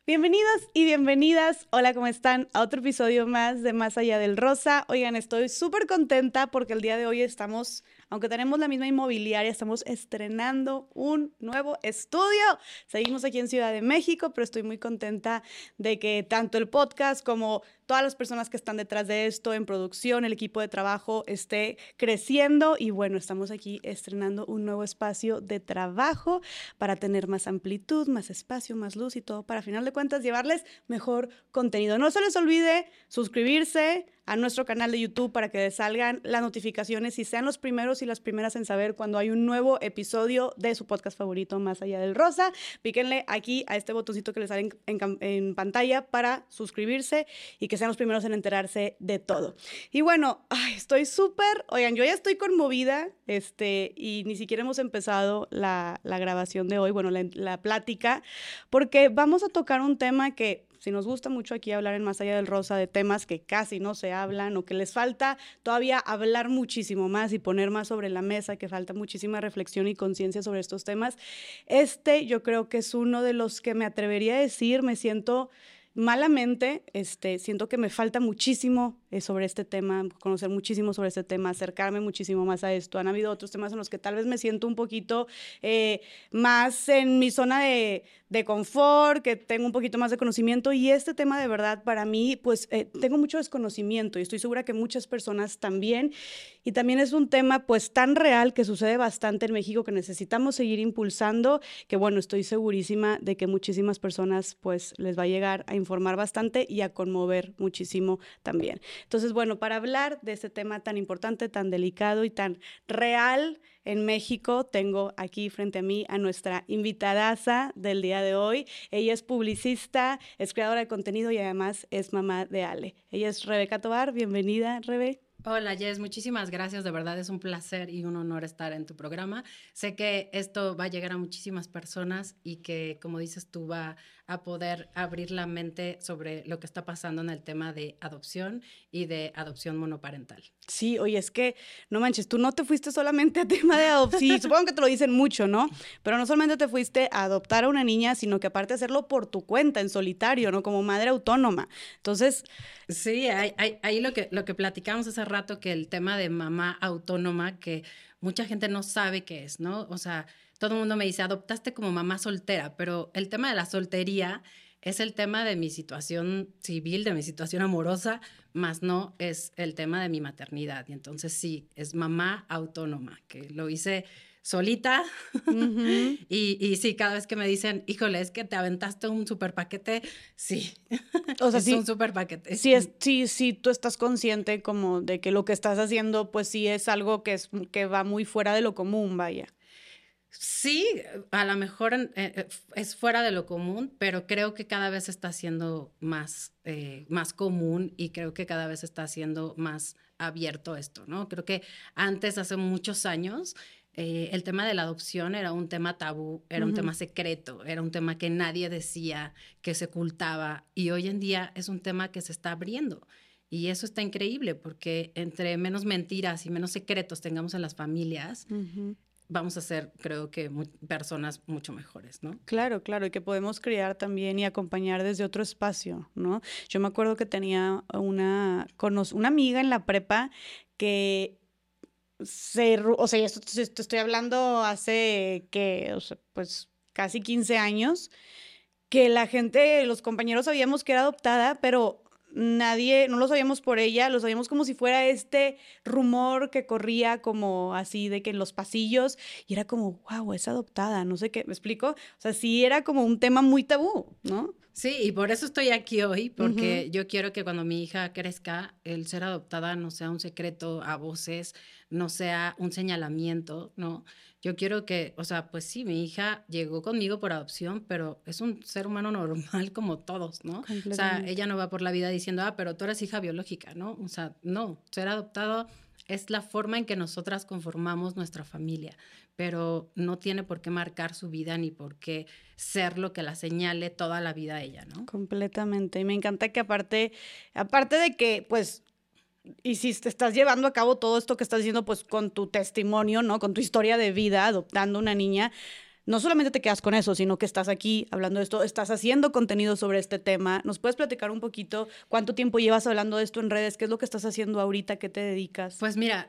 Bienvenidos y bienvenidas. Hola, ¿cómo están? A otro episodio más de Más Allá del Rosa. Oigan, estoy súper contenta porque el día de hoy estamos, aunque tenemos la misma inmobiliaria, estamos estrenando un nuevo estudio. Seguimos aquí en Ciudad de México, pero estoy muy contenta de que tanto el podcast como todas las personas que están detrás de esto, en producción, el equipo de trabajo, esté creciendo. Y bueno, estamos aquí estrenando un nuevo espacio de trabajo para tener más amplitud, más espacio, más luz y todo para, al final de cuentas, llevarles mejor contenido. No se les olvide suscribirse a nuestro canal de YouTube para que les salgan las notificaciones y sean los primeros y las primeras en saber cuando hay un nuevo episodio de su podcast favorito, Más Allá del Rosa. Píquenle aquí a este botoncito que les sale en pantalla para suscribirse y que sean los primeros en enterarse de todo. Y bueno, estoy súper, oigan, yo ya estoy conmovida, y ni siquiera hemos empezado la grabación de hoy, bueno, la plática, porque vamos a tocar un tema que, si nos gusta mucho aquí hablar en Más Allá del Rosa de temas que casi no se hablan o que les falta todavía hablar muchísimo más y poner más sobre la mesa, que falta muchísima reflexión y conciencia sobre estos temas, yo creo que es uno de los que me atrevería a decir, me siento malamente, siento que me falta muchísimo sobre este tema, conocer muchísimo sobre este tema, acercarme muchísimo más a esto. Han habido otros temas en los que tal vez me siento un poquito más en mi zona de confort, que tengo un poquito más de conocimiento, y este tema de verdad para mí, pues tengo mucho desconocimiento y estoy segura que muchas personas también, y también es un tema pues tan real que sucede bastante en México que necesitamos seguir impulsando, que bueno, estoy segurísima de que muchísimas personas pues les va a llegar a informar bastante y a conmover muchísimo también. Entonces, bueno, para hablar de este tema tan importante, tan delicado y tan real en México, tengo aquí frente a mí a nuestra invitadaza del día de hoy. Ella es publicista, es creadora de contenido y además es mamá de Ale. Ella es Rebeca Tovar. Bienvenida, Rebe. Hola Jess, muchísimas gracias, de verdad es un placer y un honor estar en tu programa. Sé que esto va a llegar a muchísimas personas y que, como dices tú, va a poder abrir la mente sobre lo que está pasando en el tema de adopción y de adopción monoparental. Sí, oye, es que, no manches, tú no te fuiste solamente a tema de adopción, supongo que te lo dicen mucho, ¿no? Pero no solamente te fuiste a adoptar a una niña, sino que aparte hacerlo por tu cuenta, en solitario, ¿no? Como madre autónoma. Entonces, Sí, ahí lo que platicamos hace rato, que el tema de mamá autónoma, que mucha gente no sabe qué es, ¿no? O sea, todo el mundo me dice, adoptaste como mamá soltera, pero el tema de la soltería es el tema de mi situación civil, de mi situación amorosa, más no es el tema de mi maternidad. Y entonces sí, es mamá autónoma, que lo hice solita. uh-huh. Y sí, cada vez que me dicen, híjole, es que te aventaste un super paquete, sí, O sea, es un sí, super paquete. sí, tú estás consciente como de que lo que estás haciendo, pues sí es algo que va muy fuera de lo común, vaya. Sí, a lo mejor es fuera de lo común, pero creo que cada vez está siendo más común y creo que cada vez está siendo más abierto esto, ¿no? Creo que antes, hace muchos años, el tema de la adopción era un tema tabú, era un Uh-huh. tema secreto, era un tema que nadie decía, que se ocultaba, y hoy en día es un tema que se está abriendo. Y eso está increíble porque entre menos mentiras y menos secretos tengamos en las familias, Uh-huh. vamos a ser, creo que, personas mucho mejores, ¿no? Claro, claro, y que podemos criar también y acompañar desde otro espacio, ¿no? Yo me acuerdo que tenía una amiga en la prepa que o sea, esto te estoy hablando hace que, o sea, pues casi 15 años, que la gente, los compañeros sabíamos que era adoptada, pero nadie, no lo sabíamos por ella, lo sabíamos como si fuera este rumor que corría como así de que en los pasillos, y era como, wow, es adoptada, no sé qué, ¿me explico? O sea, sí era como un tema muy tabú, ¿no? Sí, y por eso estoy aquí hoy, Ujú. porque yo quiero que cuando mi hija crezca, el ser adoptada no sea un secreto a voces, no sea un señalamiento, ¿no? Yo quiero que, o sea, pues sí, mi hija llegó conmigo por adopción, pero es un ser humano normal como todos, ¿no? O sea, Completamente. ella no va por la vida diciendo, pero tú eres hija biológica, ¿no? O sea, no, ser adoptado es la forma en que nosotras conformamos nuestra familia, pero no tiene por qué marcar su vida ni por qué ser lo que la señale toda la vida a ella, ¿no? Completamente. Y me encanta que aparte de que, pues, y si te estás llevando a cabo todo esto que estás diciendo, pues, con tu testimonio, ¿no? Con tu historia de vida, adoptando una niña, no solamente te quedas con eso, sino que estás aquí hablando de esto, estás haciendo contenido sobre este tema. ¿Nos puedes platicar un poquito cuánto tiempo llevas hablando de esto en redes? ¿Qué es lo que estás haciendo ahorita? ¿Qué te dedicas? Pues mira,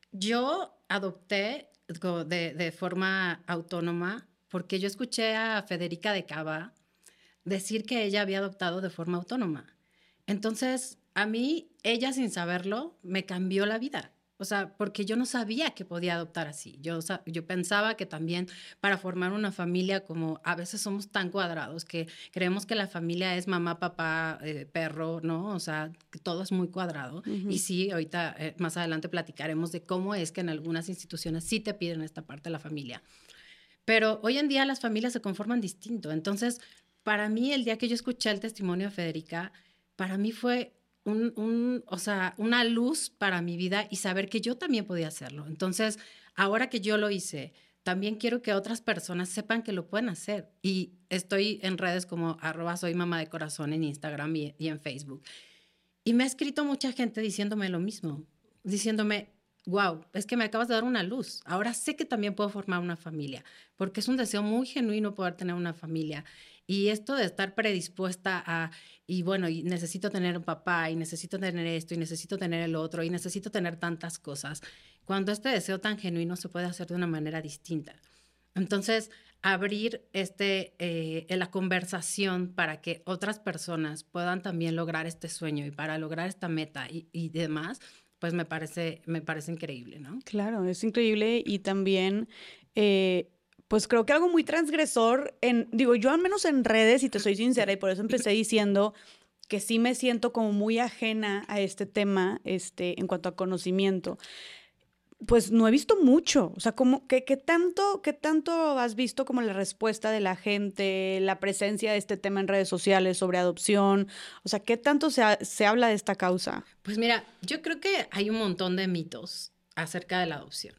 yo adopté de forma autónoma porque yo escuché a Federica de Cava decir que ella había adoptado de forma autónoma. Entonces, a mí, ella sin saberlo, me cambió la vida. O sea, porque yo no sabía que podía adoptar así. Yo pensaba que también para formar una familia, como a veces somos tan cuadrados que creemos que la familia es mamá, papá, perro, ¿no? O sea, que todo es muy cuadrado. Y sí, ahorita más adelante platicaremos de cómo es que en algunas instituciones sí te piden esta parte de la familia. Pero hoy en día las familias se conforman distinto. Entonces, para mí, el día que yo escuché el testimonio de Federica, para mí fue o sea, una luz para mi vida y saber que yo también podía hacerlo. Entonces, ahora que yo lo hice, también quiero que otras personas sepan que lo pueden hacer. Y estoy en redes como @soymamadecorazón en Instagram y en Facebook. Y me ha escrito mucha gente diciéndome lo mismo, diciéndome, wow, es que me acabas de dar una luz. Ahora sé que también puedo formar una familia, porque es un deseo muy genuino poder tener una familia. Y esto de estar predispuesta a, y bueno, y necesito tener un papá, y necesito tener esto, y necesito tener el otro, y necesito tener tantas cosas, cuando este deseo tan genuino se puede hacer de una manera distinta. Entonces, abrir la conversación para que otras personas puedan también lograr este sueño y para lograr esta meta y demás, pues me parece increíble, ¿no? Claro, es increíble y también, pues creo que algo muy transgresor digo, yo al menos en redes, y te soy sincera, y por eso empecé diciendo que sí me siento como muy ajena a este tema, en cuanto a conocimiento. Pues no he visto mucho, o sea, qué tanto has visto como la respuesta de la gente, la presencia de este tema en redes sociales sobre adopción? O sea, ¿qué tanto se habla de esta causa? Pues mira, yo creo que hay un montón de mitos acerca de la adopción.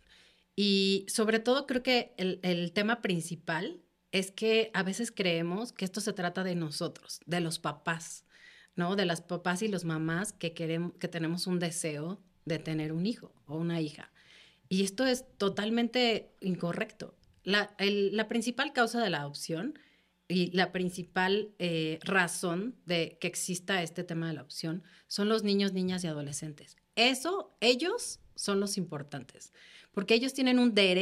Y sobre todo creo que el tema principal es que a veces creemos que esto se trata de nosotros, de los papás, ¿no? De las papás y los mamás que tenemos un deseo de tener un hijo o una hija. Y esto es totalmente incorrecto. La principal causa de la adopción y la principal razón de que exista este tema de la adopción son los niños, niñas y adolescentes. Ellos son los importantes, porque ellos tienen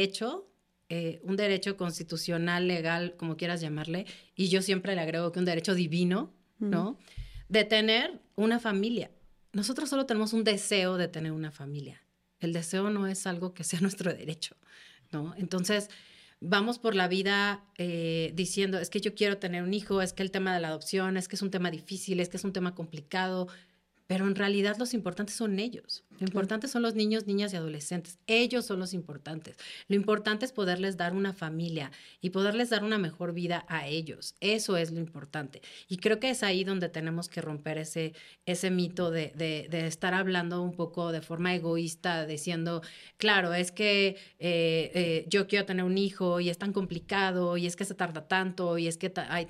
un derecho constitucional, legal, como quieras llamarle, y yo siempre le agrego que un derecho divino, ¿no? De tener una familia. Nosotros solo tenemos un deseo de tener una familia. El deseo no es algo que sea nuestro derecho, ¿no? Entonces, vamos por la vida diciendo, es que yo quiero tener un hijo, es que el tema de la adopción, es que es un tema difícil, es que es un tema complicado, pero en realidad los importantes son ellos. Lo importante son los niños, niñas y adolescentes. Ellos son los importantes. Lo importante es poderles dar una familia y poderles dar una mejor vida a ellos. Eso es lo importante. Y creo que es ahí donde tenemos que romper ese mito de estar hablando un poco de forma egoísta, diciendo, claro, es que yo quiero tener un hijo y es tan complicado y es que se tarda tanto y es que hay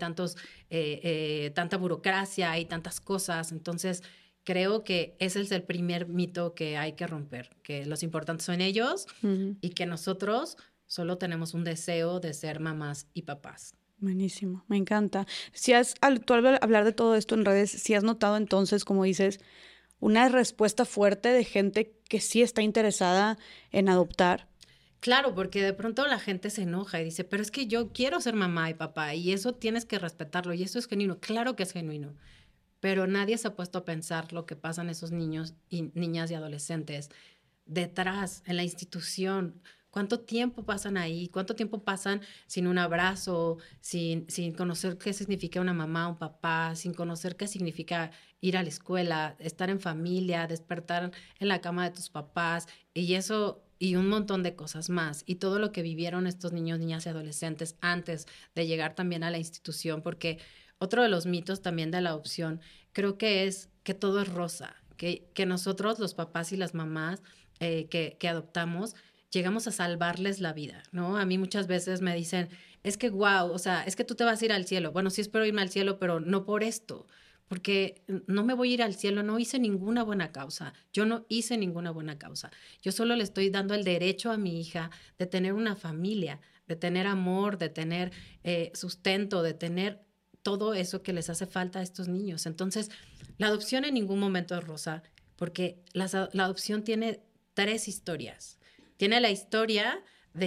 tanta burocracia y tantas cosas. Entonces, creo que ese es el primer mito que hay que romper, que los importantes son ellos y que nosotros solo tenemos un deseo de ser mamás y papás. Buenísimo, me encanta. Si tú al hablar de todo esto en redes, si has notado entonces, como dices, una respuesta fuerte de gente que sí está interesada en adoptar. Claro, porque de pronto la gente se enoja y dice, pero es que yo quiero ser mamá y papá y eso tienes que respetarlo y eso es genuino. Claro que es genuino, pero nadie se ha puesto a pensar lo que pasan esos niños y niñas y adolescentes detrás, en la institución. ¿Cuánto tiempo pasan ahí? ¿Cuánto tiempo pasan sin un abrazo, sin conocer qué significa una mamá, un papá, sin conocer qué significa ir a la escuela, estar en familia, despertar en la cama de tus papás y eso y un montón de cosas más? Y todo lo que vivieron estos niños, niñas y adolescentes antes de llegar también a la institución, porque otro de los mitos también de la adopción creo que es que todo es rosa, que nosotros los papás y las mamás que adoptamos llegamos a salvarles la vida, ¿no? A mí muchas veces me dicen, es que wow, o sea, es que tú te vas a ir al cielo. Bueno, sí espero irme al cielo, pero no por esto, porque no me voy a ir al cielo, no hice ninguna buena causa, yo no hice ninguna buena causa. Yo solo le estoy dando el derecho a mi hija de tener una familia, de tener amor, de tener sustento, de tener todo eso que les hace falta a estos niños. Entonces, la adopción en ningún momento es rosa, porque la adopción tiene 3 historias. Tiene la historia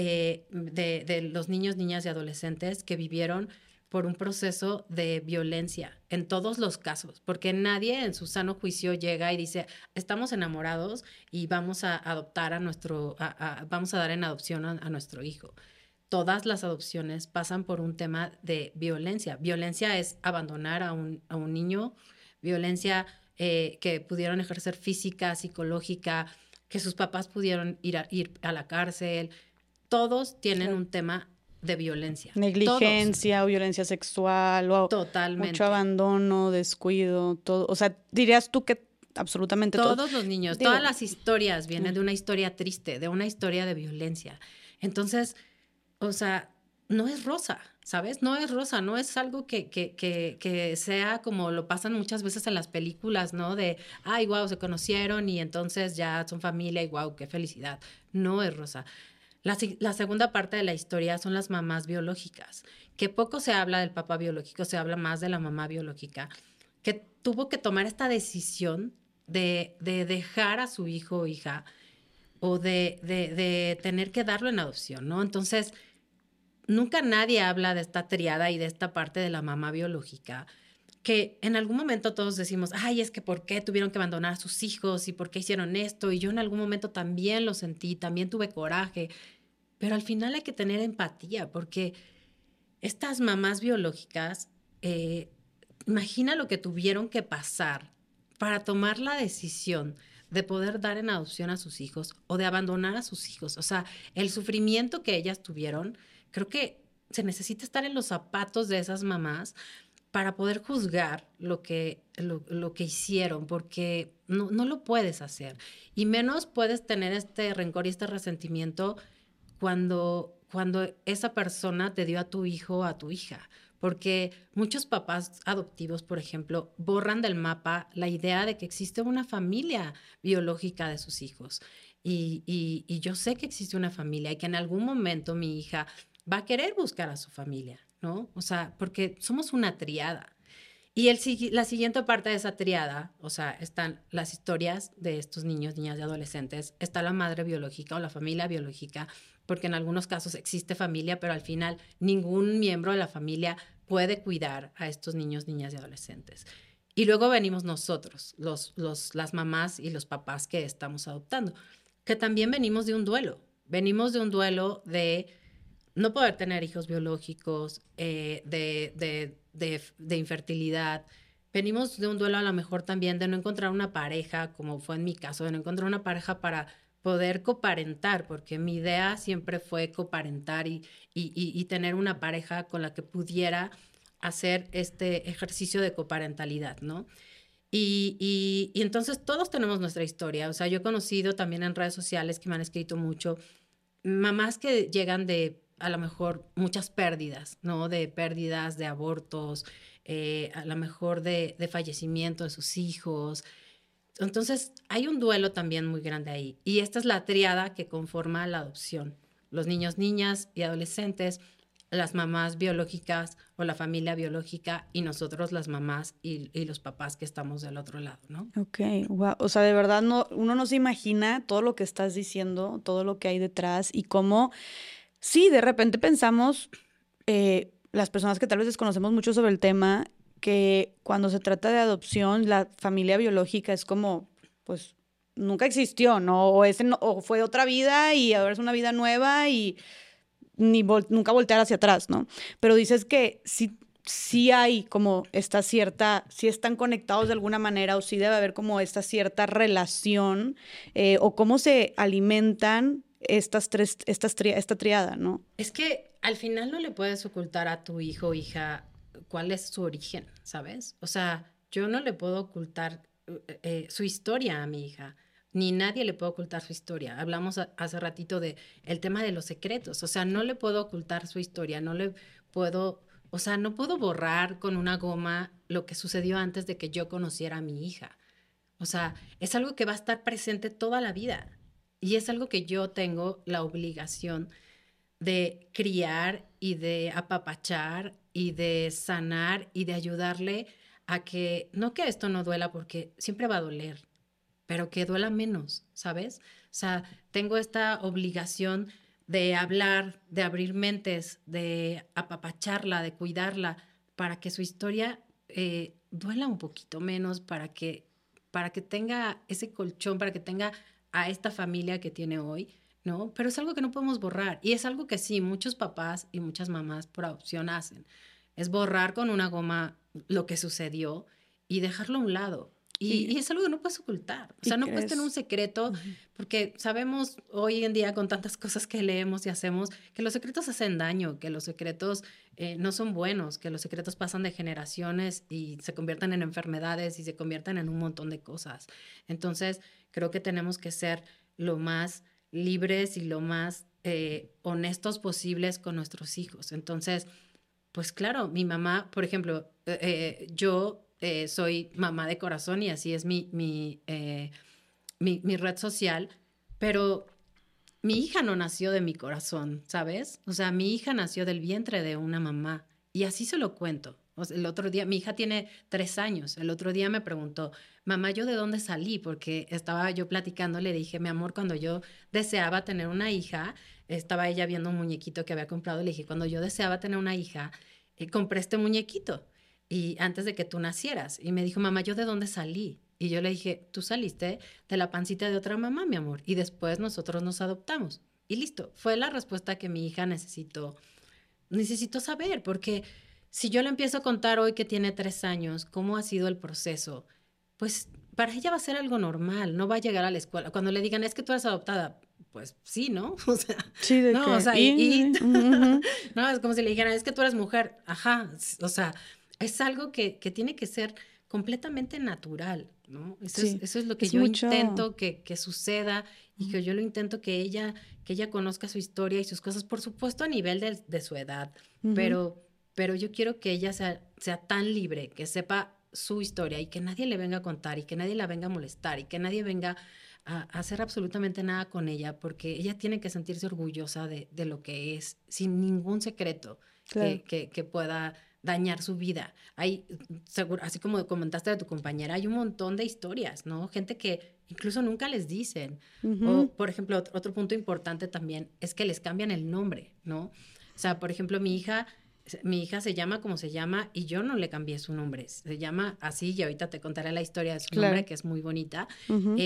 de los niños, niñas y adolescentes que vivieron por un proceso de violencia en todos los casos, porque nadie en su sano juicio llega y dice, estamos enamorados y vamos a adoptar vamos a dar en adopción a nuestro hijo. Todas las adopciones pasan por un tema de violencia. Violencia es abandonar a un niño, violencia que pudieron ejercer física, psicológica, que sus papás pudieron ir a la cárcel. Todos tienen un tema de violencia. Negligencia o violencia sexual o totalmente. Mucho abandono, descuido, todo. O sea, dirías tú que absolutamente todos los niños, todas las historias vienen de una historia triste, de una historia de violencia. Entonces, o sea, no es rosa, ¿sabes? No es rosa, no es algo que sea como lo pasan muchas veces en las películas, ¿no? De, ay, wow, se conocieron y entonces ya son familia y wow, qué felicidad. No es rosa. La segunda parte de la historia son las mamás biológicas, que poco se habla del papá biológico, se habla más de la mamá biológica, que tuvo que tomar esta decisión de dejar a su hijo o hija o de tener que darlo en adopción, ¿no? Entonces, nunca nadie habla de esta triada y de esta parte de la mamá biológica, que en algún momento todos decimos, ay, es que ¿por qué tuvieron que abandonar a sus hijos? ¿Y por qué hicieron esto? Y yo en algún momento también lo sentí, también tuve coraje, pero al final hay que tener empatía, porque estas mamás biológicas, imagina lo que tuvieron que pasar para tomar la decisión de poder dar en adopción a sus hijos o de abandonar a sus hijos. O sea, el sufrimiento que ellas tuvieron, creo que se necesita estar en los zapatos de esas mamás para poder juzgar lo que hicieron, porque no lo puedes hacer. Y menos puedes tener este rencor y este resentimiento cuando esa persona te dio a tu hijo o a tu hija. Porque muchos papás adoptivos, por ejemplo, borran del mapa la idea de que existe una familia biológica de sus hijos. Y yo sé que existe una familia y que en algún momento mi hija va a querer buscar a su familia, ¿no? O sea, porque somos una triada. Y la siguiente parte de esa triada, o sea, están las historias de estos niños, niñas y adolescentes, está la madre biológica o la familia biológica, porque en algunos casos existe familia, pero al final ningún miembro de la familia puede cuidar a estos niños, niñas y adolescentes. Y luego venimos nosotros, las mamás y los papás que estamos adoptando, que también venimos de un duelo. Venimos de un duelo de no poder tener hijos biológicos, de infertilidad. Venimos de un duelo a lo mejor también de no encontrar una pareja, como fue en mi caso, de no encontrar una pareja para poder coparentar, porque mi idea siempre fue coparentar y tener una pareja con la que pudiera hacer este ejercicio de coparentalidad, ¿no? Y entonces todos tenemos nuestra historia. O sea, yo he conocido también en redes sociales que me han escrito mucho mamás que llegan de a lo mejor muchas pérdidas, ¿no? De pérdidas, de abortos, a lo mejor de fallecimiento de sus hijos. Entonces, hay un duelo también muy grande ahí. Y esta es la triada que conforma la adopción. Los niños, niñas y adolescentes, las mamás biológicas o la familia biológica y nosotros las mamás y los papás que estamos del otro lado, ¿no? Ok, wow. O sea, de verdad uno no se imagina todo lo que estás diciendo, todo lo que hay detrás y cómo, sí, de repente pensamos, las personas que tal vez desconocemos mucho sobre el tema, que cuando se trata de adopción, la familia biológica es como, pues, nunca existió, ¿no? O fue otra vida y ahora es una vida nueva y nunca voltear hacia atrás, ¿no? Pero dices que sí hay como esta cierta, sí están conectados de alguna manera o sí debe haber como esta cierta relación o cómo se alimentan esta triada, ¿no? Es que al final no le puedes ocultar a tu hijo o hija cuál es su origen, ¿sabes? O sea, yo no le puedo ocultar su historia a mi hija, ni nadie le puede ocultar su historia. Hablamos hace ratito de el tema de los secretos, o sea, no le puedo ocultar su historia, no le puedo, o sea, no puedo borrar con una goma lo que sucedió antes de que yo conociera a mi hija. O sea, es algo que va a estar presente toda la vida y es algo que yo tengo la obligación de criar y de apapachar y de sanar y de ayudarle a que, no que esto no duela porque siempre va a doler, pero que duela menos, ¿sabes? O sea, tengo esta obligación de hablar, de abrir mentes, de apapacharla, de cuidarla, para que su historia duela un poquito menos, para que tenga ese colchón, para que tenga a esta familia que tiene hoy, ¿no? Pero es algo que no podemos borrar y es algo que sí, muchos papás y muchas mamás por adopción hacen. Es borrar con una goma lo que sucedió y dejarlo a un lado. Y es algo que no puedes ocultar. O sea, no puedes tener un secreto porque sabemos hoy en día con tantas cosas que leemos y hacemos que los secretos hacen daño, que los secretos no son buenos, que los secretos pasan de generaciones y se convierten en enfermedades y se convierten en un montón de cosas. Entonces, creo que tenemos que ser lo más libres y lo más honestos posibles con nuestros hijos. Entonces, pues claro, mi mamá, por ejemplo, yo soy mamá de corazón y así es mi red social, pero mi hija no nació de mi corazón, ¿sabes? O sea, mi hija nació del vientre de una mamá y así se lo cuento. O sea, el otro día, mi hija tiene 3 años, el otro día me preguntó, mamá, ¿yo de dónde salí? Porque estaba yo platicando, le dije, mi amor, cuando yo deseaba tener una hija, estaba ella viendo un muñequito que había comprado, le dije, cuando yo deseaba tener una hija, compré este muñequito y antes de que tú nacieras. Y me dijo, mamá, ¿yo de dónde salí? Y yo le dije, tú saliste de la pancita de otra mamá, mi amor, y después nosotros nos adoptamos. Y listo, fue la respuesta que mi hija necesitó saber, porque si yo le empiezo a contar hoy que tiene 3 años, cómo ha sido el proceso, pues para ella va a ser algo normal, no va a llegar a la escuela. Cuando le digan, es que tú eres adoptada, pues sí, ¿no? O sea, Sí, de no, o que... sea, no, es como si le dijeran, es que tú eres mujer, ajá, o sea, es algo que tiene que ser completamente natural, ¿no? Sí, Eso es lo que es yo mucho... intento que suceda y que yo lo intento que ella conozca su historia y sus cosas, por supuesto a nivel de su edad, Ujú, pero yo quiero que ella sea tan libre, que sepa su historia y que nadie le venga a contar y que nadie la venga a molestar y que nadie venga a hacer absolutamente nada con ella, porque ella tiene que sentirse orgullosa de lo que es, sin ningún secreto claro. que pueda dañar su vida. Hay, así como comentaste de tu compañera, hay un montón de historias, ¿no? Gente que incluso nunca les dicen. Ujú, O, por ejemplo, otro punto importante también es que les cambian el nombre, ¿no? O sea, por ejemplo, mi hija se llama como se llama y yo no le cambié su nombre. Se llama así y ahorita te contaré la historia de su nombre, claro. que es muy bonita. Ujú.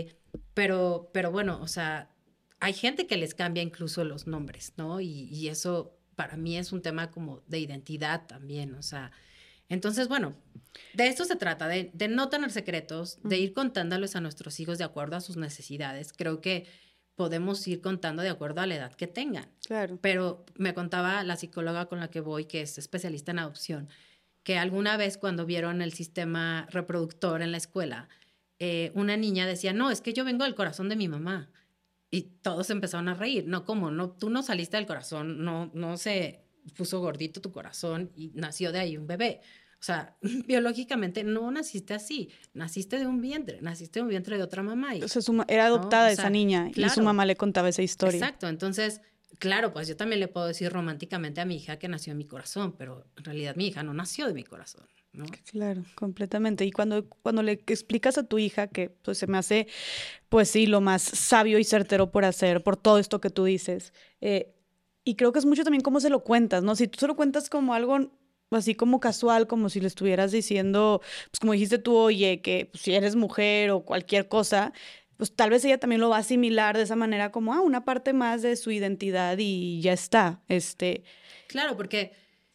Pero bueno, o sea, hay gente que les cambia incluso los nombres, ¿no? Y eso para mí es un tema como de identidad también, o sea, entonces, bueno, de esto se trata, de no tener secretos, de Ujú. ir contándoles a nuestros hijos de acuerdo a sus necesidades. Creo que podemos ir contando de acuerdo a la edad que tengan. Claro. Pero me contaba la psicóloga con la que voy, que es especialista en adopción, que alguna vez cuando vieron el sistema reproductor en la escuela, una niña decía, no, es que yo vengo del corazón de mi mamá. Y todos empezaron a reír. No, ¿cómo? No, tú no saliste del corazón, no se puso gordito tu corazón y nació de ahí un bebé. O sea, biológicamente no naciste así, naciste de un vientre de otra mamá, O y, sea, era ¿no? O adoptada esa sea, niña y su claro, mamá le contaba esa historia. exacto. Entonces, claro, pues yo también le puedo decir románticamente a mi hija que nació en mi corazón, pero en realidad mi hija no nació de mi corazón, ¿no? Claro, completamente. Y cuando le explicas a tu hija que pues se me hace, pues sí, lo más sabio y certero por hacer, por todo esto que tú dices. Y creo que es mucho también cómo se lo cuentas, ¿no? Si tú se lo cuentas como algo así como casual, como si le estuvieras diciendo, pues como dijiste tú, oye, que pues, si eres mujer o cualquier cosa, pues tal vez ella también lo va a asimilar de esa manera como, una parte más de su identidad y ya está. Claro, porque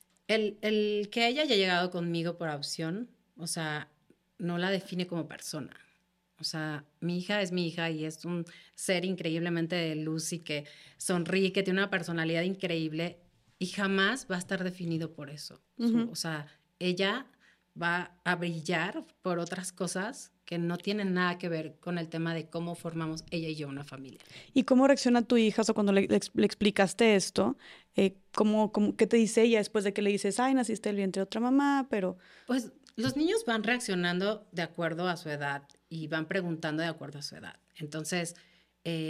el que ella haya llegado conmigo por adopción, o sea, no la define como persona. O sea, mi hija es mi hija y es un ser increíblemente de luz y que sonríe, que tiene una personalidad increíble y jamás va a estar definido por eso. Ujú. O sea, ella va a brillar por otras cosas que no tienen nada que ver con el tema de cómo formamos ella y yo una familia. ¿Y cómo reacciona tu hija? O sea, cuando le explicaste esto, ¿qué te dice ella después de que le dices, ay, naciste del vientre de otra mamá, pero... Pues los niños van reaccionando de acuerdo a su edad y van preguntando de acuerdo a su edad. Entonces,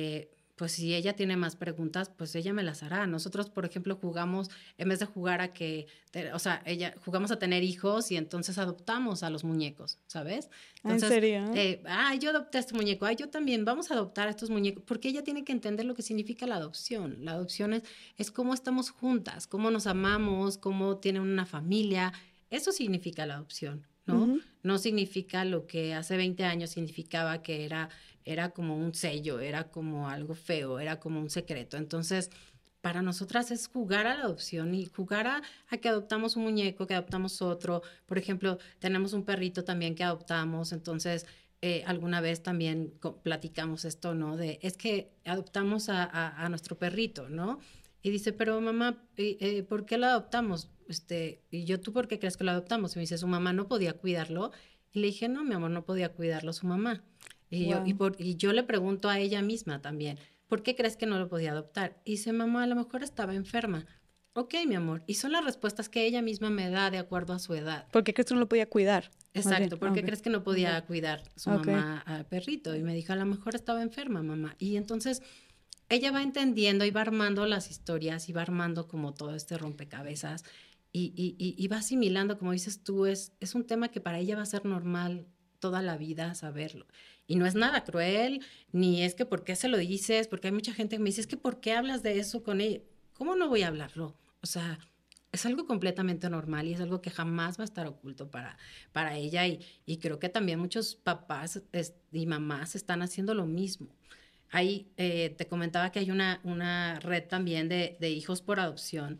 pues si ella tiene más preguntas, pues ella me las hará. Nosotros, por ejemplo, jugamos, en vez de jugar a que, o sea, jugamos a tener hijos y entonces adoptamos a los muñecos, ¿sabes? ¿En Entonces, serio? yo adopté a este muñeco, yo también, vamos a adoptar a estos muñecos, porque ella tiene que entender lo que significa la adopción. La adopción es cómo estamos juntas, cómo nos amamos, cómo tienen una familia. Eso significa la adopción, ¿no? Ujú. No significa lo que hace 20 años significaba que era como un sello, era como algo feo, era como un secreto. Entonces, para nosotras es jugar a la adopción y jugar a que adoptamos un muñeco, que adoptamos otro. Por ejemplo, tenemos un perrito también que adoptamos, entonces alguna vez también platicamos esto, ¿no? Es que adoptamos a nuestro perrito, ¿no? Y dice, pero mamá, ¿por qué lo adoptamos? Y yo, ¿tú por qué crees que lo adoptamos? Y me dice, su mamá no podía cuidarlo. Y le dije, no, mi amor, no podía cuidarlo su mamá. Wow. Y yo le pregunto a ella misma también, ¿por qué crees que no lo podía adoptar? Y dice, mamá, a lo mejor estaba enferma. Ok, mi amor. Y son las respuestas que ella misma me da de acuerdo a su edad. ¿Por qué crees que no lo podía cuidar? Más bien. Exacto, ¿por Ah, qué ok. crees que no Ok. podía cuidar su Ok. mamá al perrito? Y me dijo, a lo mejor estaba enferma, mamá. Y entonces ella va entendiendo y va armando las historias y va armando como todo este rompecabezas y va asimilando, como dices tú, es un tema que para ella va a ser normal toda la vida saberlo. Y no es nada cruel, ni es que por qué se lo dices, porque hay mucha gente que me dice, es que ¿por qué hablas de eso con ella? ¿Cómo no voy a hablarlo? O sea, es algo completamente normal y es algo que jamás va a estar oculto para ella y creo que también muchos papás y mamás están haciendo lo mismo. Ahí te comentaba que hay una red también de hijos por adopción,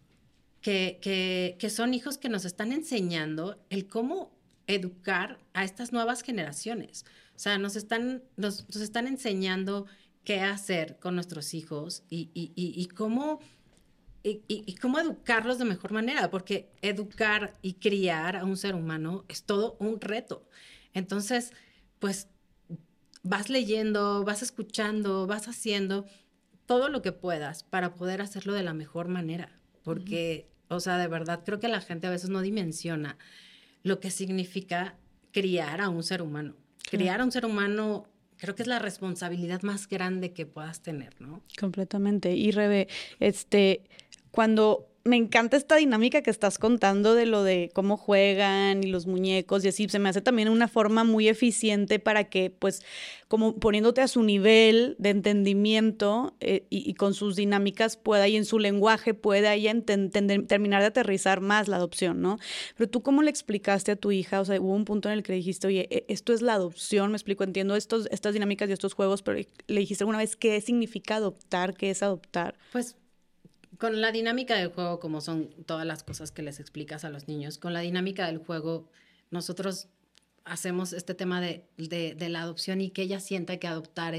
que son hijos que nos están enseñando el cómo educar a estas nuevas generaciones. O sea, nos están enseñando qué hacer con nuestros hijos y cómo y cómo educarlos de mejor manera, porque educar y criar a un ser humano es todo un reto. Entonces, pues vas leyendo, vas escuchando, vas haciendo todo lo que puedas para poder hacerlo de la mejor manera, Ujú. porque, o sea, de verdad creo que la gente a veces no dimensiona lo que significa criar a un ser humano. Claro. Criar a un ser humano creo que es la responsabilidad más grande que puedas tener, ¿no? Completamente. Y Rebe, este, cuando me encanta esta dinámica que estás contando de lo de cómo juegan y los muñecos y así, se me hace también una forma muy eficiente para que, pues, como poniéndote a su nivel de entendimiento y con sus dinámicas pueda y en su lenguaje pueda ella terminar de aterrizar más la adopción, ¿no? Pero tú, ¿cómo le explicaste a tu hija? O sea, hubo un punto en el que le dijiste, oye, esto es la adopción, me explico, entiendo estas dinámicas y estos juegos, pero le dijiste alguna vez qué significa adoptar, qué es adoptar. Pues con la dinámica del juego, como son todas las cosas que les explicas a los niños, con la dinámica del juego, nosotros hacemos este tema de la adopción y que ella sienta que adoptar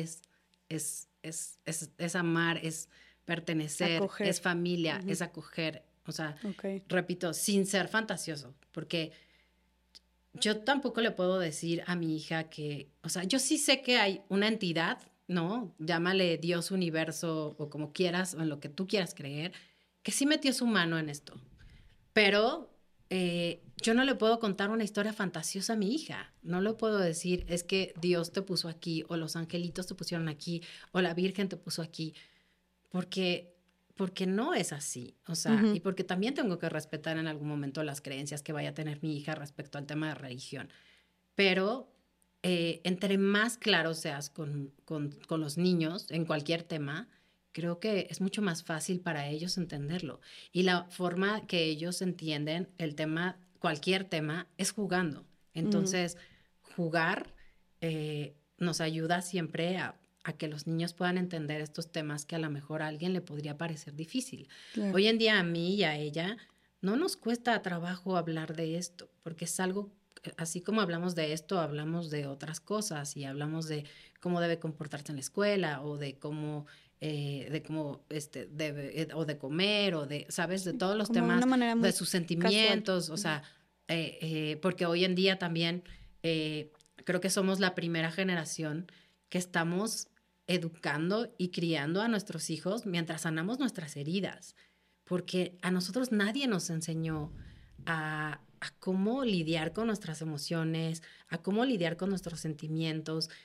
es amar, es pertenecer, Acoger. es familia, Ujú. es acoger. O sea, Ok. repito, sin ser fantasioso, porque yo tampoco le puedo decir a mi hija que, o sea, yo sí sé que hay una entidad, ¿no? Llámale Dios, universo o como quieras, o en lo que tú quieras creer, que sí metió su mano en esto. Pero yo no le puedo contar una historia fantasiosa a mi hija. No le puedo decir, es que Dios te puso aquí, o los angelitos te pusieron aquí, o la Virgen te puso aquí, porque, porque no es así. O sea, Ujú. y porque también tengo que respetar en algún momento las creencias que vaya a tener mi hija respecto al tema de religión. Pero entre más claro seas con los niños en cualquier tema, creo que es mucho más fácil para ellos entenderlo. Y la forma que ellos entienden el tema, cualquier tema, es jugando. Ujú. Entonces, jugar nos ayuda siempre a que los niños puedan entender estos temas que a lo mejor a alguien le podría parecer difícil. Claro. Hoy en día a mí y a ella no nos cuesta trabajo hablar de esto, porque es algo, así como hablamos de esto, hablamos de otras cosas y hablamos de cómo debe comportarse en la escuela o de cómo debe, o de comer, o de, ¿sabes? De Sí, todos los como de una temas, manera de muy sus casual. sentimientos, o Ujú. sea, porque hoy en día también creo que somos la primera generación que estamos educando y criando a nuestros hijos mientras sanamos nuestras heridas, porque a nosotros nadie nos enseñó a cómo lidiar con nuestras emociones, a cómo lidiar con nuestros sentimientos.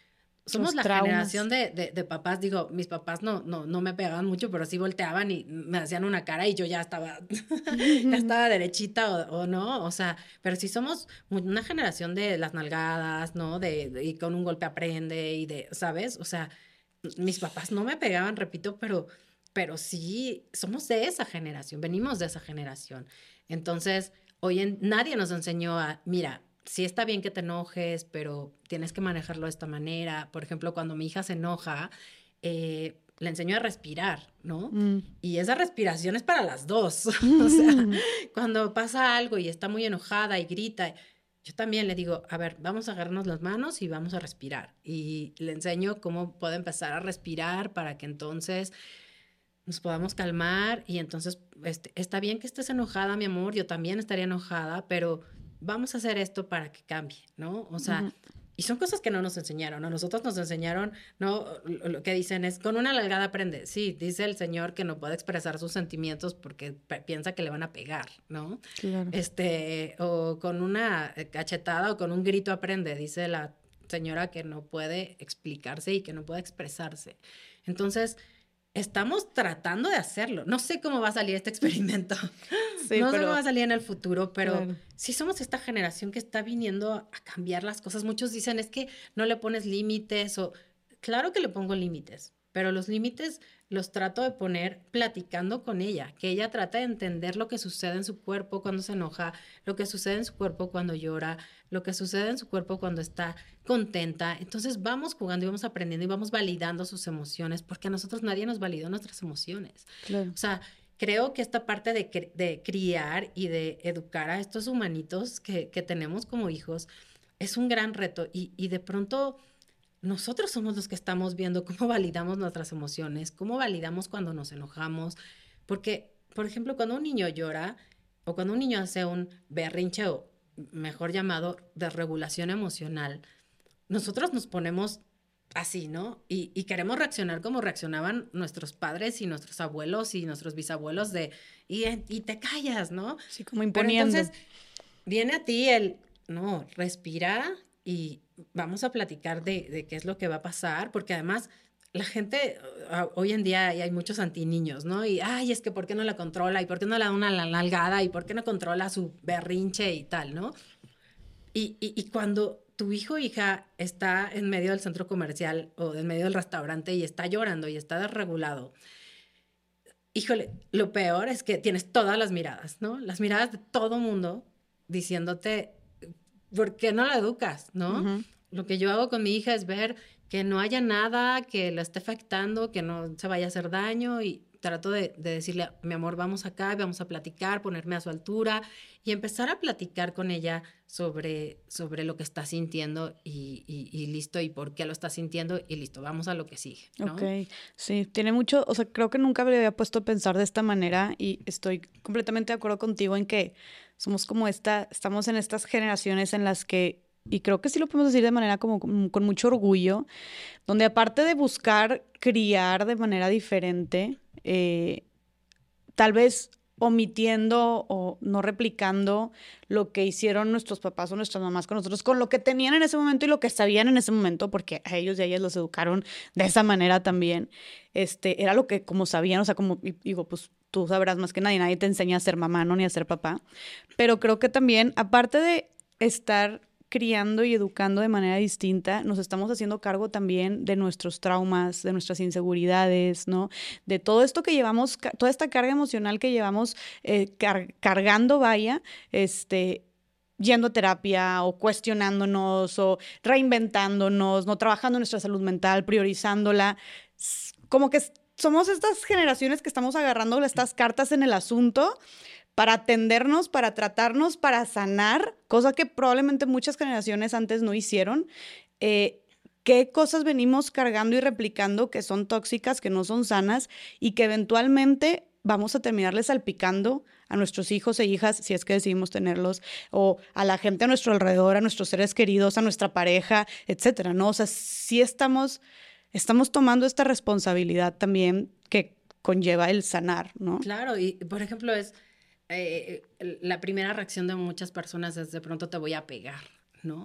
somos Los la traumas. generación de papás, digo, mis papás no me pegaban mucho, pero sí volteaban y me hacían una cara y yo ya estaba, ya estaba derechita o no, o sea, pero sí somos una generación de las nalgadas, ¿no? Y con un golpe aprende y de, ¿sabes? O sea, mis papás no me pegaban, repito, pero sí somos de esa generación, venimos de esa generación. Entonces, nadie nos enseñó a, mira, sí está bien que te enojes, pero tienes que manejarlo de esta manera. Por ejemplo, cuando mi hija se enoja, le enseño a respirar, ¿no? Y esa respiración es para las dos. O sea, cuando pasa algo y está muy enojada y grita, yo también le digo, a ver, vamos a agarrarnos las manos y vamos a respirar. Y le enseño cómo puede empezar a respirar para que entonces nos podamos calmar y entonces está bien que estés enojada, mi amor, yo también estaría enojada, pero vamos a hacer esto para que cambie, ¿no? O sea, y son cosas que no nos enseñaron, a nosotros nos enseñaron, ¿no? Lo que dicen es, con una nalgada aprende. Sí, dice el señor que no puede expresar sus sentimientos porque piensa que le van a pegar, ¿no? Claro. O con una cachetada o con un grito aprende, dice la señora que no puede explicarse y que no puede expresarse. Entonces, estamos tratando de hacerlo. No sé cómo va a salir este experimento. Sí, no sé pero cómo va a salir en el futuro, pero claro. sí somos esta generación que está viniendo a cambiar las cosas. Muchos dicen, es que no le pones límites o... Claro que le pongo límites, pero los límites los trato de poner platicando con ella, que ella trate de entender lo que sucede en su cuerpo cuando se enoja, lo que sucede en su cuerpo cuando llora, lo que sucede en su cuerpo cuando está contenta. Entonces vamos jugando y vamos aprendiendo y vamos validando sus emociones, porque a nosotros nadie nos validó nuestras emociones. Claro. O sea, creo que esta parte de criar y de educar a estos humanitos que tenemos como hijos es un gran reto y de pronto nosotros somos los que estamos viendo cómo validamos nuestras emociones, cómo validamos cuando nos enojamos, porque, por ejemplo, cuando un niño llora o cuando un niño hace un berrinche o mejor llamado desregulación emocional, nosotros nos ponemos así, ¿no? Y queremos reaccionar como reaccionaban nuestros padres y nuestros abuelos y nuestros bisabuelos y te callas, ¿no? Sí, como Pero imponiendo. entonces viene a ti no, respira y vamos a platicar de qué es lo que va a pasar, porque además la gente, hoy en día hay muchos antiniños, ¿no? Y, ay, es que ¿por qué no la controla? ¿Y por qué no le da una nalgada? ¿Y por qué no controla su berrinche y tal, ¿no? Y cuando tu hijo o hija está en medio del centro comercial o en medio del restaurante y está llorando y está desregulado, híjole, lo peor es que tienes todas las miradas, ¿no? Las miradas de todo mundo diciéndote, ¿por qué no la educas, no? Lo que yo hago con mi hija es ver que no haya nada que la esté afectando, que no se vaya a hacer daño y trato de decirle, mi amor, vamos acá, vamos a platicar, ponerme a su altura y empezar a platicar con ella sobre lo que está sintiendo y listo, y por qué lo está sintiendo y listo, vamos a lo que sigue, ¿no? Ok, sí, tiene mucho, o sea, creo que nunca me había puesto a pensar de esta manera y estoy completamente de acuerdo contigo en que somos como estamos en estas generaciones en las que, y creo que sí lo podemos decir de manera como con mucho orgullo, donde aparte de buscar criar de manera diferente, tal vez omitiendo o no replicando lo que hicieron nuestros papás o nuestras mamás con nosotros, con lo que tenían en ese momento y lo que sabían en ese momento, porque a ellos y a ellas los educaron de esa manera también, era lo que como sabían, o sea, como digo, pues tú sabrás más que nadie te enseña a ser mamá, ¿no? Ni a ser papá, pero creo que también, aparte de estar criando y educando de manera distinta, nos estamos haciendo cargo también de nuestros traumas, de nuestras inseguridades, ¿no? De todo esto que llevamos, toda esta carga emocional que llevamos cargando, vaya, yendo a terapia o cuestionándonos o reinventándonos, no trabajando en nuestra salud mental, priorizándola. Como que somos estas generaciones que estamos agarrando estas cartas en el asunto para atendernos, para tratarnos, para sanar, cosa que probablemente muchas generaciones antes no hicieron. ¿Qué cosas venimos cargando y replicando que son tóxicas, que no son sanas y que eventualmente vamos a terminarles salpicando a nuestros hijos e hijas, si es que decidimos tenerlos, o a la gente a nuestro alrededor, a nuestros seres queridos, a nuestra pareja, etcétera, ¿no? O sea, sí estamos tomando esta responsabilidad también que conlleva el sanar, ¿no? Claro, y por ejemplo la primera reacción de muchas personas es de pronto te voy a pegar, ¿no?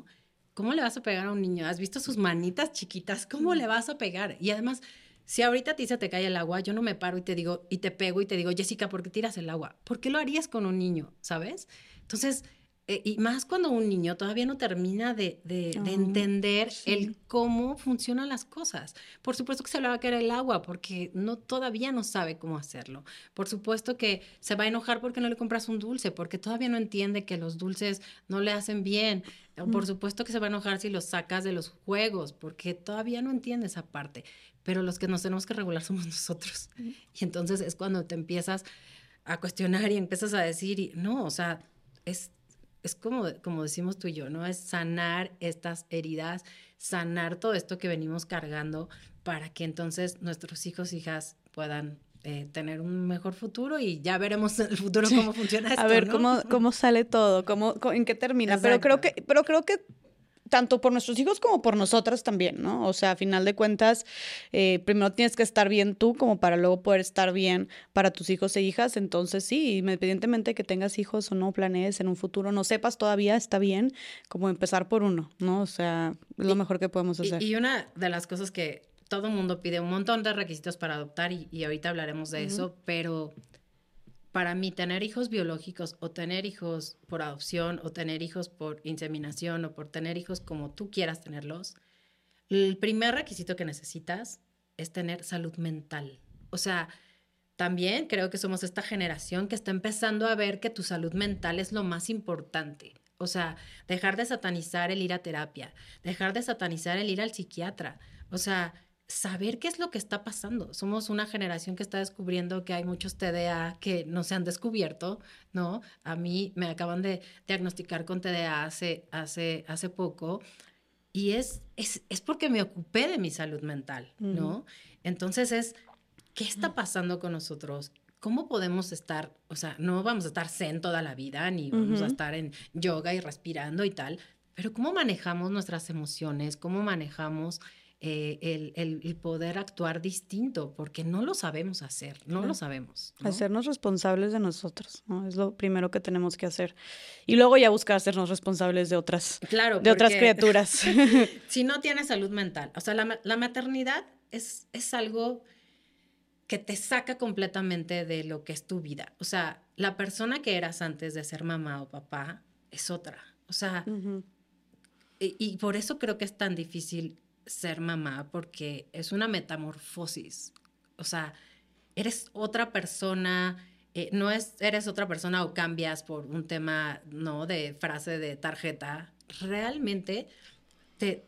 ¿cómo le vas a pegar a un niño? ¿Has visto sus manitas chiquitas? ¿Cómo le vas a pegar? Y además, si ahorita a ti se te cae el agua, yo no me paro y te digo, y te pego y te digo, Jessica, ¿por qué tiras el agua? ¿Por qué lo harías con un niño? ¿Sabes? Entonces, y más cuando un niño todavía no termina de entender el cómo funcionan las cosas. Por supuesto que se le va a caer el agua porque todavía no sabe cómo hacerlo. Por supuesto que se va a enojar porque no le compras un dulce, porque todavía no entiende que los dulces no le hacen bien. Por supuesto que se va a enojar si los sacas de los juegos, porque todavía no entiende esa parte. Pero los que nos tenemos que regular somos nosotros. Y entonces es cuando te empiezas a cuestionar y empiezas a decir, no, o sea, es como decimos tú y yo, ¿no? Es sanar estas heridas, sanar todo esto que venimos cargando para que entonces nuestros hijos, hijas puedan tener un mejor futuro y ya veremos en el futuro cómo funciona esto, a ver, ¿no? cómo sale todo, en qué termina. Pero creo que tanto por nuestros hijos como por nosotras también, ¿no? O sea, a final de cuentas, primero tienes que estar bien tú como para luego poder estar bien para tus hijos e hijas. Entonces, sí, independientemente de que tengas hijos o no, planees en un futuro, no sepas todavía, está bien como empezar por uno, ¿no? O sea, es lo mejor que podemos hacer. Y una de las cosas que todo el mundo pide, un montón de requisitos para adoptar, y ahorita hablaremos de eso, pero para mí tener hijos biológicos o tener hijos por adopción o tener hijos por inseminación o por tener hijos como tú quieras tenerlos, el primer requisito que necesitas es tener salud mental. O sea, también creo que somos esta generación que está empezando a ver que tu salud mental es lo más importante. O sea, dejar de satanizar el ir a terapia, dejar de satanizar el ir al psiquiatra. O sea, saber qué es lo que está pasando. Somos una generación que está descubriendo que hay muchos TDA que no se han descubierto, ¿no? A mí me acaban de diagnosticar con TDA hace poco y es porque me ocupé de mi salud mental, ¿no? Entonces ¿qué está pasando con nosotros? ¿Cómo podemos estar, o sea, no vamos a estar zen toda la vida, ni vamos a estar en yoga y respirando y tal, pero cómo manejamos nuestras emociones, cómo manejamos el poder actuar distinto, porque no lo sabemos hacer, no lo sabemos, ¿no? Hacernos responsables de nosotros, ¿no? Es lo primero que tenemos que hacer. Y luego ya buscar hacernos responsables de otras, otras criaturas. Si no tienes salud mental, o sea, la maternidad es algo que te saca completamente de lo que es tu vida. O sea, la persona que eras antes de ser mamá o papá es otra. O sea, y por eso creo que es tan difícil ser mamá, porque es una metamorfosis. O sea, eres otra persona, no eres otra persona o cambias por un tema, no, de frase de tarjeta. Realmente te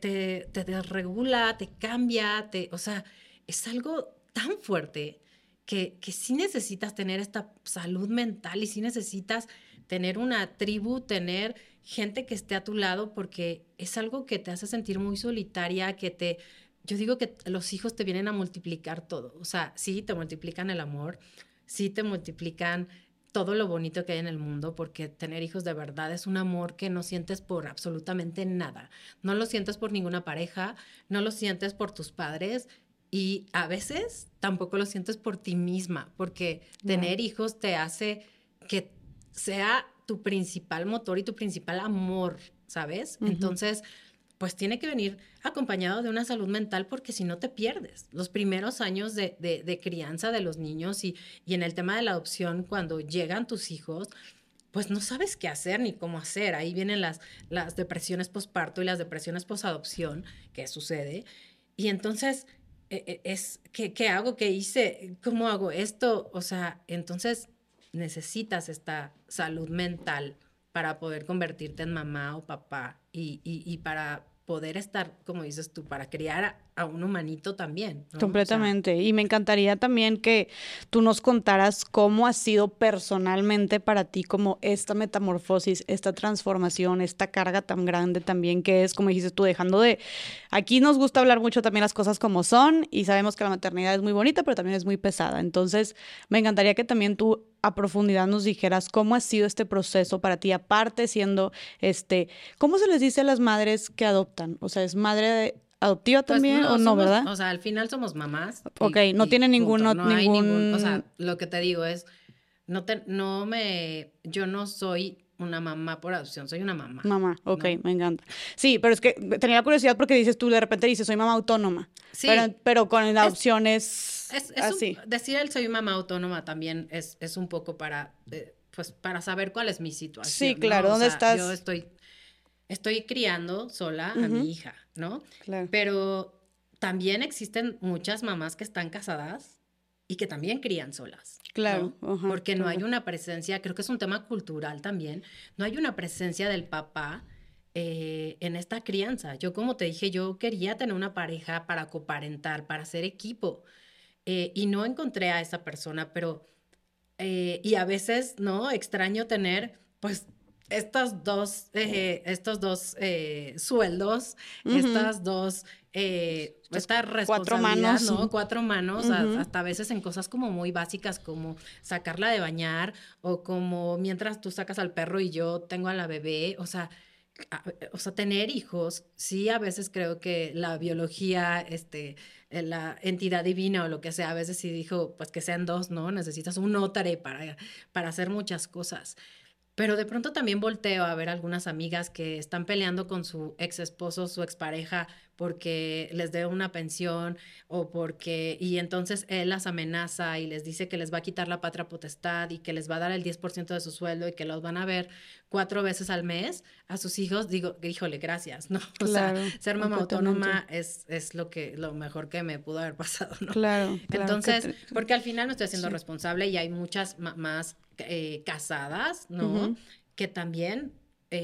desregula, te cambia, o sea, es algo tan fuerte que sí necesitas tener esta salud mental y sí necesitas tener una tribu, tener gente que esté a tu lado, porque es algo que te hace sentir muy solitaria, yo digo que los hijos te vienen a multiplicar todo. O sea, sí te multiplican el amor, sí te multiplican todo lo bonito que hay en el mundo, porque tener hijos de verdad es un amor que no sientes por absolutamente nada. No lo sientes por ninguna pareja, no lo sientes por tus padres y a veces tampoco lo sientes por ti misma, porque tener hijos te hace que sea tu principal motor y tu principal amor, ¿sabes? Entonces, pues tiene que venir acompañado de una salud mental, porque si no te pierdes. Los primeros años de crianza de los niños y en el tema de la adopción, cuando llegan tus hijos, pues no sabes qué hacer ni cómo hacer. Ahí vienen las depresiones posparto y las depresiones posadopción, que sucede. Y entonces, ¿qué hago? ¿Qué hice? ¿Cómo hago esto? O sea, entonces necesitas esta salud mental para poder convertirte en mamá o papá y para poder estar, como dices tú, para criar a un humanito también, ¿no? Completamente. O sea, y me encantaría también que tú nos contaras cómo ha sido personalmente para ti como esta metamorfosis, esta transformación, esta carga tan grande también que es, como dijiste tú, dejando de... Aquí nos gusta hablar mucho también las cosas como son y sabemos que la maternidad es muy bonita, pero también es muy pesada. Entonces, me encantaría que también tú a profundidad nos dijeras cómo ha sido este proceso para ti, aparte siendo, ¿cómo se les dice a las madres que adoptan? O sea, ¿es madre adoptiva también o no, verdad? O sea, al final somos mamás. Ok, no tiene ningún... hay ningún, o sea, lo que te digo es, yo no soy una mamá por adopción, soy una mamá. Mamá, ok, ¿no? me encanta. Sí, pero es que tenía la curiosidad porque dices tú, de repente dices, soy mamá autónoma, Sí, pero con la es, adopción es así. decir el soy mamá autónoma también es un poco para, pues, para saber cuál es mi Sí, situación, ¿no? claro, O ¿dónde sea, yo estás? estoy criando sola a Ujú, mi hija, ¿no? claro, Pero también existen muchas mamás que están casadas y que también crían solas, claro, ¿no? ajá, Porque no hay claro. una presencia, creo que es un tema cultural también, no hay una presencia del papá en esta crianza. Yo, como te dije, yo quería tener una pareja para coparentar, para hacer equipo, y no encontré a esa persona, pero y a veces, ¿no? Extraño tener, pues, estos dos sueldos, Ujú, estas esta 4 manos. responsabilidad, ¿no? Cuatro manos, Ujú, hasta a veces en cosas como muy básicas, como sacarla de bañar, o como mientras tú sacas al perro y yo tengo a la bebé, o sea, tener hijos, sí, a veces creo que la biología, la entidad divina o lo que sea, a veces sí dijo, pues que sean dos, ¿no? Necesitas un ótare para hacer muchas cosas. Pero de pronto también volteo a ver algunas amigas que están peleando con su ex esposo, su expareja, porque les dé una pensión y entonces él las amenaza y les dice que les va a quitar la patria potestad y que les va a dar el 10% de su sueldo y que los van a ver 4 veces al mes a sus hijos. Digo, híjole, gracias, ¿no? O sea, claro, ser mamá completamente. autónoma es lo mejor que me pudo haber pasado, ¿no? Claro, claro, Entonces, porque al final me estoy haciendo sí. responsable y hay muchas mamás casadas, ¿no? Ujú, Que también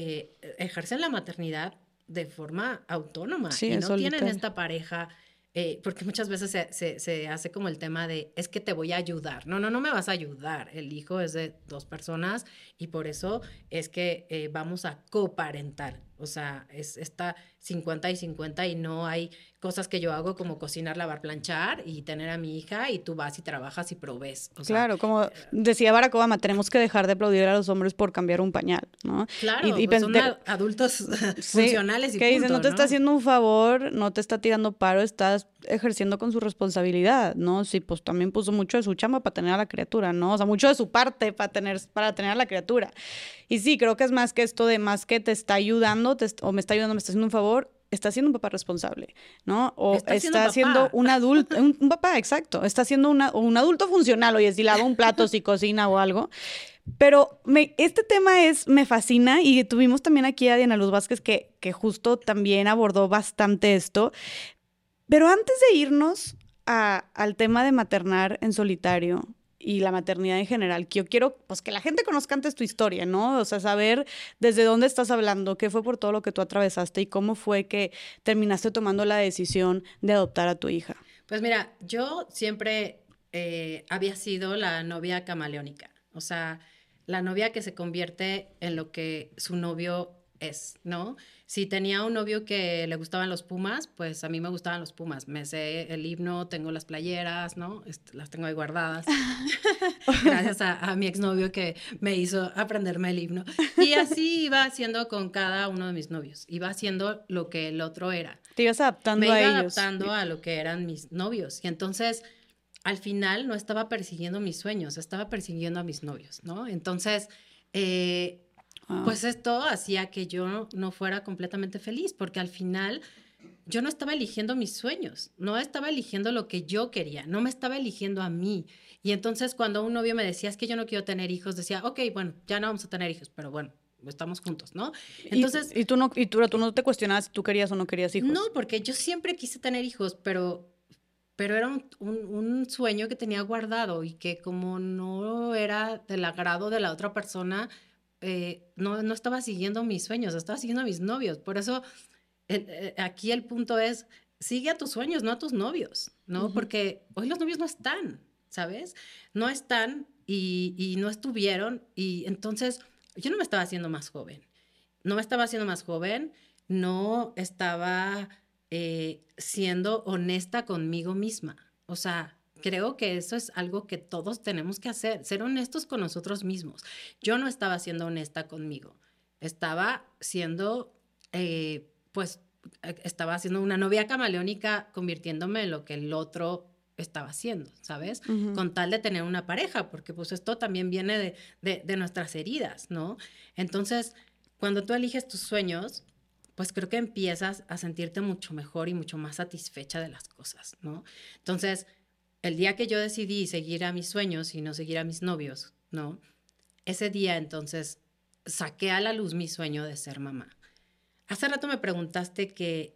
ejercen la maternidad de forma autónoma sí, y es no tienen solitario. esta pareja, porque muchas veces se hace como el tema de, es que te voy a ayudar. No, no, no me vas a ayudar. El hijo es de dos personas y por eso es que vamos a coparentar. O sea, es esta 50 y 50 y no hay cosas que yo hago como cocinar, lavar, planchar y tener a mi hija y tú vas y trabajas y provees. O sea, Claro, como decía Barack Obama, tenemos que dejar de aplaudir a los hombres por cambiar un pañal, ¿no? claro, Y pues son adultos sí, funcionales y que dice, no punto, te está ¿no? haciendo un favor, no te está tirando paro, estás ejerciendo con su responsabilidad, ¿no? Sí, pues también puso mucho de su chamba para tener a la criatura, ¿no? O sea, mucho de su parte para tener a la criatura. Y sí, creo que es más que esto de más que te está ayudando, o me está ayudando, me está haciendo un favor, está siendo un papá responsable, ¿no? O Está siendo está siendo papá. un adulto, un papá, exacto, está siendo o un adulto funcional, oye, si lava un plato, si cocina o algo. Pero este tema me fascina y tuvimos también aquí a Diana Luz Vázquez que justo también abordó bastante esto. Pero antes de irnos al tema de maternar en solitario y la maternidad en general, que yo quiero pues que la gente conozca antes tu historia, ¿no? O sea, saber desde dónde estás hablando, qué fue por todo lo que tú atravesaste y cómo fue que terminaste tomando la decisión de adoptar a tu hija. Pues mira, yo siempre había sido la novia camaleónica, o sea, la novia que se convierte en lo que su novio es, ¿no? Si tenía un novio que le gustaban los Pumas, pues a mí me gustaban los Pumas. Me sé el himno, tengo las playeras, ¿no? Las tengo ahí guardadas. Gracias a mi exnovio que me hizo aprenderme el himno. Y así iba haciendo con cada uno de mis novios. Iba haciendo lo que el otro era. Te ibas adaptando Me a iba ellos. adaptando a lo que eran mis novios. Y entonces, al final, no estaba persiguiendo mis sueños, estaba persiguiendo a mis novios, ¿no? Entonces, eh, Wow. pues esto hacía que yo no fuera completamente feliz, porque al final yo no estaba eligiendo mis sueños, no estaba eligiendo lo que yo quería, no me estaba eligiendo a mí. Y entonces cuando un novio me decía, es que yo no quiero tener hijos, decía, ok, bueno, ya no vamos a tener hijos, pero bueno, estamos juntos, ¿no? Entonces, Tú no te cuestionabas si tú querías o no querías no, hijos. porque yo siempre quise tener hijos, pero era un sueño que tenía guardado y que como no era del agrado de la otra persona, no estaba siguiendo mis sueños, estaba siguiendo a mis novios. Por eso aquí el punto es, sigue a tus sueños, no a tus novios, ¿no? Ujú. Porque hoy los novios no están, ¿sabes? No están y no estuvieron y entonces yo no me estaba haciendo más joven. No me estaba haciendo más joven, no estaba siendo honesta conmigo misma. O sea, creo que eso es algo que todos tenemos que hacer, ser honestos con nosotros mismos. Yo no estaba siendo honesta conmigo, estaba siendo, pues, estaba siendo una novia camaleónica, convirtiéndome en lo que el otro estaba haciendo, ¿sabes? Ujú. Con tal de tener una pareja, porque pues esto también viene de nuestras heridas, ¿no? Entonces, cuando tú eliges tus sueños, pues creo que empiezas a sentirte mucho mejor y mucho más satisfecha de las cosas, ¿no? Entonces, el día que yo decidí seguir a mis sueños y no seguir a mis novios, ¿no? Ese día entonces saqué a la luz mi sueño de ser mamá. Hace rato me preguntaste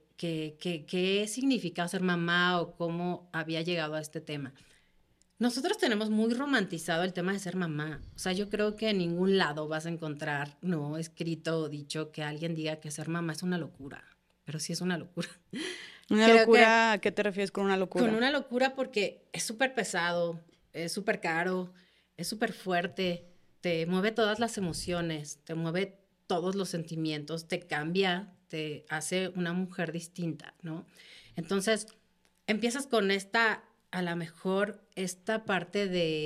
qué significa ser mamá o cómo había llegado a este tema. Nosotros tenemos muy romantizado el tema de ser mamá. O sea, yo creo que en ningún lado vas a encontrar, no, escrito o dicho que alguien diga que ser mamá es una locura. Pero sí es una locura. Una Creo que locura, ¿a qué te refieres con una locura? con una locura porque es súper pesado, es súper caro, es súper fuerte, te mueve todas las emociones, te mueve todos los sentimientos, te cambia, te hace una mujer distinta, ¿no? Entonces, empiezas con esta, a lo mejor, esta parte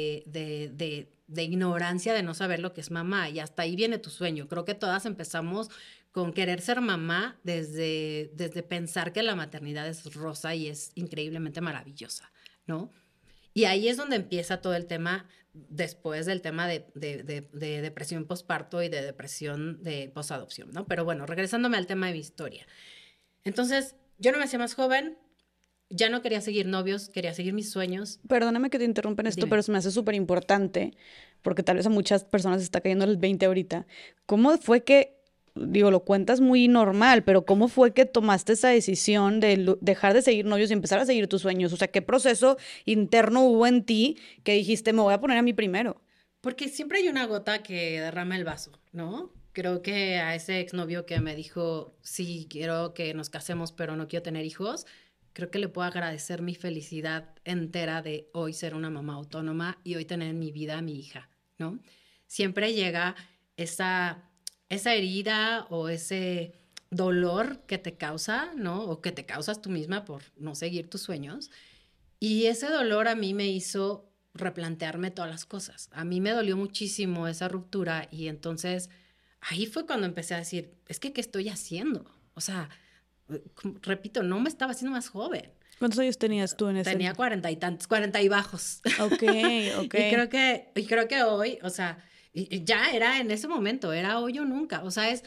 de ignorancia de no saber lo que es mamá y hasta ahí viene tu sueño. Creo que todas empezamos con querer ser mamá desde pensar que la maternidad es rosa y es increíblemente maravillosa, ¿no? Y ahí es donde empieza todo el tema, después del tema de depresión postparto y de depresión de posadopción, ¿no? Pero bueno, regresándome al tema de mi historia. Entonces, yo no me hacía más joven, ya no quería seguir novios, quería seguir mis sueños. Perdóname que te interrumpa en esto, Dime. pero se me hace súper importante, porque tal vez a muchas personas se está cayendo el 20 ahorita. ¿Cómo fue que, digo, lo cuentas muy normal, pero cómo fue que tomaste esa decisión de dejar de seguir novios y empezar a seguir tus sueños? O sea, ¿qué proceso interno hubo en ti que dijiste, me voy a poner a mí primero? Porque siempre hay una gota que derrama el vaso, ¿no? Creo que a ese exnovio que me dijo, sí, quiero que nos casemos, pero no quiero tener hijos, creo que le puedo agradecer mi felicidad entera de hoy ser una mamá autónoma y hoy tener en mi vida a mi hija, ¿no? Siempre llega esa, esa herida o ese dolor que te causa, ¿no? O que te causas tú misma por no seguir tus sueños. Y ese dolor a mí me hizo replantearme todas las cosas. A mí me dolió muchísimo esa ruptura y entonces ahí fue cuando empecé a decir, es que, ¿qué estoy haciendo? O sea, repito, no me estaba haciendo más joven. ¿Cuántos años tenías tú en ese? Tenía 40 y tantos, 40 y bajos. Ok, ok. Y creo que hoy, o sea, y ya era en ese momento, era hoy o nunca. O sea,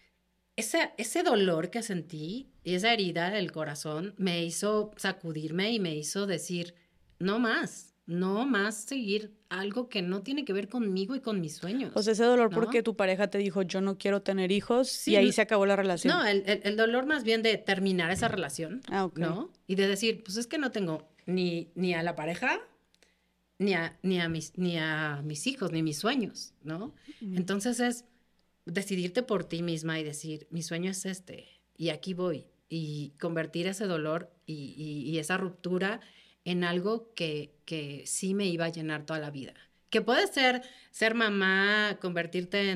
ese dolor que sentí y esa herida del corazón me hizo sacudirme y me hizo decir, no más seguir algo que no tiene que ver conmigo y con mis sueños. O sea, ese dolor ¿no? porque tu pareja te dijo, yo no quiero tener hijos, Sí, y ahí se acabó la relación. No, el dolor más bien de terminar esa relación, Ok. ¿no? Y de decir, pues es que no tengo ni a la pareja, ni a mis hijos, ni mis sueños, ¿no? Entonces es decidirte por ti misma y decir, mi sueño es este, y aquí voy, y convertir ese dolor y esa ruptura en algo que sí me iba a llenar toda la vida. Que puede ser mamá, convertirte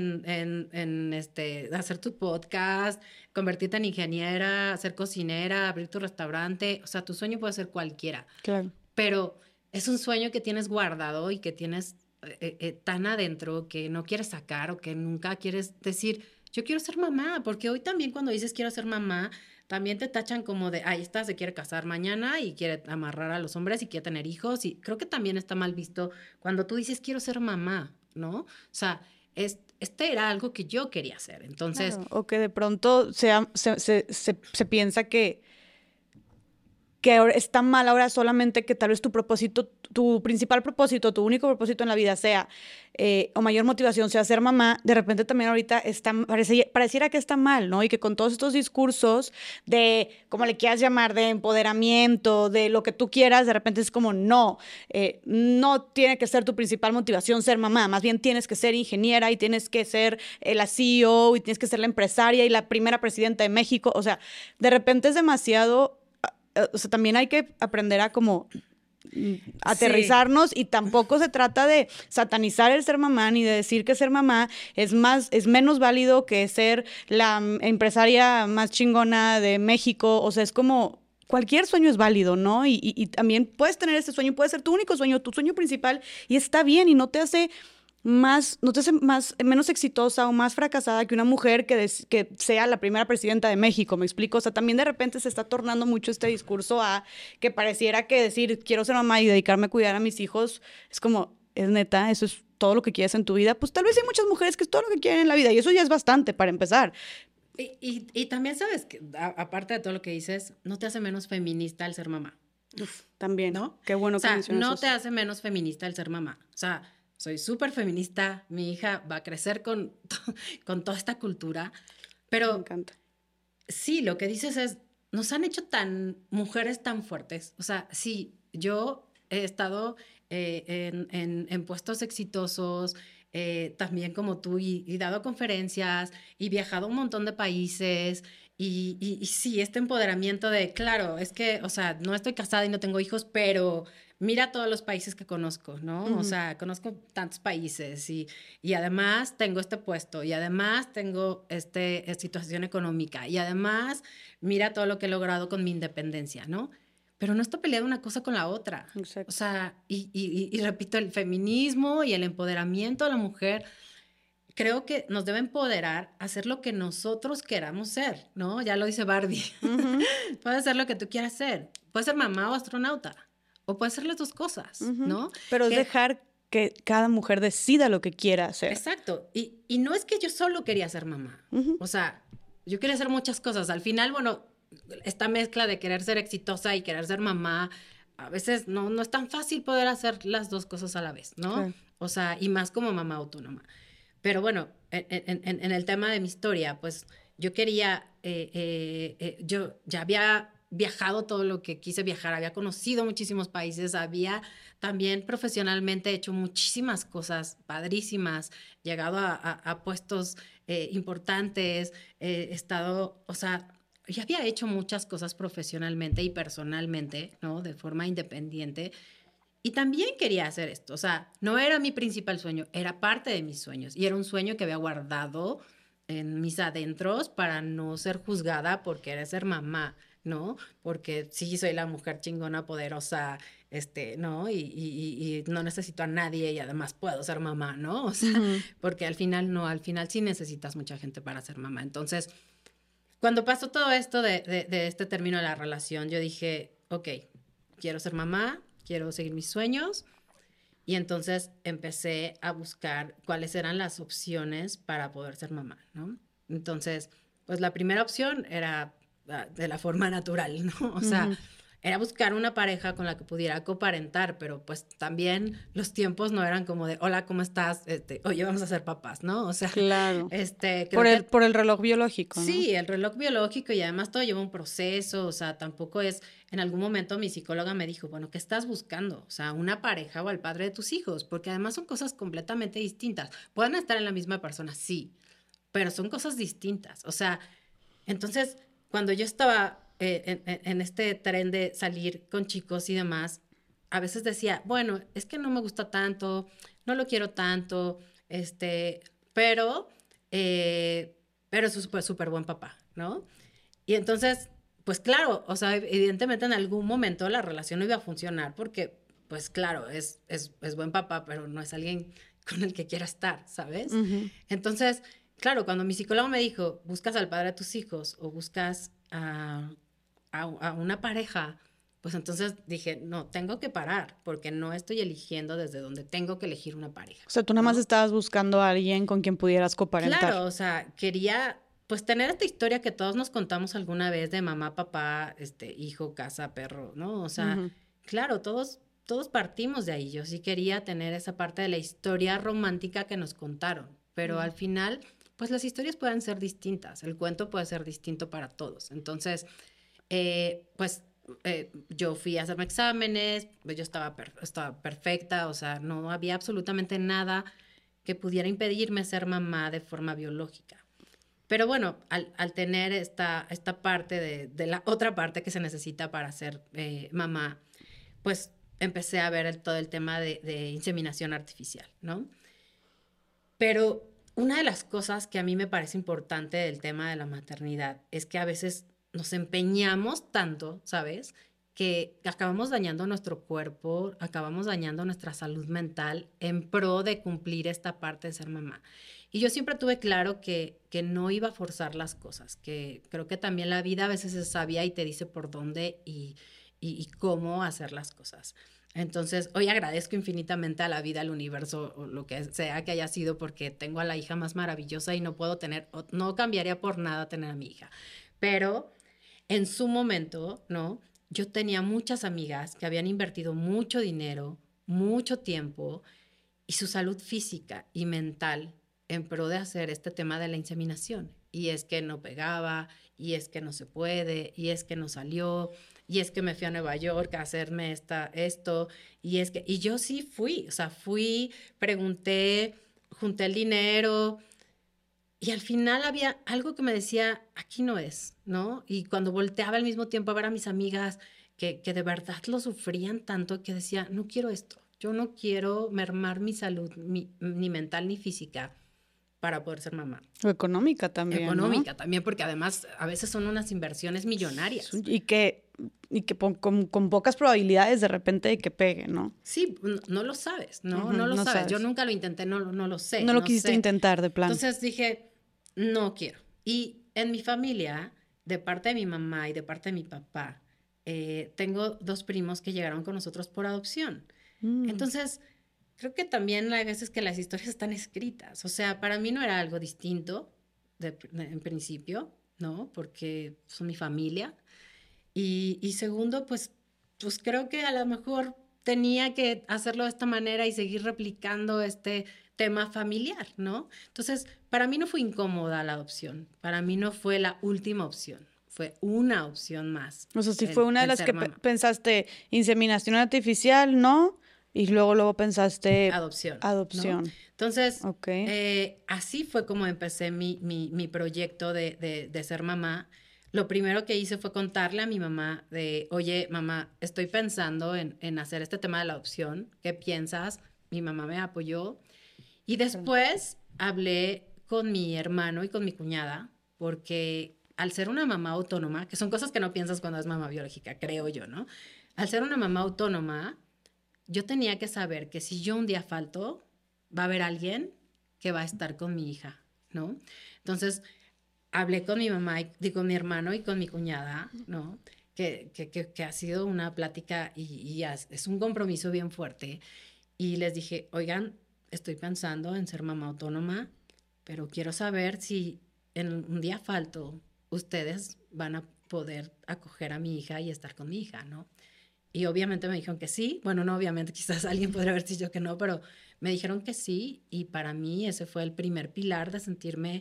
hacer tu podcast, convertirte en ingeniera, ser cocinera, abrir tu restaurante. O sea, tu sueño puede ser cualquiera. Claro. Pero es un sueño que tienes guardado y que tienes tan adentro que no quieres sacar o que nunca quieres decir, yo quiero ser mamá. Porque hoy también cuando dices quiero ser mamá, también te tachan como de, ahí está, se quiere casar mañana y quiere amarrar a los hombres y quiere tener hijos. Y creo que también está mal visto cuando tú dices quiero ser mamá, ¿no? O sea, este era algo que yo quería hacer. Entonces, Claro. O que de pronto se piensa que ahora está mal ahora solamente que tal vez tu propósito, tu principal propósito, tu único propósito en la vida sea, o mayor motivación sea ser mamá, de repente también ahorita pareciera que está mal, ¿no? Y que con todos estos discursos de, como le quieras llamar, de empoderamiento, de lo que tú quieras, de repente es como, no, no tiene que ser tu principal motivación ser mamá, más bien tienes que ser ingeniera y tienes que ser la CEO y tienes que ser la empresaria y la primera presidenta de México, o sea, de repente es demasiado. O sea, también hay que aprender a como aterrizarnos, y tampoco se trata de satanizar el ser mamá ni de decir que ser mamá es menos válido que ser la empresaria más chingona de México. O sea, es como cualquier sueño es válido, ¿no? Y también puedes tener ese sueño, puede ser tu único sueño, tu sueño principal, y está bien y no te hace no te hace menos exitosa o más fracasada que una mujer que sea la primera presidenta de México, ¿me explico? O sea, también de repente se está tornando mucho este discurso a que pareciera que decir quiero ser mamá y dedicarme a cuidar a mis hijos es como, es neta, eso es todo lo que quieres en tu vida. Pues tal vez hay muchas mujeres que es todo lo que quieren en la vida y eso ya es bastante para empezar. Y también sabes que, aparte de todo lo que dices, no te hace menos feminista el ser mamá. Uf, también, ¿no? Qué bueno que mencionas no eso. te hace menos feminista el ser mamá. O sea, soy súper feminista, mi hija va a crecer con toda esta cultura, pero Me encanta. sí, lo que dices es, nos han hecho mujeres tan fuertes. O sea, sí, yo he estado en puestos exitosos, también como tú, y dado conferencias, y viajado a un montón de países, y sí, este empoderamiento de, claro, es que, o sea, no estoy casada y no tengo hijos, pero mira todos los países que conozco, ¿no? O sea, conozco tantos países y además tengo este puesto y además tengo esta situación económica y además mira todo lo que he logrado con mi independencia, ¿no? Pero no está peleada una cosa con la otra. Exacto. O sea, y repito, el feminismo y el empoderamiento de la mujer creo que nos debe empoderar a hacer lo que nosotros queramos ser, ¿no? Ya lo dice Barbie. Puedes ser lo que tú quieras ser. Puedes ser mamá o astronauta. O puedes ser las dos cosas, ¿no? Pero es dejar que cada mujer decida lo que quiera hacer. Exacto. Y no es que yo solo quería ser mamá. O sea, yo quería hacer muchas cosas. Al final, bueno, esta mezcla de querer ser exitosa y querer ser mamá, a veces no es tan fácil poder hacer las dos cosas a la vez, ¿no? Claro. O sea, y más como mamá autónoma. Pero bueno, en el tema de mi historia, pues yo quería, yo ya había viajado todo lo que quise viajar, había conocido muchísimos países, había también profesionalmente hecho muchísimas cosas padrísimas, llegado a puestos importantes, he estado, o sea, ya había hecho muchas cosas profesionalmente y personalmente, ¿no? De forma independiente. Y también quería hacer esto, o sea, no era mi principal sueño, era parte de mis sueños y era un sueño que había guardado en mis adentros para no ser juzgada por querer ser mamá, ¿no? Porque sí soy la mujer chingona, poderosa, ¿no? Y no necesito a nadie y además puedo ser mamá, ¿no? O sea, porque al final sí necesitas mucha gente para ser mamá. Entonces, cuando pasó todo esto de este término de la relación, yo dije, ok, quiero ser mamá, quiero seguir mis sueños. Y entonces empecé a buscar cuáles eran las opciones para poder ser mamá, ¿no? Entonces, pues la primera opción era de la forma natural, ¿no? O sea, era buscar una pareja con la que pudiera coparentar, pero pues también los tiempos no eran como de, hola, ¿cómo estás? Oye, vamos a ser papás, ¿no? O sea, claro. Creo por el reloj biológico, ¿no? Sí, el reloj biológico y además todo lleva un proceso, o sea, tampoco es, en algún momento mi psicóloga me dijo, bueno, ¿qué estás buscando? O sea, una pareja o al padre de tus hijos, porque además son cosas completamente distintas. Pueden estar en la misma persona, sí, pero son cosas distintas. O sea, entonces, cuando yo estaba en este tren de salir con chicos y demás, a veces decía, bueno, es que no me gusta tanto, no lo quiero tanto, pero es súper buen papá, ¿no? Y entonces, pues claro, o sea, evidentemente en algún momento la relación no iba a funcionar porque, pues claro, es buen papá, pero no es alguien con el que quiera estar, ¿sabes? Entonces, claro, cuando mi psicólogo me dijo, buscas al padre de tus hijos o buscas a una pareja, pues entonces dije, no, tengo que parar porque no estoy eligiendo desde donde tengo que elegir una pareja. O sea, tú nada más estabas buscando a alguien con quien pudieras coparentar. Claro, o sea, quería pues tener esta historia que todos nos contamos alguna vez de mamá, papá, hijo, casa, perro, ¿no? O sea, claro, todos partimos de ahí. Yo sí quería tener esa parte de la historia romántica que nos contaron, pero al final, pues las historias pueden ser distintas, el cuento puede ser distinto para todos. Entonces, yo fui a hacerme exámenes, pues yo estaba perfecta, o sea, no había absolutamente nada que pudiera impedirme ser mamá de forma biológica. Pero bueno, al tener esta parte de la otra parte que se necesita para ser mamá, pues empecé a ver todo el tema de inseminación artificial, ¿no? Pero una de las cosas que a mí me parece importante del tema de la maternidad es que a veces nos empeñamos tanto, ¿sabes? que acabamos dañando nuestro cuerpo, acabamos dañando nuestra salud mental en pro de cumplir esta parte de ser mamá. Y yo siempre tuve claro que no iba a forzar las cosas, que creo que también la vida a veces es sabia y te dice por dónde y cómo hacer las cosas. Entonces, hoy agradezco infinitamente a la vida, al universo, o lo que sea que haya sido, porque tengo a la hija más maravillosa y no puedo tener, no cambiaría por nada tener a mi hija. Pero en su momento, ¿no? Yo tenía muchas amigas que habían invertido mucho dinero, mucho tiempo y su salud física y mental en pro de hacer este tema de la inseminación. Y es que no pegaba, y es que no se puede, y es que no salió, y es que me fui a Nueva York a hacerme esto, y yo sí fui, o sea, fui, pregunté, junté el dinero, y al final había algo que me decía, aquí no es, ¿no? Y cuando volteaba al mismo tiempo a ver a mis amigas que de verdad lo sufrían tanto, que decía, no quiero esto, yo no quiero mermar mi salud, ni mental ni física para poder ser mamá. O económica también, ¿no? Económica también, porque además a veces son unas inversiones millonarias. Y que con pocas probabilidades de repente de que pegue, ¿no? Sí, no lo sabes, ¿no? Ujú, No lo no sabes. Yo sabes. nunca lo intenté, no lo sé. No lo No quisiste sé. intentar de plan. Entonces dije, no quiero. Y en mi familia, de parte de mi mamá y de parte de mi papá, tengo 2 primos que llegaron con nosotros por adopción. Entonces, creo que también hay veces que las historias están escritas. O sea, para mí no era algo distinto en principio, ¿no? Porque son mi familia. Y segundo, pues creo que a lo mejor tenía que hacerlo de esta manera y seguir replicando este tema familiar, ¿no? Entonces, para mí no fue incómoda la adopción, para mí no fue la última opción, fue una opción más, O sea, si fue una de el las ser que mamá. pensaste inseminación artificial, ¿no? Y luego pensaste Adopción, ¿no? adopción. Entonces, Ok. así fue como empecé mi proyecto de ser mamá. Lo primero que hice fue contarle a mi mamá de, oye, mamá, estoy pensando en hacer este tema de la adopción. ¿Qué piensas? Mi mamá me apoyó. Y después hablé con mi hermano y con mi cuñada, porque al ser una mamá autónoma, que son cosas que no piensas cuando es mamá biológica, creo yo, ¿no? Al ser una mamá autónoma, yo tenía que saber que si yo un día falto, va a haber alguien que va a estar con mi hija, ¿no? Entonces, hablé con mi mamá, con mi hermano y con mi cuñada, ¿no? Que ha sido una plática y es un compromiso bien fuerte. Y les dije, oigan, estoy pensando en ser mamá autónoma, pero quiero saber si en un día falto, ustedes van a poder acoger a mi hija y estar con mi hija, ¿no? Y obviamente me dijeron que sí. Bueno, no obviamente, quizás alguien podría haber dicho que no, pero me dijeron que sí. Y para mí ese fue el primer pilar de sentirme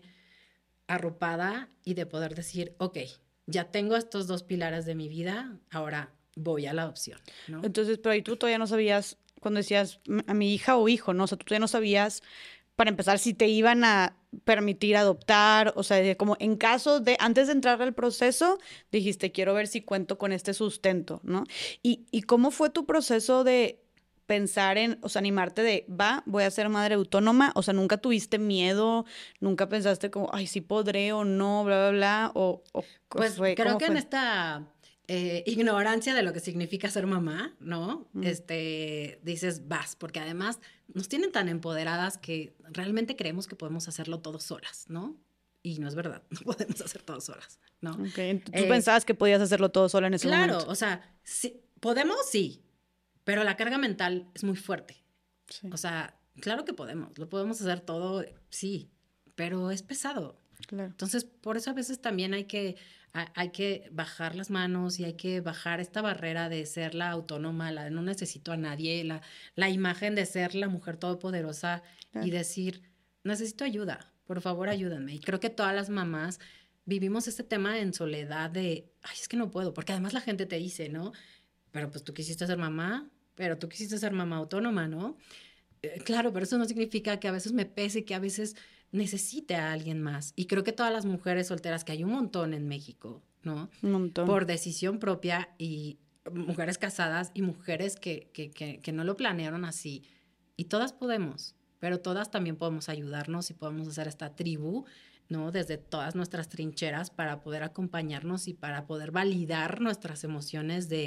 arropada y de poder decir, ok, ya tengo estos 2 pilares de mi vida, ahora voy a la adopción, ¿no? Entonces, pero ahí tú todavía no sabías, cuando decías a mi hija o hijo, ¿no? O sea, tú todavía no sabías, para empezar, si te iban a permitir adoptar, o sea, como en caso de, antes de entrar al proceso, dijiste, quiero ver si cuento con este sustento, ¿no? ¿Y cómo fue tu proceso de pensar en, o sea, animarte de, va, voy a ser madre autónoma? O sea, ¿nunca tuviste miedo? ¿Nunca pensaste como, ay, sí podré o no, bla, bla, bla? Pues creo ¿Cómo que en fue? esta ignorancia de lo que significa ser mamá, ¿no? Mm. Dices, vas, porque además nos tienen tan empoderadas que realmente creemos que podemos hacerlo todos solas, ¿no? Y no es verdad, no podemos hacer todo solas, ¿no? Ok, tú Eh, pensabas que podías hacerlo todo sola en ese claro, momento. o sea, sí, podemos, sí, pero la carga mental es muy fuerte. Sí, O sea, claro que podemos, lo podemos hacer todo, sí, pero es pesado. claro. Entonces, por eso a veces también hay que bajar las manos y hay que bajar esta barrera de ser la autónoma, la de no necesito a nadie, la imagen de ser la mujer todopoderosa y Claro. decir, necesito ayuda, por favor ayúdenme. Y creo que todas las mamás vivimos este tema en soledad de, ay, es que no puedo, porque además la gente te dice, ¿no? Pero pues tú quisiste ser mamá, pero tú quisiste ser mamá autónoma, ¿no? Claro, pero eso no significa que a veces me pese, que a veces necesite a alguien más. Y creo que todas las mujeres solteras, que hay un montón en México, ¿no? Un montón. Por decisión propia y mujeres casadas y mujeres que no lo planearon así. Y todas podemos, pero todas también podemos ayudarnos y podemos hacer esta tribu, ¿no? Desde todas nuestras trincheras para poder acompañarnos y para poder validar nuestras emociones de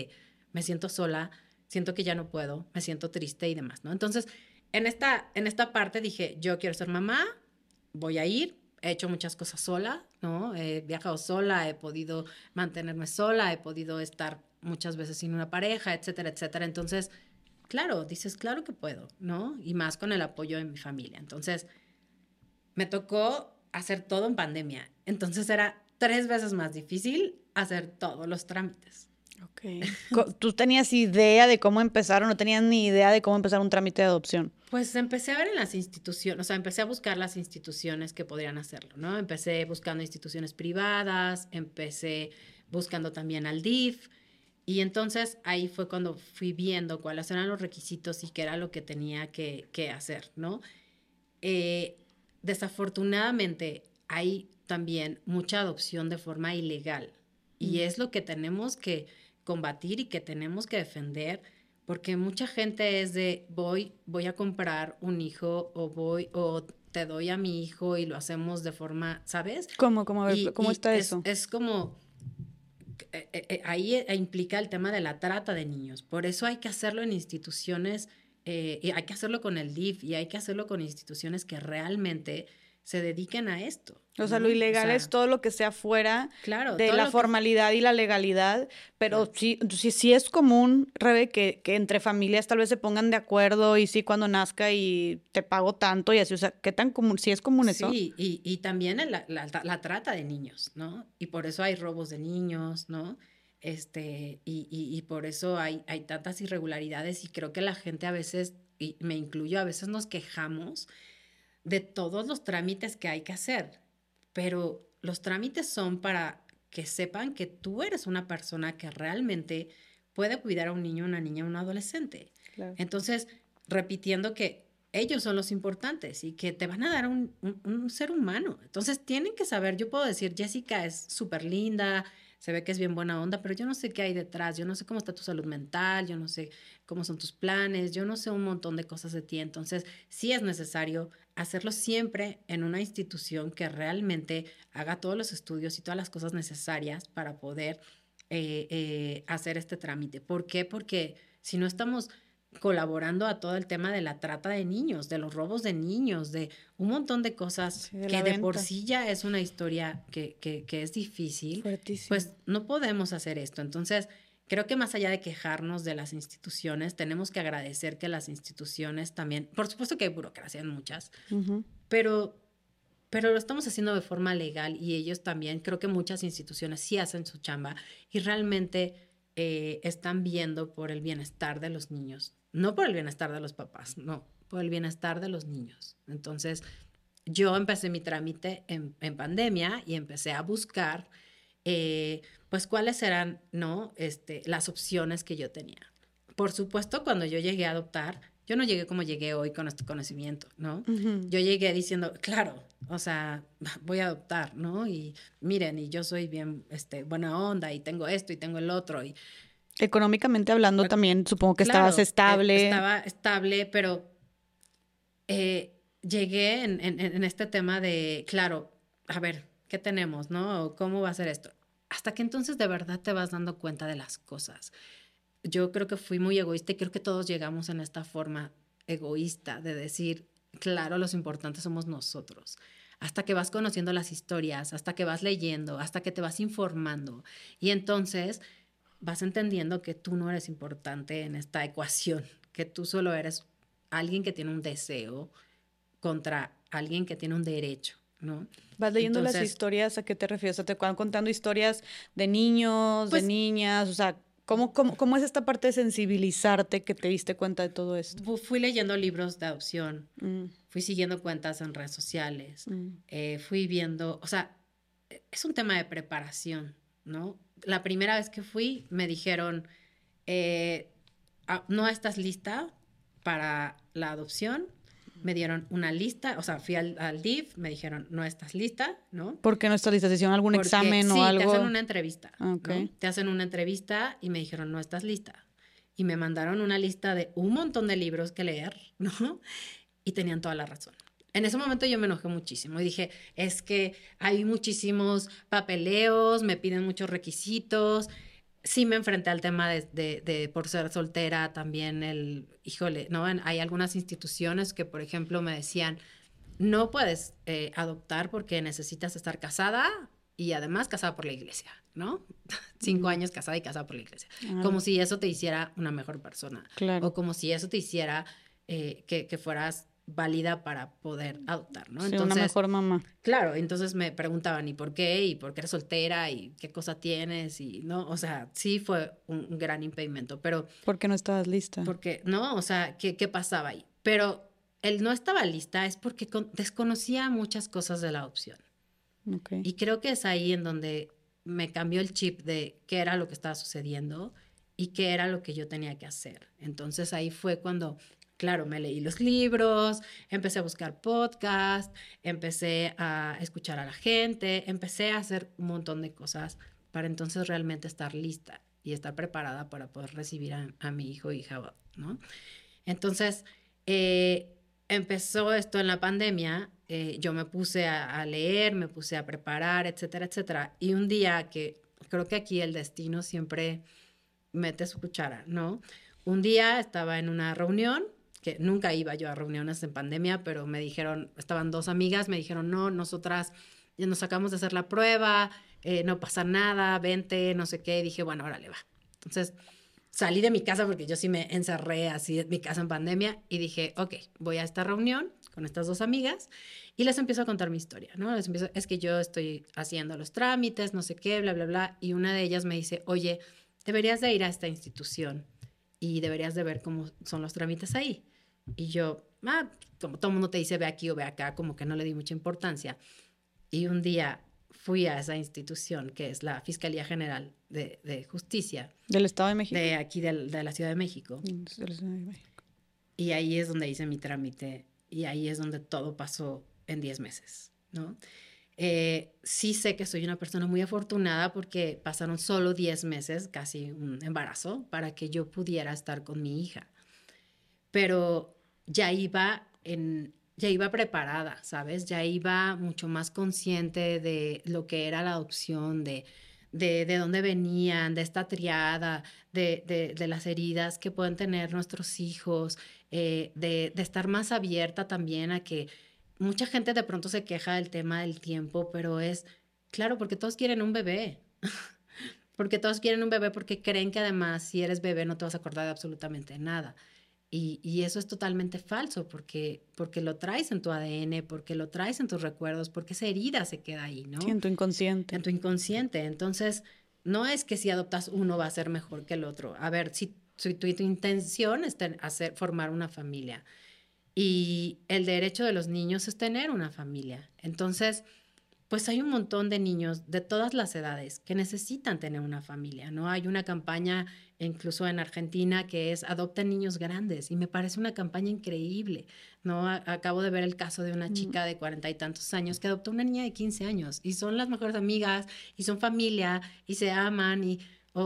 me siento sola, siento que ya no puedo, me siento triste y demás, ¿no? Entonces, en esta parte dije, yo quiero ser mamá, voy a ir, he hecho muchas cosas sola, ¿no? He viajado sola, he podido mantenerme sola, he podido estar muchas veces sin una pareja, etcétera, etcétera. Entonces, claro, dices, claro que puedo, ¿no? Y más con el apoyo de mi familia. Entonces, me tocó hacer todo en pandemia. Entonces era 3 veces más difícil hacer todos los trámites. Ok. ¿Tú tenías idea de cómo empezar o no tenías ni idea de cómo empezar un trámite de adopción? Pues empecé a ver en las instituciones, o sea, empecé a buscar las instituciones que podrían hacerlo, ¿no? Empecé buscando instituciones privadas, empecé buscando también al DIF, y entonces ahí fue cuando fui viendo cuáles eran los requisitos y qué era lo que tenía que hacer, ¿no? Eh, Desafortunadamente hay también mucha adopción de forma ilegal y es lo que tenemos que combatir y que tenemos que defender porque mucha gente es de voy a comprar un hijo o te doy a mi hijo y lo hacemos de forma, ¿sabes? ¿Cómo? ¿Cómo? A ver, ¿cómo está es, eso? es como ahí implica el tema de la trata de niños. Por eso hay que hacerlo en instituciones, y hay que hacerlo con el DIF y hay que hacerlo con instituciones que realmente se dediquen a esto. O sea, ¿no? lo ilegal O sea, es todo lo que sea fuera claro, de todo la lo que... formalidad y la legalidad, pero Claro. sí es común, Rebe, que entre familias tal vez se pongan de acuerdo y sí cuando nazca y te pago tanto y así, o sea, ¿qué tan común? ¿Sí es común eso? Sí, y también la trata de niños, ¿no? Y por eso hay robos de niños, ¿no? Y por eso hay tantas irregularidades y creo que la gente a veces, y me incluyo, a veces nos quejamos de todos los trámites que hay que hacer, pero los trámites son para que sepan que tú eres una persona que realmente puede cuidar a un niño, una niña, un adolescente. Claro. Entonces, repitiendo que ellos son los importantes y que te van a dar un ser humano. Entonces, tienen que saber, yo puedo decir, Jessica es súper linda, se ve que es bien buena onda, pero yo no sé qué hay detrás, yo no sé cómo está tu salud mental, yo no sé cómo son tus planes, yo no sé un montón de cosas de ti. Entonces, sí es necesario hacerlo siempre en una institución que realmente haga todos los estudios y todas las cosas necesarias para poder hacer este trámite. ¿Por qué? Porque si no estamos colaborando a todo el tema de la trata de niños, de los robos de niños, de un montón de cosas Sí, de que la de por venta. sí ya es una historia que es difícil, Fuertísimo. pues no podemos hacer esto. Entonces, creo que más allá de quejarnos de las instituciones, tenemos que agradecer que las instituciones también, por supuesto que hay burocracia en muchas, Ujú. pero lo estamos haciendo de forma legal y ellos también, creo que muchas instituciones sí hacen su chamba y realmente están viendo por el bienestar de los niños, no por el bienestar de los papás, no, por el bienestar de los niños. Entonces, yo empecé mi trámite en pandemia y empecé a buscar, pues, cuáles eran, ¿no? Las opciones que yo tenía. Por supuesto, cuando yo llegué a adoptar, yo no llegué como llegué hoy con este conocimiento, ¿no? Ujú. Yo llegué diciendo, claro, o sea, voy a adoptar, ¿no? Y miren, y yo soy bien, buena onda y tengo esto y tengo el otro y Económicamente hablando también, supongo que estabas claro, estable. estaba estable, pero llegué en este tema de, claro, a ver, ¿qué tenemos, no? ¿Cómo va a ser esto? Hasta que entonces de verdad te vas dando cuenta de las cosas. Yo creo que fui muy egoísta y creo que todos llegamos en esta forma egoísta de decir, claro, los importantes somos nosotros. Hasta que vas conociendo las historias, hasta que vas leyendo, hasta que te vas informando. Y entonces vas entendiendo que tú no eres importante en esta ecuación, que tú solo eres alguien que tiene un deseo contra alguien que tiene un derecho, ¿no? Vas leyendo las Entonces, historias, ¿a qué te refieres? O sea, te van contando historias de niños, de pues niñas, o sea, ¿cómo es esta parte de sensibilizarte que te diste cuenta de todo esto? fui leyendo libros de adopción, Mm, fui siguiendo cuentas en redes sociales, mm. fui viendo, o sea, es un tema de preparación, ¿no? La primera vez que fui me dijeron, no estás lista para la adopción. Me dieron una lista, o sea, fui al DIF, me dijeron, no estás lista, ¿no? ¿Por qué no estás lista? ¿Te hicieron algún Porque examen o sí, te hacen algo? una entrevista, Ah, ok. ¿no? Te hacen una entrevista y me dijeron, no estás lista. Y me mandaron una lista de un montón de libros que leer, ¿no? Y tenían toda la razón. En ese momento yo me enojé muchísimo y dije, es que hay muchísimos papeleos, me piden muchos requisitos. sí me enfrenté al tema por ser soltera también híjole, ¿no? Hay algunas instituciones que, por ejemplo, me decían, no puedes adoptar porque necesitas estar casada y además casada por la iglesia, ¿no? 5 años casada y casada por la iglesia. Como si eso te hiciera una mejor persona. Claro. O como si eso te hiciera que fueras válida para poder adoptar, ¿no? Sí, Entonces, una mejor mamá. Claro, entonces me preguntaban, ¿y por qué? ¿Y por qué eres soltera? ¿Y qué cosa tienes? Y no, o sea, sí fue un gran impedimento, pero... ¿Por qué no estabas lista? Porque, ¿no? O sea, ¿qué pasaba ahí? Pero él no estaba lista es porque desconocía muchas cosas de la adopción. Okay. Y creo que es ahí en donde me cambió el chip de qué era lo que estaba sucediendo y qué era lo que yo tenía que hacer. Entonces ahí fue cuando, claro, me leí los libros, empecé a buscar podcasts, empecé a escuchar a la gente, empecé a hacer un montón de cosas para entonces realmente estar lista y estar preparada para poder recibir a mi hijo o hija, ¿no? Entonces, empezó esto en la pandemia, yo me puse a leer, me puse a preparar, etcétera, etcétera. Y un día que creo que aquí el destino siempre mete su cuchara, ¿no? Un día estaba en una reunión, que nunca iba yo a reuniones en pandemia, pero me dijeron, estaban 2 amigas, me dijeron, no, nosotras ya nos acabamos de hacer la prueba, no pasa nada, vente, no sé qué. Y dije, bueno, órale, va. Entonces salí de mi casa porque yo sí me encerré así en mi casa en pandemia y dije, ok, voy a esta reunión con estas 2 amigas y les empiezo a contar mi historia, ¿no? Es que yo estoy haciendo los trámites, no sé qué, bla, bla, bla, y una de ellas me dice, oye, deberías de ir a esta institución y deberías de ver cómo son los trámites ahí. Y yo, como todo el mundo te dice, ve aquí o ve acá, como que no le di mucha importancia. Y un día fui a esa institución que es la Fiscalía General de Justicia. ¿Del Estado de México? De aquí, de la Ciudad de México. De la Ciudad de México. Y ahí es donde hice mi trámite y ahí es donde todo pasó en 10 meses, ¿no? Sí sé que soy una persona muy afortunada porque pasaron solo 10 meses, casi un embarazo, para que yo pudiera estar con mi hija. Pero ya iba preparada, ¿sabes? Ya iba mucho más consciente de lo que era la adopción, de dónde venían, de esta triada, de las heridas que pueden tener nuestros hijos, de estar más abierta también a que mucha gente de pronto se queja del tema del tiempo, pero es, claro, porque todos quieren un bebé. Porque todos quieren un bebé porque creen que además si eres bebé no te vas a acordar de absolutamente nada. Y eso es totalmente falso porque lo traes en tu ADN, porque lo traes en tus recuerdos, porque esa herida se queda ahí, ¿no? Sí, en tu inconsciente. En tu inconsciente. Entonces, no es que si adoptas uno va a ser mejor que el otro. A ver, si tu intención es formar una familia y el derecho de los niños es tener una familia. Entonces, pues hay un montón de niños de todas las edades que necesitan tener una familia, ¿no? Hay una campaña incluso en Argentina que es Adopten niños grandes y me parece una campaña increíble, ¿no? Acabo de ver el caso de una chica de 40 y tantos años que adoptó una niña de 15 años y son las mejores amigas y son familia y se aman y...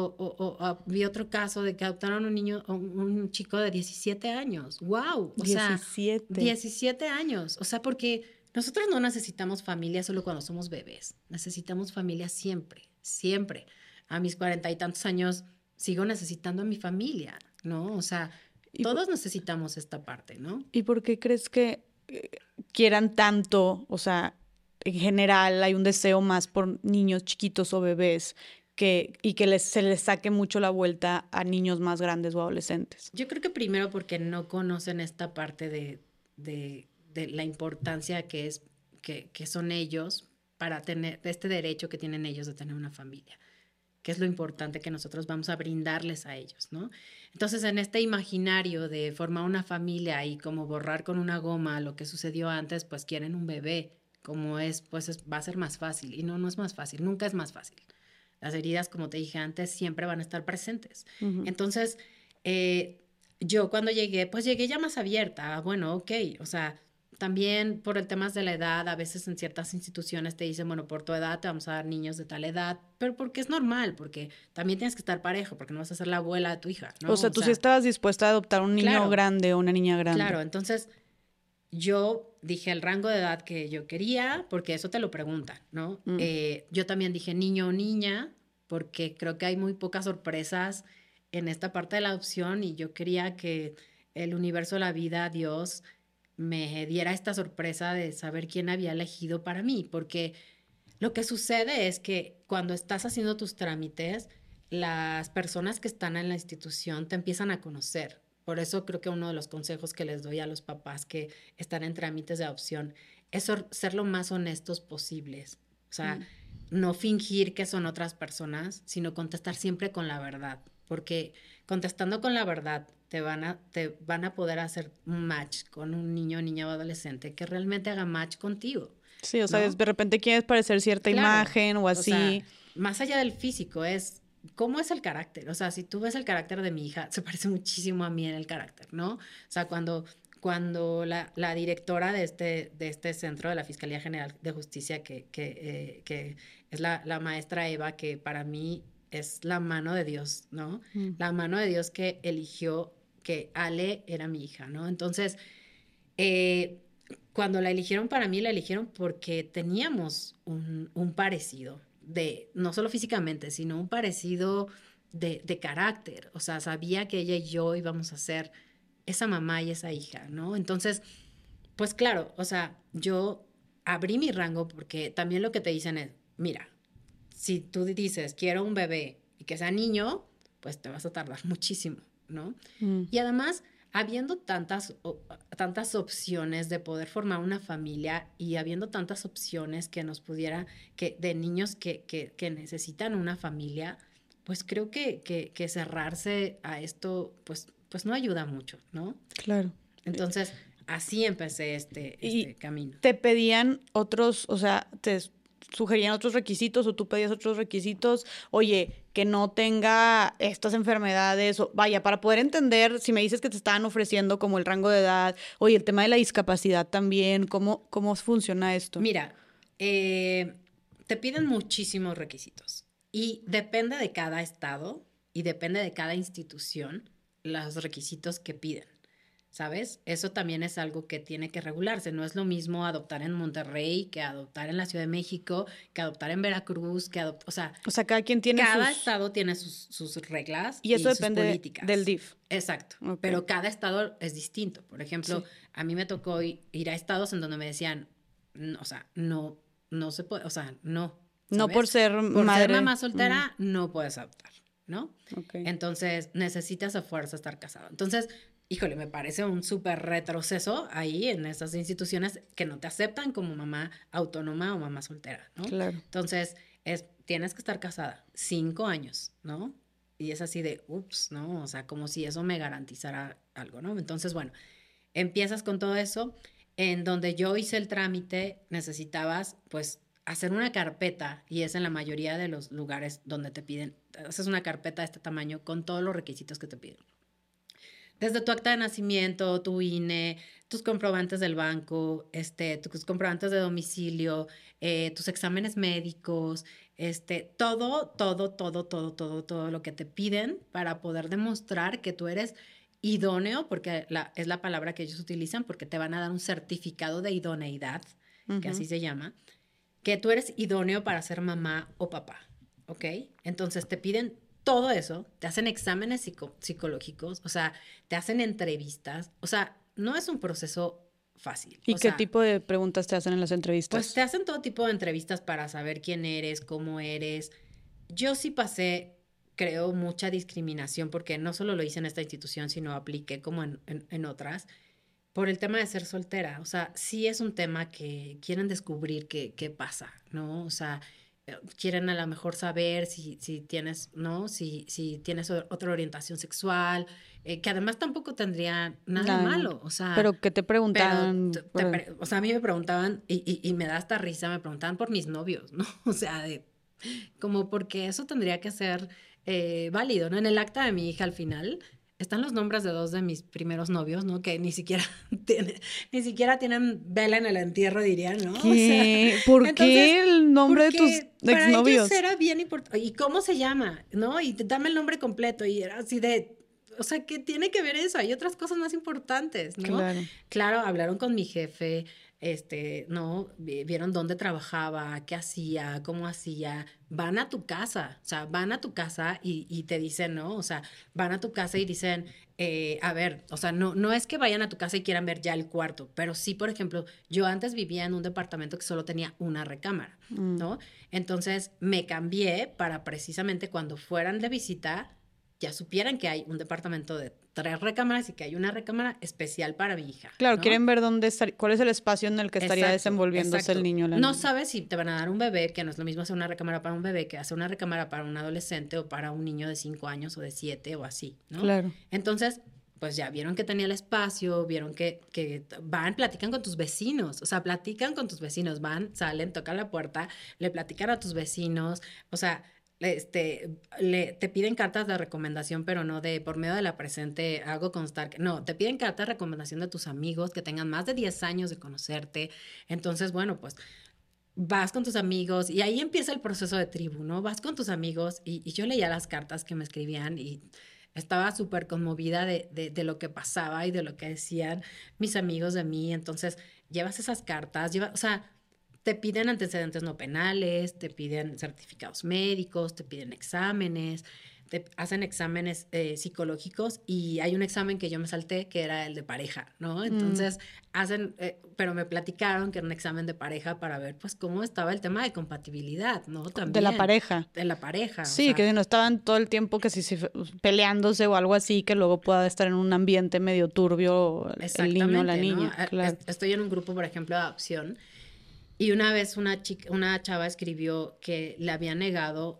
vi otro caso de que adoptaron un chico de 17 años. ¡Wow! O 17. sea, 17 años. O sea, porque nosotros no necesitamos familia solo cuando somos bebés. Necesitamos familia siempre, siempre. A mis 40 y tantos años sigo necesitando a mi familia, ¿no? O sea, todos necesitamos esta parte, ¿no? ¿Y por qué crees que quieran tanto? O sea, en general hay un deseo más por niños chiquitos o bebés y que se les saque mucho la vuelta a niños más grandes o adolescentes. Yo creo que primero porque no conocen esta parte de la importancia que son ellos para tener este derecho que tienen ellos de tener una familia, que es lo importante que nosotros vamos a brindarles a ellos, ¿no? Entonces, en este imaginario de formar una familia y como borrar con una goma lo que sucedió antes, pues quieren un bebé, va a ser más fácil. Y no es más fácil, nunca es más fácil. Las heridas, como te dije antes, siempre van a estar presentes. Uh-huh. Entonces, yo cuando llegué, pues llegué ya más abierta. Bueno, ok, o sea, también por el tema de la edad, a veces en ciertas instituciones te dicen, bueno, por tu edad te vamos a dar niños de tal edad, pero porque es normal, porque también tienes que estar parejo, porque no vas a ser la abuela de tu hija, ¿no? O sea, tú sí estabas dispuesta a adoptar un niño grande o una niña grande. Claro, entonces yo dije el rango de edad que yo quería, porque eso te lo preguntan, ¿no? Yo también dije niño o niña, porque creo que hay muy pocas sorpresas en esta parte de la adopción y yo quería que el universo, la vida, Dios, me diera esta sorpresa de saber quién había elegido para mí, porque lo que sucede es que cuando estás haciendo tus trámites, las personas que están en la institución te empiezan a conocer. Por eso creo que uno de los consejos que les doy a los papás que están en trámites de adopción es ser lo más honestos posibles. O sea, no fingir que son otras personas, sino contestar siempre con la verdad. Porque contestando con la verdad te van a poder hacer un match con un niño, niña o adolescente que realmente haga match contigo. Sí, o sea, ¿no? de repente quieres parecer cierta imagen o así. O sea, más allá del físico, es cómo es el carácter. O sea, si tú ves el carácter de mi hija, se parece muchísimo a mí en el carácter, ¿no? O sea, cuando la directora de este centro de la Fiscalía General de Justicia, que es la maestra Eva, que para mí es la mano de Dios, ¿no? La mano de Dios que eligió que Ale era mi hija, ¿no? Entonces, cuando la eligieron para mí, la eligieron porque teníamos un parecido, no solo físicamente, sino un parecido de carácter. O sea, sabía que ella y yo íbamos a ser esa mamá y esa hija, ¿no? Entonces, pues claro, o sea, yo abrí mi rango porque también lo que te dicen es, mira, si tú dices, quiero un bebé y que sea niño, pues te vas a tardar muchísimo, ¿no? Y además, habiendo tantas opciones de poder formar una familia y habiendo tantas opciones que nos pudiera, de niños que necesitan una familia, pues creo que cerrarse a esto, pues no ayuda mucho, ¿no? Claro. Entonces, así empecé este camino. ¿Te pedían otros, o sea, te sugerían otros requisitos o tú pedías otros requisitos? Oye, que no tenga estas enfermedades, o vaya, para poder entender, si me dices que te estaban ofreciendo como el rango de edad, oye, el tema de la discapacidad también, ¿cómo funciona esto? Mira, te piden muchísimos requisitos y depende de cada estado y depende de cada institución los requisitos que piden, ¿sabes? Eso también es algo que tiene que regularse. No es lo mismo adoptar en Monterrey que adoptar en la Ciudad de México, que adoptar en Veracruz, o sea, cada quien tiene cada estado tiene sus reglas y eso sus depende políticas. del DIF. Exacto, okay. Pero cada estado es distinto. Por ejemplo, sí. A mí me tocó ir a estados en donde me decían, o sea, no se puede, o sea, no. ¿sabes? No por ser por madre. Ser mamá soltera, no puedes adoptar, ¿no? Okay. Entonces, necesitas a fuerza estar casado. Entonces, híjole, me parece un súper retroceso ahí en esas instituciones que no te aceptan como mamá autónoma o mamá soltera, ¿no? Claro. Entonces, tienes que estar casada 5 años, ¿no? Y es así de, ups, ¿no? O sea, como si eso me garantizara algo, ¿no? Entonces, bueno, empiezas con todo eso. En donde yo hice el trámite, necesitabas, pues, hacer una carpeta, y es en la mayoría de los lugares donde te piden, haces una carpeta de este tamaño con todos los requisitos que te piden. Desde tu acta de nacimiento, tu INE, tus comprobantes del banco, tus comprobantes de domicilio, tus exámenes médicos, todo lo que te piden para poder demostrar que tú eres idóneo, porque es la palabra que ellos utilizan, porque te van a dar un certificado de idoneidad, que así se llama, que tú eres idóneo para ser mamá o papá, ¿ok? Entonces te piden todo eso, te hacen exámenes psicológicos, o sea, te hacen entrevistas, o sea, no es un proceso fácil. ¿Y qué tipo de preguntas te hacen en las entrevistas? Pues te hacen todo tipo de entrevistas para saber quién eres, cómo eres. Yo sí pasé, creo, mucha discriminación, porque no solo lo hice en esta institución, sino apliqué como en otras, por el tema de ser soltera. O sea, sí es un tema que quieren descubrir qué pasa, ¿no? O sea, quieren a lo mejor saber si tienes, ¿no? Si tienes otra orientación sexual, que además tampoco tendría nada malo, o sea... ¿Pero qué te preguntaban? O sea, a mí me preguntaban, y me da hasta risa, me preguntaban por mis novios, ¿no? O sea, como porque eso tendría que ser válido, ¿no? En el acta de mi hija al final están los nombres de 2 de mis primeros novios, ¿no? Que ni siquiera tienen vela en el entierro, dirían, ¿no? ¿Qué? O sea, ¿por qué el nombre de tus exnovios? Para ellos era bien importante. ¿Y cómo se llama? ¿No? Y dame el nombre completo. Y era así de... O sea, ¿qué tiene que ver eso? Hay otras cosas más importantes, ¿no? Claro. Claro, hablaron con mi jefe. ¿no? Vieron dónde trabajaba, qué hacía, cómo hacía. Van a tu casa, o sea, van a tu casa y te dicen, ¿no? O sea, van a tu casa y dicen, a ver, o sea, no es que vayan a tu casa y quieran ver ya el cuarto, pero sí, por ejemplo, yo antes vivía en un departamento que solo tenía una recámara, ¿no? Entonces me cambié para precisamente cuando fueran de visita ya supieran que hay un departamento de 3 recámaras y que hay una recámara especial para mi hija, Claro, ¿no? quieren ver cuál es el espacio en el que estaría desenvolviéndose el niño o la No niña. sabes si te van a dar un bebé, que no es lo mismo hacer una recámara para un bebé que hacer una recámara para un adolescente o para un niño de 5 años o de 7 o así, ¿no? Claro. Entonces, pues ya vieron que tenía el espacio, vieron que van, platican con tus vecinos, o sea, platican con tus vecinos, van, salen, tocan la puerta, le platican a tus vecinos, o sea, te piden cartas de recomendación, pero no de por medio de la presente hago constar que no, te piden cartas de recomendación de tus amigos que tengan más de 10 años de conocerte. Entonces, bueno, pues vas con tus amigos y ahí empieza el proceso de tribu, ¿no? Vas con tus amigos y yo leía las cartas que me escribían y estaba súper conmovida de lo que pasaba y de lo que decían mis amigos de mí. Entonces, llevas esas cartas, o sea, te piden antecedentes no penales, te piden certificados médicos, te piden exámenes, te hacen exámenes psicológicos y hay un examen que yo me salté que era el de pareja, ¿no? Entonces hacen, pero me platicaron que era un examen de pareja para ver pues cómo estaba el tema de compatibilidad, ¿no? También. De la pareja. De la pareja. Sí, o sea, que no estaban todo el tiempo que si peleándose o algo así, que luego pueda estar en un ambiente medio turbio el niño o la niña. ¿no? Claro. Estoy en un grupo, por ejemplo, de adopción. Y una vez una chava escribió que le había negado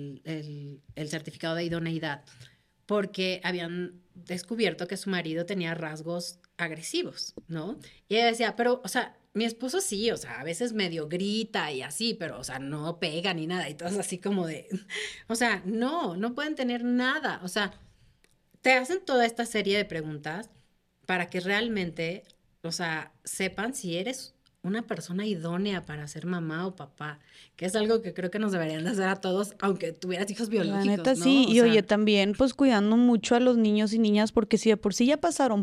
el certificado de idoneidad porque habían descubierto que su marido tenía rasgos agresivos, ¿no? Y ella decía, pero, o sea, mi esposo sí, o sea, a veces medio grita y así, pero, o sea, no pega ni nada. Y todos así como de, o sea, no pueden tener nada. O sea, te hacen toda esta serie de preguntas para que realmente, o sea, sepan si eres una persona idónea para ser mamá o papá, que es algo que creo que nos deberían de hacer a todos, aunque tuvieras hijos biológicos, La neta ¿no? sí, O y sea, oye, también pues cuidando mucho a los niños y niñas, porque si de por sí ya pasaron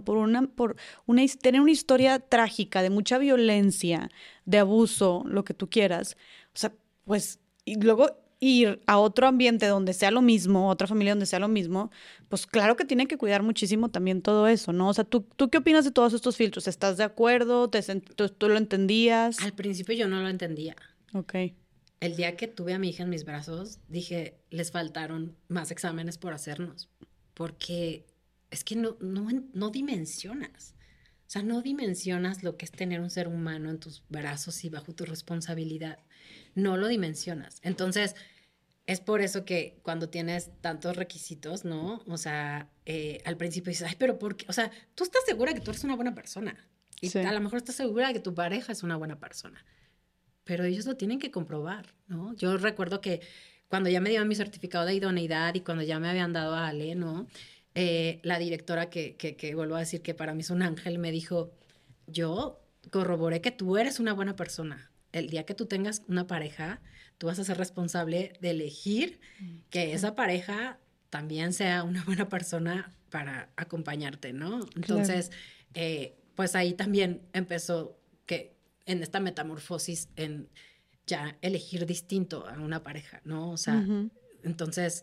tener una historia trágica de mucha violencia, de abuso, lo que tú quieras, o sea, pues, y luego ir a otro ambiente donde sea lo mismo, otra familia donde sea lo mismo, pues claro que tienen que cuidar muchísimo también todo eso, ¿no? O sea, ¿tú qué opinas de todos estos filtros? ¿Estás de acuerdo? ¿Tú lo entendías? al principio yo no lo entendía. Ok. El día que tuve a mi hija en mis brazos, dije, les faltaron más exámenes por hacernos, porque es que no dimensionas. O sea, no dimensionas lo que es tener un ser humano en tus brazos y bajo tu responsabilidad. No lo dimensionas. Entonces, es por eso que cuando tienes tantos requisitos, ¿no? O sea, al principio dices, ay, pero ¿por qué? O sea, tú estás segura que tú eres una buena persona. Y Sí. a lo mejor estás segura de que tu pareja es una buena persona. Pero ellos lo tienen que comprobar, ¿no? Yo recuerdo que cuando ya me dieron mi certificado de idoneidad y cuando ya me habían dado a Ale, ¿no? La directora que vuelvo a decir que para mí es un ángel, me dijo, yo corroboré que tú eres una buena persona. El día que tú tengas una pareja, tú vas a ser responsable de elegir que esa pareja también sea una buena persona para acompañarte, ¿no? Entonces, pues ahí también empezó que en esta metamorfosis en ya elegir distinto a una pareja, ¿no? O sea, entonces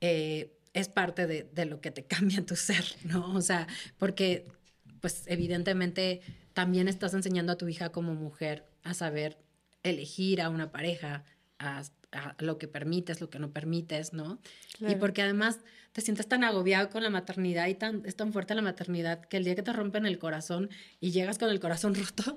es parte de lo que te cambia tu ser, ¿no? O sea, porque pues evidentemente también estás enseñando a tu hija como mujer a saber elegir a una pareja, a lo que permites, lo que no permites, ¿no? Claro. Y porque además te sientes tan agobiado con la maternidad y es tan fuerte la maternidad que el día que te rompen el corazón y llegas con el corazón roto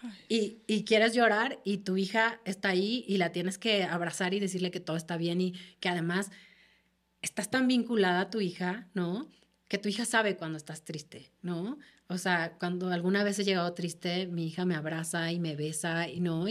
y quieres llorar y tu hija está ahí y la tienes que abrazar y decirle que todo está bien y que además estás tan vinculada a tu hija, ¿no? Que tu hija sabe cuando estás triste, ¿no? O sea, cuando alguna vez he llegado triste, mi hija me abraza y me besa, ¿no?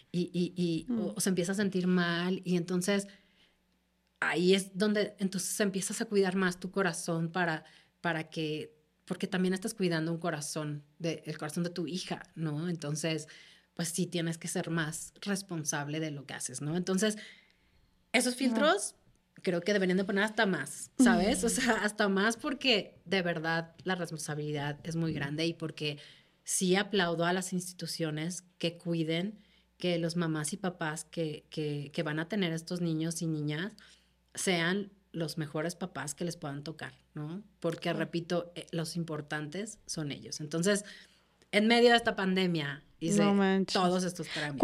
O se empieza a sentir mal y entonces ahí es donde entonces empiezas a cuidar más tu corazón para que, porque también estás cuidando un corazón, el corazón de tu hija, ¿no? Entonces, pues sí tienes que ser más responsable de lo que haces, ¿no? Entonces, esos filtros creo que deberían de poner hasta más, ¿sabes? O sea, hasta más porque de verdad la responsabilidad es muy grande y porque sí aplaudo a las instituciones que cuiden que los mamás y papás que van a tener estos niños y niñas sean los mejores papás que les puedan tocar, ¿no? Porque, repito, los importantes son ellos. Entonces, en medio de esta pandemia hice todos estos trámites.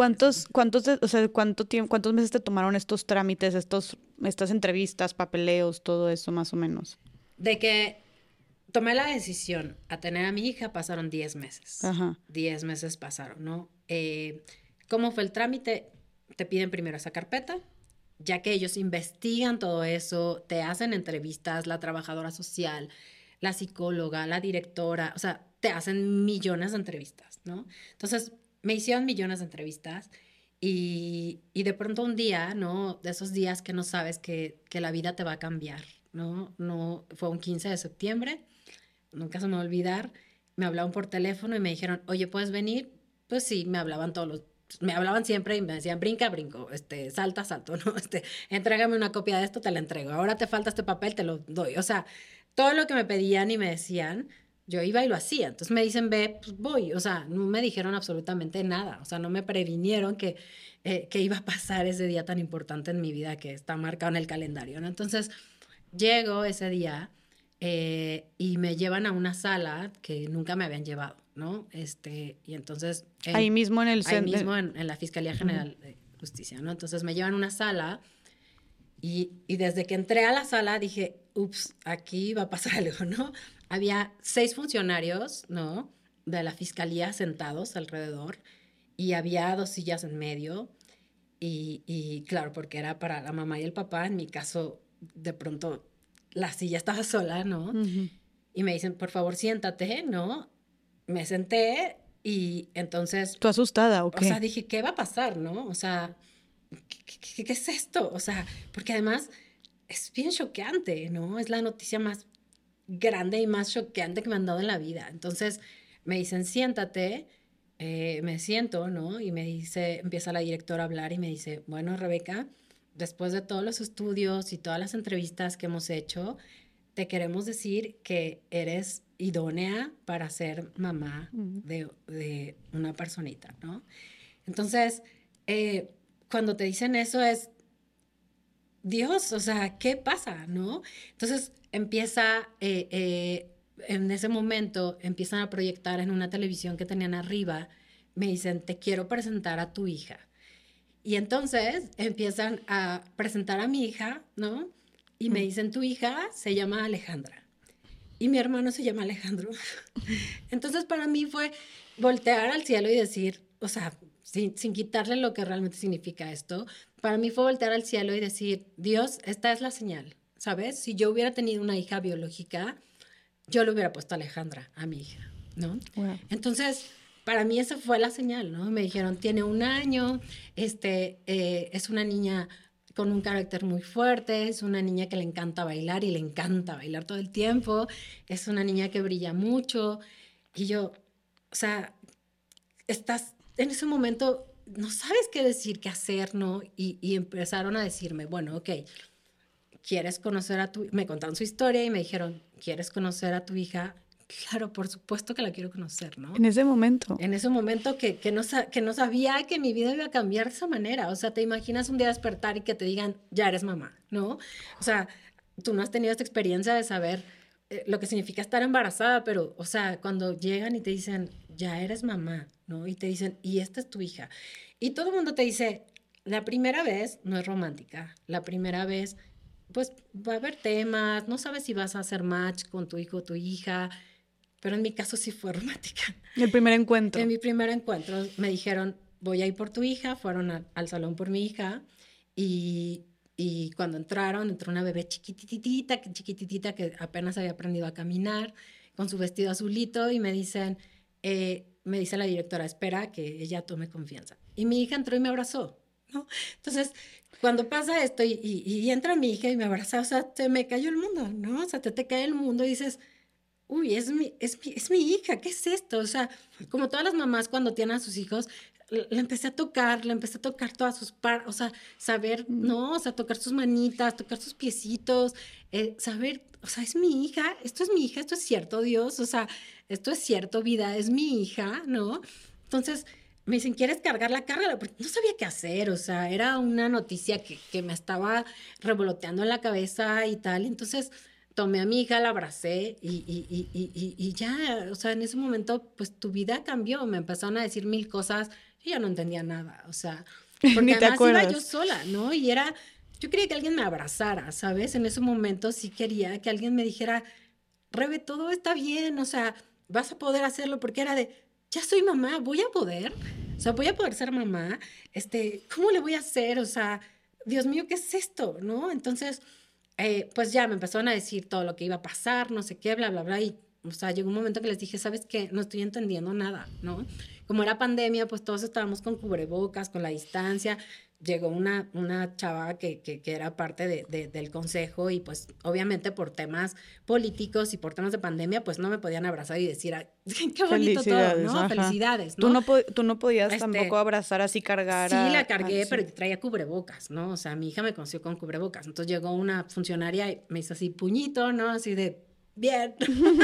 ¿Cuántos meses te tomaron estos trámites, estas entrevistas, papeleos, todo eso más o menos? De que tomé la decisión a tener a mi hija pasaron 10 meses. Ajá. 10 meses pasaron, ¿no? ¿Cómo fue el trámite? Te piden primero esa carpeta, ya que ellos investigan todo eso, te hacen entrevistas, la trabajadora social, la psicóloga, la directora, o sea, te hacen millones de entrevistas, ¿no? Entonces, me hicieron millones de entrevistas y de pronto un día, ¿no? De esos días que no sabes que la vida te va a cambiar, ¿no? Fue un 15 de septiembre, nunca se me va a olvidar, me hablaban por teléfono y me dijeron, oye, ¿puedes venir? Pues sí, me hablaban siempre y me decían, brinca, brinco, salta, salto, ¿no? Entrégame una copia de esto, te la entrego. Ahora te falta este papel, te lo doy. O sea, todo lo que me pedían y me decían, yo iba y lo hacía. Entonces me dicen, ve, pues voy. O sea, no me dijeron absolutamente nada. O sea, no me previnieron que iba a pasar ese día tan importante en mi vida que está marcado en el calendario, ¿no? Entonces, llego ese día y me llevan a una sala que nunca me habían llevado, ¿no? Y entonces... ahí mismo en el centro. Ahí mismo en la Fiscalía General de Justicia, ¿no? Entonces me llevan a una sala y desde que entré a la sala dije, ups, aquí va a pasar algo, ¿no? Había 6 funcionarios, ¿no? De la Fiscalía sentados alrededor y había 2 sillas en medio y claro, porque era para la mamá y el papá. En mi caso, de pronto, la silla estaba sola, ¿no? Uh-huh. Y me dicen, por favor, siéntate, ¿no? Me senté y entonces... ¿Tú asustada o qué? O sea, dije, ¿qué va a pasar, no? O sea, ¿qué es esto? O sea, porque además es bien choqueante, ¿no? Es la noticia más grande y más choqueante que me han dado en la vida. Entonces me dicen, siéntate, me siento, ¿no? Y me dice, empieza la directora a hablar y me dice, bueno, Rebeca, después de todos los estudios y todas las entrevistas que hemos hecho, te queremos decir que eres idónea para ser mamá de una personita, ¿no? Entonces, cuando te dicen eso es, Dios, o sea, ¿qué pasa, no? Entonces empieza, en ese momento, empiezan a proyectar en una televisión que tenían arriba, me dicen, te quiero presentar a tu hija. Y entonces empiezan a presentar a mi hija, ¿no? Y me dicen, tu hija se llama Alejandra. Y mi hermano se llama Alejandro. Entonces, para mí fue voltear al cielo y decir, o sea, sin quitarle lo que realmente significa esto, para mí fue voltear al cielo y decir, Dios, esta es la señal, ¿sabes? Si yo hubiera tenido una hija biológica, yo le hubiera puesto Alejandra a mi hija, ¿no? Wow. Entonces, para mí esa fue la señal, ¿no? Me dijeron, tiene 1 año, es una niña con un carácter muy fuerte, es una niña que le encanta bailar y le encanta bailar todo el tiempo, es una niña que brilla mucho y yo, o sea, estás en ese momento, no sabes qué decir, qué hacer, ¿no? Y empezaron a decirme, bueno, ok, ¿quieres conocer a tu hija? Me contaron su historia y me dijeron, ¿quieres conocer a tu hija? Claro, por supuesto que la quiero conocer, ¿no? En ese momento. En ese momento que no sabía que mi vida iba a cambiar de esa manera. O sea, te imaginas un día despertar y que te digan, ya eres mamá, ¿no? O sea, tú no has tenido esta experiencia de saber lo que significa estar embarazada, pero, o sea, cuando llegan y te dicen, ya eres mamá, ¿no? Y te dicen, y esta es tu hija. Y todo el mundo te dice, la primera vez no es romántica. La primera vez, pues, va a haber temas, no sabes si vas a hacer match con tu hijo o tu hija. Pero en mi caso sí fue romántica. ¿El primer encuentro? En mi primer encuentro me dijeron, voy a ir por tu hija. Fueron al salón por mi hija. Y cuando entró una bebé chiquititita que apenas había aprendido a caminar, con su vestido azulito. Y me dice la directora, espera que ella tome confianza. Y mi hija entró y me abrazó, ¿no? Entonces, cuando pasa esto y entra mi hija y me abraza, o sea, se me cayó el mundo, ¿no? O sea, te cae el mundo y dices... Uy, es mi hija, ¿qué es esto? O sea, como todas las mamás cuando tienen a sus hijos, le empecé a tocar, todas sus o sea, saber, ¿no? O sea, tocar sus manitas, tocar sus piecitos, saber, o sea, es mi hija, esto es cierto, Dios, o sea, esto es cierto, vida, es mi hija, ¿no? Entonces, me dicen, ¿quieres cargarla? Cárgala, porque no sabía qué hacer, o sea, era una noticia que me estaba revoloteando en la cabeza y tal, y entonces tomé a mi hija, la abracé y ya, o sea, en ese momento, pues tu vida cambió, me empezaron a decir mil cosas y ya no entendía nada, o sea, porque Ni te además iba yo acuerdas. sola, ¿no? Y era, yo quería que alguien me abrazara, ¿sabes? En ese momento sí quería que alguien me dijera, Rebe, todo está bien, o sea, vas a poder hacerlo, porque era de, ya soy mamá, voy a poder, o sea, voy a poder ser mamá, ¿cómo le voy a hacer? O sea, Dios mío, ¿qué es esto? ¿No? Entonces, pues ya me empezaron a decir todo lo que iba a pasar, no sé qué, bla, bla, bla, y, o sea, llegó un momento que les dije, ¿sabes qué? No estoy entendiendo nada, ¿no? Como era pandemia, pues todos estábamos con cubrebocas, con la distancia, llegó una chava que era parte del consejo y pues obviamente por temas políticos y por temas de pandemia, pues no me podían abrazar y decir, "Ay, qué bonito todo, Felicidades, ¿no? ajá. Felicidades, Tú ¿no? no, tú no podías tampoco Este, abrazar así, cargar sí la a cargué, pero sí. traía cubrebocas, ¿no? O sea, mi hija me conoció con cubrebocas. Entonces llegó una funcionaria y me hizo así puñito, ¿no? Así de, bien.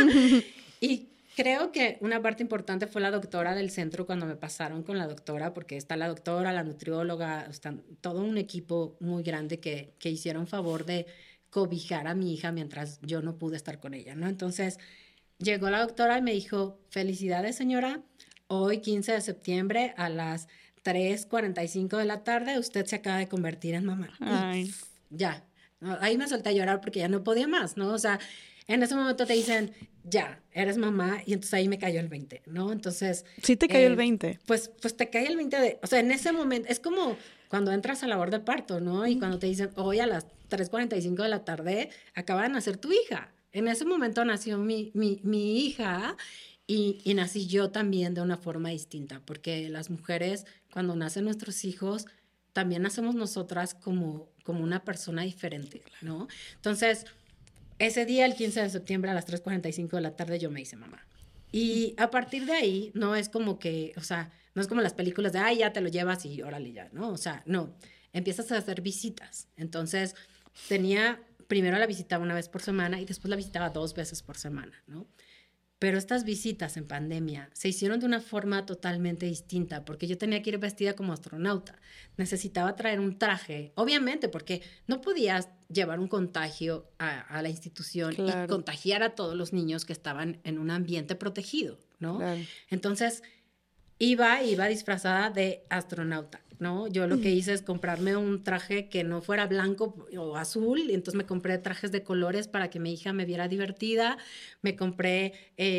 Y creo que una parte importante fue la doctora del centro cuando me pasaron con la doctora, porque está la doctora, la nutrióloga, están todo un equipo muy grande que hicieron favor de cobijar a mi hija mientras yo no pude estar con ella, ¿no? Entonces llegó la doctora y me dijo, felicidades señora, hoy 15 de septiembre a las 3:45 de la tarde usted se acaba de convertir en mamá. Y Ay. ya, ¿no? Ahí me solté a llorar porque ya no podía más, ¿no? O sea, en ese momento te dicen, ya, eres mamá, y entonces ahí me cayó el 20, ¿no? Entonces, Sí te cayó el 20. pues te cae el 20 de, o sea, en ese momento, es como cuando entras a labor de parto, ¿no? Y cuando te dicen, hoy a las 3:45 de la tarde acaba de nacer tu hija. En ese momento nació mi hija y nací yo también de una forma distinta, porque las mujeres, cuando nacen nuestros hijos, también nacemos nosotras como una persona diferente, ¿no? Entonces, ese día, el 15 de septiembre a las 3:45 de la tarde, yo me hice mamá. Y a partir de ahí, no es como que, o sea, no es como las películas de, ay, ya te lo llevas y órale ya, ¿no? O sea, no, empiezas a hacer visitas. Entonces, primero la visitaba una vez por semana y después la visitaba 2 veces por semana, ¿no? Pero estas visitas en pandemia se hicieron de una forma totalmente distinta, porque yo tenía que ir vestida como astronauta. Necesitaba traer un traje, obviamente, porque no podías llevar un contagio a la institución y Claro, contagiar a todos los niños que estaban en un ambiente protegido, ¿no? claro. Entonces, iba disfrazada de astronauta, ¿no? Yo lo que hice es comprarme un traje que no fuera blanco o azul, y entonces me compré trajes de colores para que mi hija me viera divertida, me compré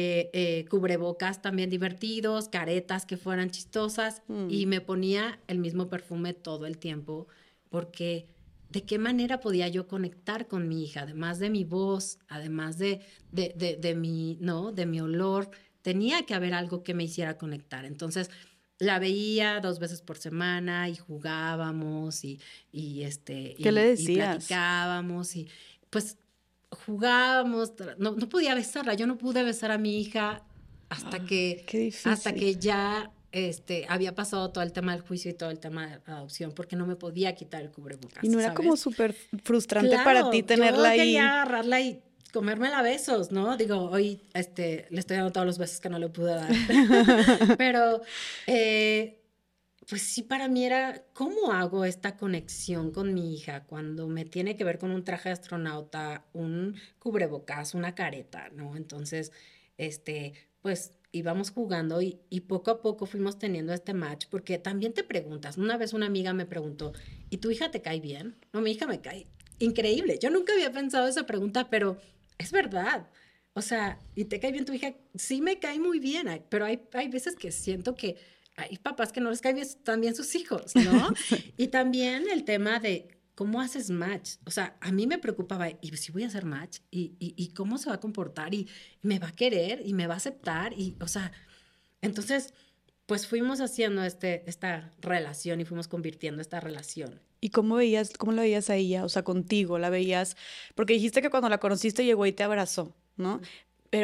cubrebocas también divertidos, caretas que fueran chistosas Mm. y me ponía el mismo perfume todo el tiempo, porque ¿de qué manera podía yo conectar con mi hija? Además de mi voz, además de mi, ¿no? De mi olor, tenía que haber algo que me hiciera conectar. Entonces, la veía 2 veces por semana y jugábamos ¿Qué le y decías? platicábamos y pues jugábamos. No podía besarla. Yo no pude besar a mi hija hasta Ay, que, qué hasta difícil. que ya había pasado todo el tema del juicio y todo el tema de la adopción, porque no me podía quitar el Y cubrebocas, no era como ¿sabes? súper frustrante para ti Claro, tenerla yo quería ahí. agarrarla y comérmela a besos, ¿no? Digo, hoy le estoy dando todos los besos que no le pude dar. Pero, pues sí, para mí era, ¿cómo hago esta conexión con mi hija cuando me tiene que ver con un traje de astronauta, un cubrebocas, una careta, ¿no? Entonces, pues íbamos jugando y poco a poco fuimos teniendo este match, porque también te preguntas, una vez una amiga me preguntó, ¿y tu hija te cae bien? No, mi hija me cae increíble. Yo nunca había pensado esa pregunta, pero es verdad. O sea, ¿y te cae bien tu hija? Sí me cae muy bien, pero hay veces que siento que hay papás que no les cae bien también sus hijos, ¿no? Sí. Y también el tema de cómo haces match. O sea, a mí me preocupaba, ¿y si voy a hacer match? ¿Y cómo se va a comportar? ¿Y me va a querer? ¿Y me va a aceptar? Y, o sea, entonces, pues fuimos haciendo esta relación y fuimos convirtiendo esta relación. ¿Y cómo veías, cómo la veías a ella? O sea, contigo, la veías, porque dijiste que cuando la conociste llegó y te abrazó, ¿no? Pero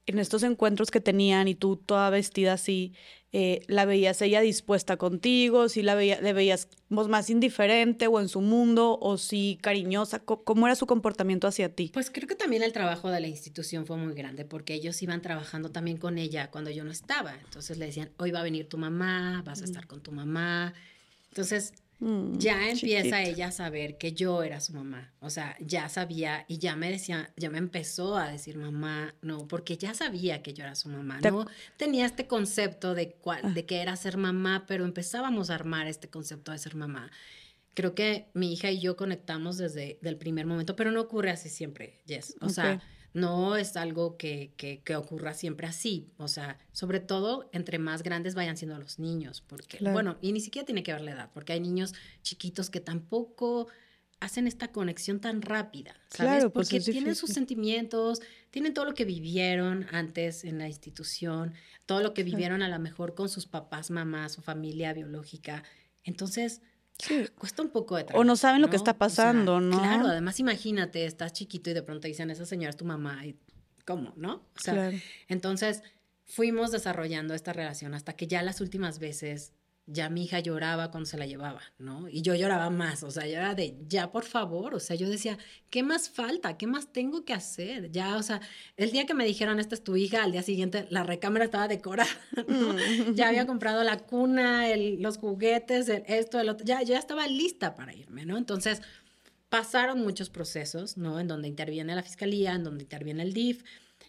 en estos encuentros que tenían y tú toda vestida así, ¿la veías ella dispuesta contigo? ¿Si le veías más indiferente o en su mundo o si cariñosa? ¿Cómo era su comportamiento hacia ti? Pues creo que también el trabajo de la institución fue muy grande porque ellos iban trabajando también con ella cuando yo no estaba. Entonces le decían, hoy va a venir tu mamá, vas a estar con tu mamá. Entonces ya empieza Chiquita. ella a saber que yo era su mamá. O sea, ya sabía y ya me decía, ya me empezó a decir mamá, no, porque ya sabía que yo era su mamá. Te No ac- tenía este concepto ah, de que era ser mamá, pero empezábamos a armar este concepto de ser mamá. Creo que mi hija y yo conectamos desde el primer momento, pero no ocurre así siempre, Jess. O sea, ok, no es algo que ocurra siempre así. O sea, sobre todo entre más grandes vayan siendo los niños, porque, claro. bueno, y ni siquiera tiene que ver la edad, porque hay niños chiquitos que tampoco hacen esta conexión tan rápida, ¿sabes? Claro, pues Porque es tienen sus difícil. sentimientos, tienen todo lo que vivieron antes en la institución, todo lo que Claro. vivieron a lo mejor con sus papás, mamás o familia biológica. Entonces, Sí. cuesta un poco de O no trabajo, saben lo que está ¿no? O sea, pasando, claro, ¿no? además imagínate, estás chiquito y de pronto dicen, esa señora es tu mamá, y ¿cómo, no? O sea, Claro. entonces fuimos desarrollando esta relación hasta que ya las últimas veces ya mi hija lloraba cuando se la llevaba, ¿no? Y yo lloraba más, o sea, yo era de, ya por favor, o sea, yo decía, ¿qué más falta? ¿Qué más tengo que hacer? Ya, o sea, el día que me dijeron, esta es tu hija, al día siguiente la recámara estaba decorada, ¿no? Ya había Mm. comprado la cuna, los juguetes, esto, el otro, ya, yo ya estaba lista para irme, ¿no? Entonces, pasaron muchos procesos, ¿no? En donde interviene la fiscalía, en donde interviene el DIF,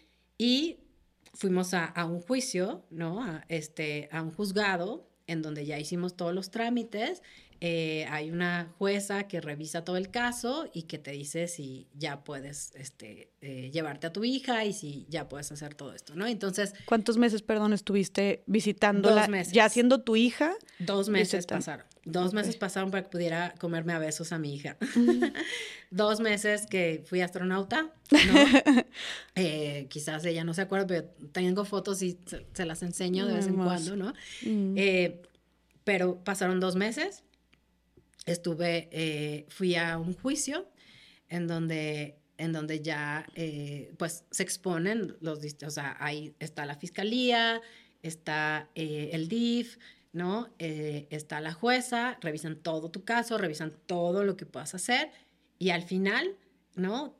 y fuimos a un juicio, ¿no? A un juzgado, en donde ya hicimos todos los trámites. Hay una jueza que revisa todo el caso y que te dice si ya puedes llevarte a tu hija y si ya puedes hacer todo esto, ¿no? Entonces, ¿Cuántos meses, perdón, estuviste dos visitándola, ya meses. siendo tu hija? 2 meses Visitan. pasaron. Dos Ok. meses pasaron para que pudiera comerme a besos a mi hija. Mm. 2 meses que fui astronauta, ¿no? Quizás ella no se acuerda, pero tengo fotos y se las enseño de vez en Hermoso. cuando, ¿no? Mm. Pero pasaron 2 meses, fui a un juicio en donde ya pues se exponen o sea, ahí está la fiscalía, está el DIF, ¿no? Está la jueza, revisan todo tu caso, revisan todo lo que puedas hacer y al final, ¿no?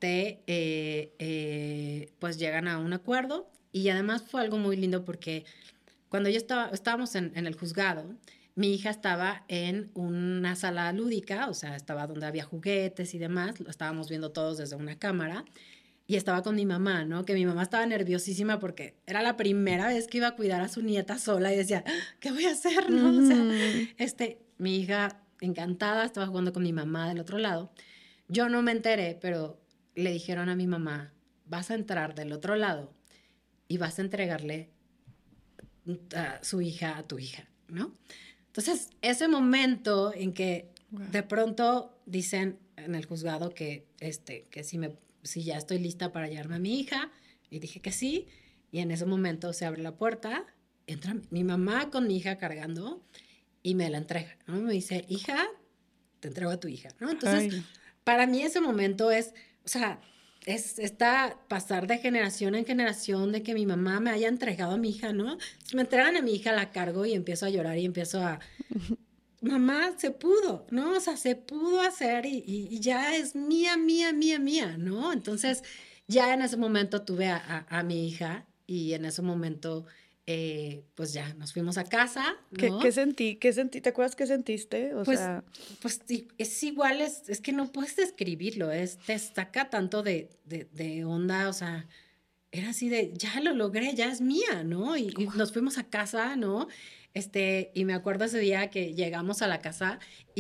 Pues llegan a un acuerdo y además fue algo muy lindo porque cuando estábamos en el juzgado, mi hija estaba en una sala lúdica, o sea, estaba donde había juguetes y demás, lo estábamos viendo todos desde una cámara, y estaba con mi mamá, ¿no? Que mi mamá estaba nerviosísima porque era la primera vez que iba a cuidar a su nieta sola y decía, ¿qué voy a hacer, no? O sea, Ujú. mi hija encantada estaba jugando con mi mamá del otro lado. Yo no me enteré, pero le dijeron a mi mamá, vas a entrar del otro lado y vas a entregarle a su hija a tu hija, ¿no? Entonces, ese momento en que Wow. de pronto dicen en el juzgado que si ya estoy lista para llevarme a mi hija, y dije que sí, y en ese momento se abre la puerta, entra mi mamá con mi hija cargando y me la entrega, ¿no? Me dice, hija, te entrego a tu hija, ¿no? Entonces, Ay, para mí ese momento es, o sea, es esta pasar de generación en generación de que mi mamá me haya entregado a mi hija, ¿no? Si me entregan a mi hija, la cargo y empiezo a llorar y empiezo a, mamá, se pudo, ¿no? O sea, se pudo hacer y ya es mía, mía, mía, mía, ¿no? Entonces, ya en ese momento tuve a mi hija y en ese momento, pues ya nos fuimos a casa, ¿qué ¿no? sentí? ¿Qué sentí? ¿Te acuerdas qué sentiste? O Pues, sea, pues sí, es igual, es que no puedes describirlo, te saca tanto de onda, o sea, era así de, ya lo logré, ya es mía, ¿no? Y guau. nos fuimos a casa, ¿no? Y me acuerdo ese día que llegamos a la casa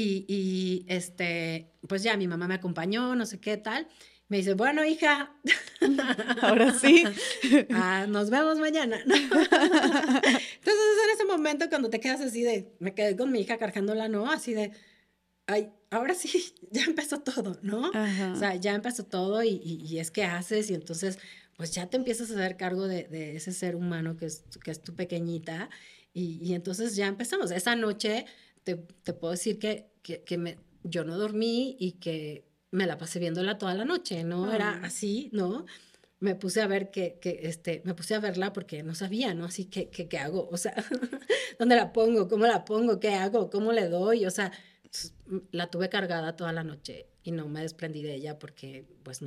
pues ya mi mamá me acompañó, no sé qué tal. Me dice, bueno, hija, Ahora sí. nos vemos mañana, ¿no? Entonces, en ese momento, cuando te quedas así de, me quedé con mi hija cargándola, ¿no? Así de, ay, ahora sí, ya empezó todo, ¿no? O Ajá. sea, ya empezó todo y es que haces y entonces, pues ya te empiezas a hacer cargo de ese ser humano que es tu pequeñita y entonces ya empezamos. Esa noche te puedo decir yo no dormí y que me la pasé viéndola toda la noche, ¿no? Era Ay. así, ¿no? me puse a ver me puse a verla porque no sabía, ¿no? Así que, ¿qué hago? O sea, ¿dónde la pongo? ¿Cómo la pongo? ¿Qué hago? ¿Cómo le doy? O sea, la tuve cargada toda la noche y no me desprendí de ella porque, pues,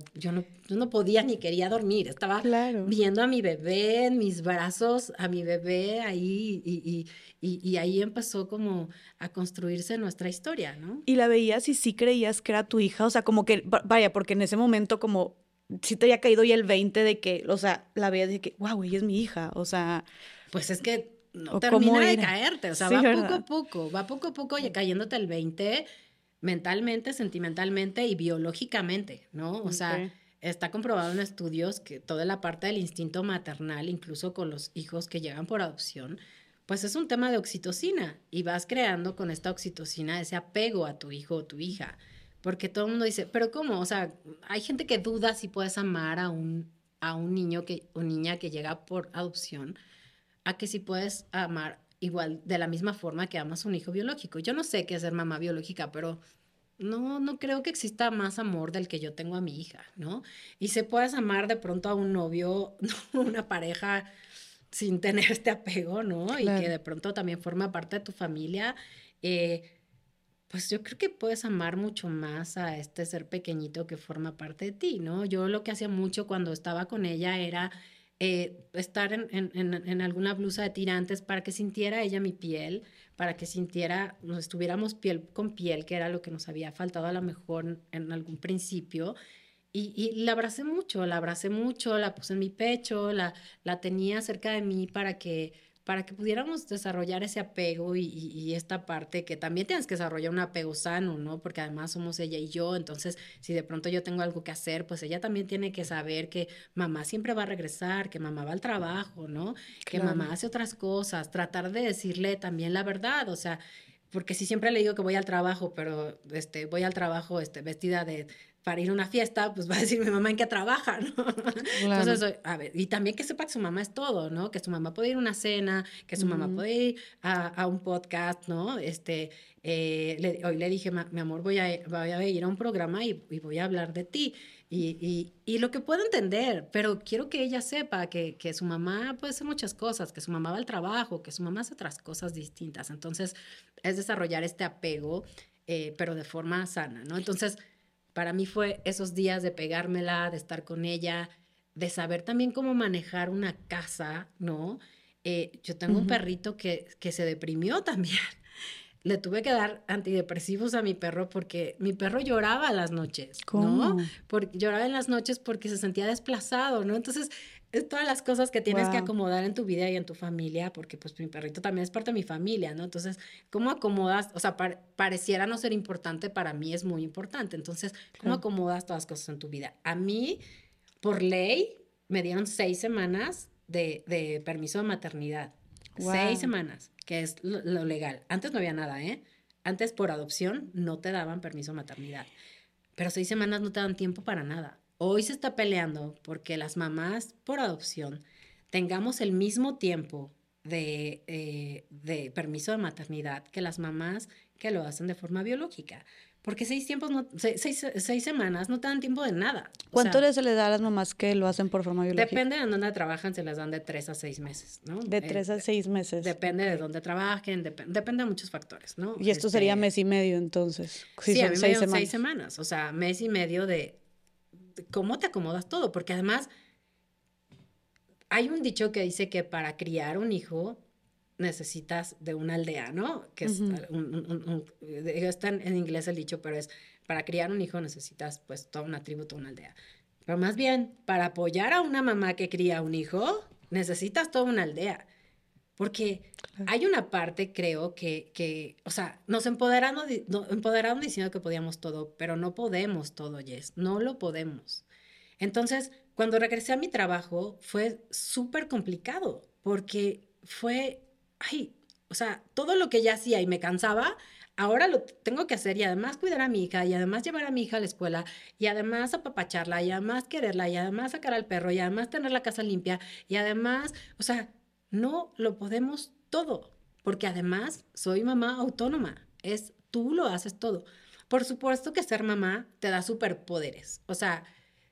yo no podía ni quería dormir. Estaba Claro. viendo a mi bebé en mis brazos, a mi bebé ahí y ahí empezó como a construirse nuestra historia, ¿no? Y la veías y sí creías que era tu hija, o sea, como que, vaya, porque en ese momento como sí te había caído ya el 20 de que, o sea, la veías de que, wow, ella es mi hija, o sea, Pues es que no o cómo termina de era. caerte, o sea, Sí, ¿verdad? va poco a poco ya cayéndote el 20 mentalmente, sentimentalmente y biológicamente, ¿no? O sea, Ok. está comprobado en estudios que toda la parte del instinto maternal, incluso con los hijos que llegan por adopción, pues es un tema de oxitocina y vas creando con esta oxitocina ese apego a tu hijo o tu hija. Porque todo el mundo dice, pero ¿cómo? O sea, hay gente que duda si puedes amar a un niño o niña que llega por adopción, a que si puedes amar igual de la misma forma que amas a un hijo biológico. Yo no sé qué es ser mamá biológica, pero no creo que exista más amor del que yo tengo a mi hija, ¿no? Y se puedes amar de pronto a un novio, ¿no? Una pareja sin tener este apego, ¿no? Y que Claro. de pronto también forma parte de tu familia. Eh, pues yo creo que puedes amar mucho más a este ser pequeñito que forma parte de ti, ¿no? Yo lo que hacía mucho cuando estaba con ella era estar en alguna blusa de tirantes para que sintiera ella mi piel, para que sintiera, nos estuviéramos piel con piel, que era lo que nos había faltado a lo mejor en algún principio. Y la abracé mucho, la puse en mi pecho, la tenía cerca de mí para que pudiéramos desarrollar ese apego y esta parte que también tienes que desarrollar un apego sano, ¿no? Porque además somos ella y yo, entonces si de pronto yo tengo algo que hacer, pues ella también tiene que saber que mamá siempre va a regresar, que mamá va al trabajo, ¿no? Que Claro. mamá hace otras cosas, tratar de decirle también la verdad, o sea, porque si siempre le digo que voy al trabajo, pero voy al trabajo vestida de para ir a una fiesta, pues va a decir mi mamá en qué trabaja, ¿no? Claro. Entonces, a ver, y también que sepa que su mamá es todo, ¿no? Que su mamá puede ir a una cena, que su mamá Ujú. puede ir a un podcast, ¿no? Hoy le dije, mi amor, voy a ir a un programa y voy a hablar de ti. Y lo que puedo entender, pero quiero que ella sepa que su mamá puede hacer muchas cosas, que su mamá va al trabajo, que su mamá hace otras cosas distintas. Entonces, es desarrollar este apego, pero de forma sana, ¿no? Entonces, para mí fue esos días de pegármela, de estar con ella, de saber también cómo manejar una casa, ¿no? Yo tengo un Ujú. perrito que se deprimió también. Le tuve que dar antidepresivos a mi perro porque mi perro lloraba a las noches, ¿no? ¿Cómo? Porque lloraba en las noches porque se sentía desplazado, ¿no? Entonces, es todas las cosas que tienes que Wow. acomodar en tu vida y en tu familia, porque pues mi perrito también es parte de mi familia, ¿no? Entonces, ¿cómo acomodas? O sea, pareciera no ser importante, para mí es muy importante. Entonces, ¿cómo Claro. acomodas todas las cosas en tu vida? A mí, por ley, me dieron 6 semanas de permiso de maternidad. Seis Wow. semanas, que es lo legal. Antes no había nada, ¿eh? Antes por adopción no te daban permiso de maternidad. Pero 6 semanas no te dan tiempo para nada. Hoy se está peleando porque las mamás por adopción tengamos el mismo tiempo de permiso de maternidad que las mamás que lo hacen de forma biológica. Porque 6 semanas no te dan tiempo de nada. O ¿Cuánto sea, se le da a las mamás que lo hacen por forma biológica? depende de dónde trabajan, se les dan de 3 a 6 meses, ¿no? De 3 a 6 meses. Depende de Ok. dónde trabajen, depende de muchos factores, ¿no? Y esto sería mes y medio entonces, si Sí, a son mí me seis dieron seis semanas. semanas, o sea, mes y medio de cómo te acomodas todo, porque además hay un dicho que dice que para criar un hijo necesitas de una aldea, ¿no? Que es Ujú. está en inglés el dicho, pero es para criar un hijo necesitas pues toda una tribu, toda una aldea. Pero más bien, para apoyar a una mamá que cría un hijo, necesitas toda una aldea. Porque Claro. hay una parte, creo, o sea, nos empoderaron diciendo que podíamos todo, pero no podemos todo, Jess, no lo podemos. Entonces, cuando regresé a mi trabajo, fue súper complicado, porque ay, o sea, todo lo que ya hacía y me cansaba, ahora lo tengo que hacer y además cuidar a mi hija y además llevar a mi hija a la escuela y además apapacharla y además quererla y además sacar al perro y además tener la casa limpia y además, o sea, no lo podemos todo, porque además soy mamá autónoma, tú lo haces todo. Por supuesto que ser mamá te da superpoderes, o sea,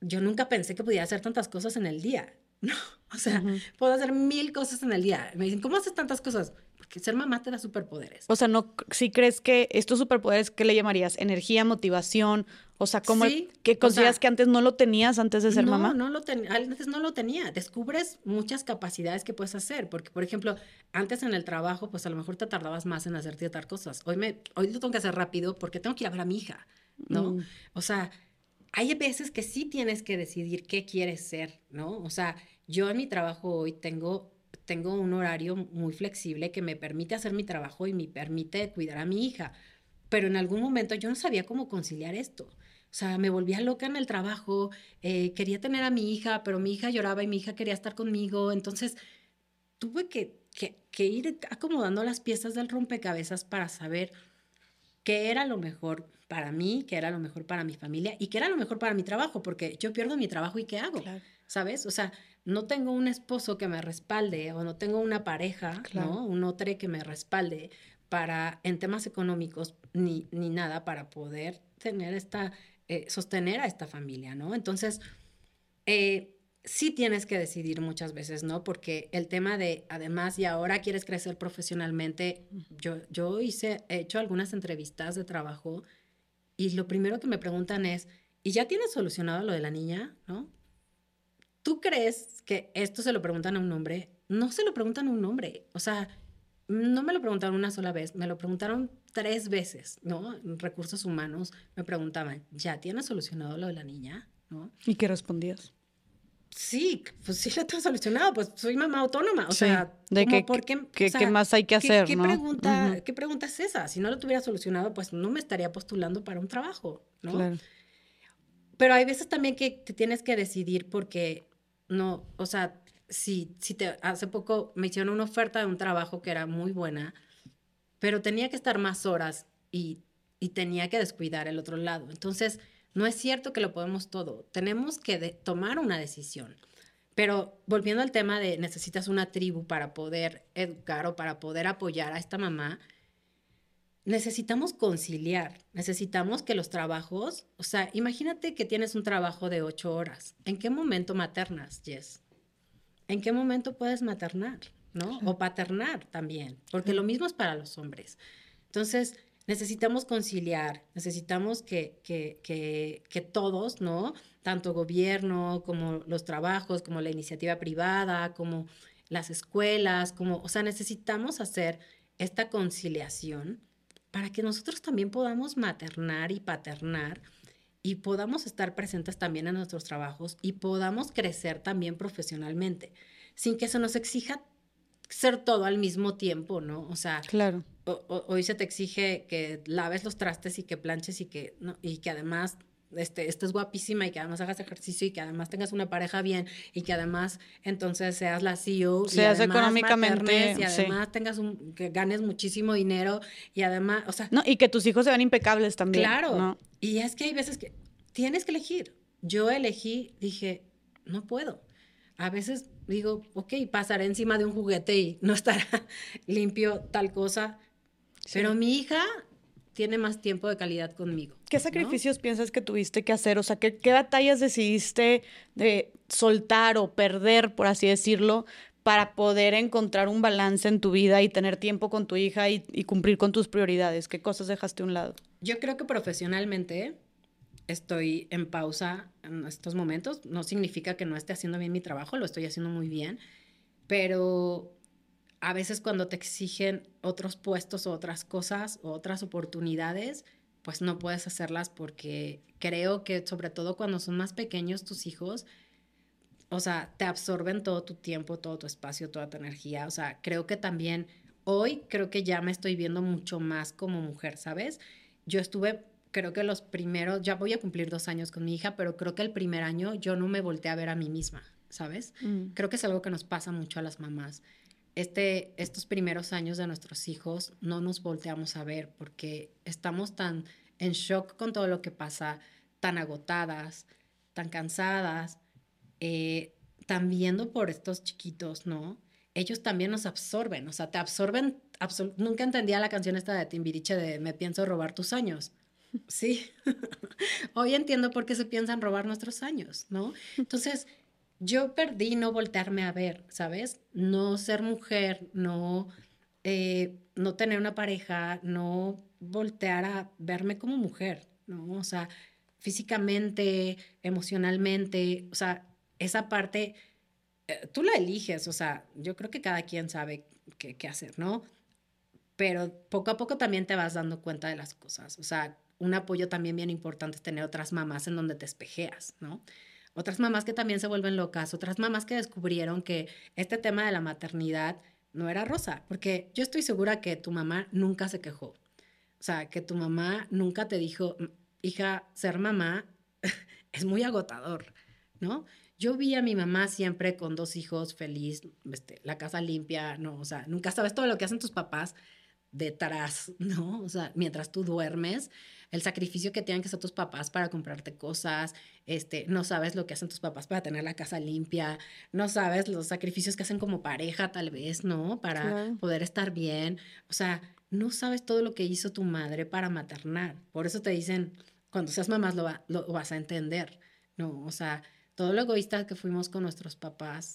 yo nunca pensé que podía hacer tantas cosas en el día, ¿no? O sea, Ujú. puedo hacer 1000 cosas en el día. Me dicen, ¿cómo haces tantas cosas? Porque ser mamá te da superpoderes. O sea, no, si crees que estos superpoderes, ¿qué le llamarías? ¿Energía, motivación? O sea, ¿cómo Sí, que o consideras sea, que antes no lo tenías antes de ser no, mamá? antes no lo tenía. Descubres muchas capacidades que puedes hacer, porque, por ejemplo, antes en el trabajo, pues a lo mejor te tardabas más en hacer ciertas cosas. Hoy lo tengo que hacer rápido porque tengo que ir a ver a mi hija, ¿no? Mm, O sea, hay veces que sí tienes que decidir qué quieres ser, ¿no? O sea, yo en mi trabajo hoy tengo un horario muy flexible que me permite hacer mi trabajo y me permite cuidar a mi hija, pero en algún momento yo no sabía cómo conciliar esto. O sea, me volvía loca en el trabajo, quería tener a mi hija, pero mi hija lloraba y mi hija quería estar conmigo, entonces tuve que ir acomodando las piezas del rompecabezas para saber qué era lo mejor para mí, qué era lo mejor para mi familia y qué era lo mejor para mi trabajo, porque yo pierdo mi trabajo y ¿qué hago? claro, ¿Sabes? O sea, no tengo un esposo que me respalde o no tengo una pareja, claro. ¿no? Un otro que me respalde para, en temas económicos, ni nada para poder tener sostener a esta familia, ¿no? Entonces, sí tienes que decidir muchas veces, ¿no? Porque el tema de, además, y ahora quieres crecer profesionalmente, yo he hecho algunas entrevistas de trabajo y lo primero que me preguntan es, ¿y ya tienes solucionado lo de la niña? ¿No? ¿Tú crees que esto se lo preguntan a un hombre? No se lo preguntan a un hombre. O sea, no me lo preguntaron una sola vez, me lo preguntaron 3 veces, ¿no? En recursos humanos me preguntaban, ¿ya tienes solucionado lo de la niña? ¿No? ¿Y qué respondías? Sí, pues sí lo tengo solucionado, pues soy mamá autónoma, o Sí, sea, de ¿cómo que, por qué? O qué sea, más hay que hacer, ¿no? Ujú, qué pregunta es esa? Si no lo tuviera solucionado, pues no me estaría postulando para un trabajo, ¿no? claro. Pero hay veces también que te tienes que decidir porque no, o sea, hace poco me hicieron una oferta de un trabajo que era muy buena, pero tenía que estar más horas y tenía que descuidar el otro lado. Entonces, no es cierto que lo podemos todo, tenemos que tomar una decisión. Pero volviendo al tema de necesitas una tribu para poder educar o para poder apoyar a esta mamá, necesitamos conciliar, necesitamos que los trabajos, o sea, imagínate que tienes un trabajo de 8 horas. ¿En qué momento maternas, Jess? ¿En qué momento puedes maternar? ¿No? Claro, O paternar también, porque lo claro. mismo es para los hombres. Entonces, necesitamos conciliar, necesitamos que todos, ¿no? Tanto gobierno como los trabajos, como la iniciativa privada, como las escuelas, o sea, necesitamos hacer esta conciliación para que nosotros también podamos maternar y paternar y podamos estar presentes también en nuestros trabajos y podamos crecer también profesionalmente, sin que se nos exija ser todo al mismo tiempo, ¿no? O sea, Claro. hoy se te exige que laves los trastes y que planches y que, ¿no? Y que además estés guapísima y que además hagas ejercicio y que además tengas una pareja bien y que además entonces seas la CEO y Seas además maternes económicamente, y sí. además que ganes muchísimo dinero y además, o sea, No, y que tus hijos se vean impecables también, claro. ¿no? Y es que hay veces que tienes que elegir. Yo elegí, dije, no puedo. A veces digo, ok, pasaré encima de un juguete y no estará limpio tal cosa, pero Sí. mi hija tiene más tiempo de calidad conmigo, ¿Qué ¿no? sacrificios piensas que tuviste que hacer? O sea, ¿qué batallas decidiste de soltar o perder, por así decirlo, para poder encontrar un balance en tu vida y tener tiempo con tu hija y cumplir con tus prioridades? ¿Qué cosas dejaste a un lado? Yo creo que profesionalmente estoy en pausa en estos momentos. No significa que no esté haciendo bien mi trabajo, lo estoy haciendo muy bien, pero a veces cuando te exigen otros puestos o otras cosas o otras oportunidades, pues no puedes hacerlas porque creo que sobre todo cuando son más pequeños tus hijos, o sea, te absorben todo tu tiempo, todo tu espacio, toda tu energía. O sea, creo que también hoy creo que ya me estoy viendo mucho más como mujer, ¿sabes? Yo estuve, creo que los primeros, ya voy a cumplir 2 años con mi hija, pero creo que el primer año yo no me volteé a ver a mí misma, ¿sabes? Mm, Creo que es algo que nos pasa mucho a las mamás. Estos primeros años de nuestros hijos no nos volteamos a ver porque estamos tan en shock con todo lo que pasa, tan agotadas, tan cansadas, tan viendo por estos chiquitos, ¿no? Ellos también nos absorben, o sea, te absorben. Nunca entendía la canción esta de Timbiriche de Me pienso robar tus años. Sí. Hoy entiendo por qué se piensan robar nuestros años, ¿no? Entonces, yo perdí no voltearme a ver, ¿sabes? No ser mujer, no tener una pareja, no voltear a verme como mujer, ¿no? O sea, físicamente, emocionalmente, o sea, esa parte, tú la eliges, o sea, yo creo que cada quien sabe qué hacer, ¿no? Pero poco a poco también te vas dando cuenta de las cosas. O sea, un apoyo también bien importante es tener otras mamás en donde te espejeas, ¿no? Otras mamás que también se vuelven locas, otras mamás que descubrieron que este tema de la maternidad no era rosa, porque yo estoy segura que tu mamá nunca se quejó. O sea, que tu mamá nunca te dijo, hija, ser mamá es muy agotador, ¿no? Yo vi a mi mamá siempre con 2 hijos, feliz, la casa limpia, no, o sea, nunca sabes todo lo que hacen tus papás detrás, ¿no? O sea, mientras tú duermes, el sacrificio que tienen que hacer tus papás para comprarte cosas, no sabes lo que hacen tus papás para tener la casa limpia, no sabes los sacrificios que hacen como pareja tal vez, ¿no? Para Claro. poder estar bien, o sea, no sabes todo lo que hizo tu madre para maternar. Por eso te dicen, cuando seas mamás lo vas a entender, ¿no? O sea, todo lo egoísta que fuimos con nuestros papás.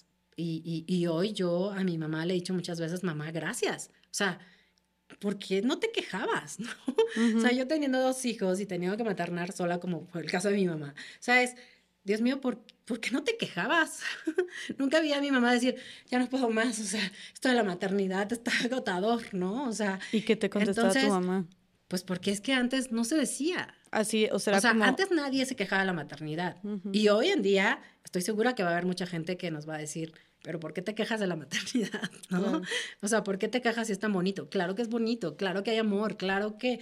Y hoy yo a mi mamá le he dicho muchas veces, mamá, gracias. O sea, ¿por qué no te quejabas? ¿No? O sea, Ujú. yo teniendo 2 hijos y teniendo que maternar sola, como fue el caso de mi mamá, ¿sabes? Dios mío, ¿por qué no te quejabas? Nunca vi a mi mamá decir, ya no puedo más, o sea, esto de la maternidad está agotador, ¿no? O sea, ¿Y qué te contestaba tu entonces, mamá? pues porque es que antes no se decía. Así, o O será sea, como, antes nadie se quejaba de la maternidad. ujú, Y hoy en día estoy segura que va a haber mucha gente que nos va a decir, pero ¿por qué te quejas de la maternidad? ¿No? claro. O sea, ¿por qué te quejas si es tan bonito? Claro que es bonito, claro que hay amor, claro que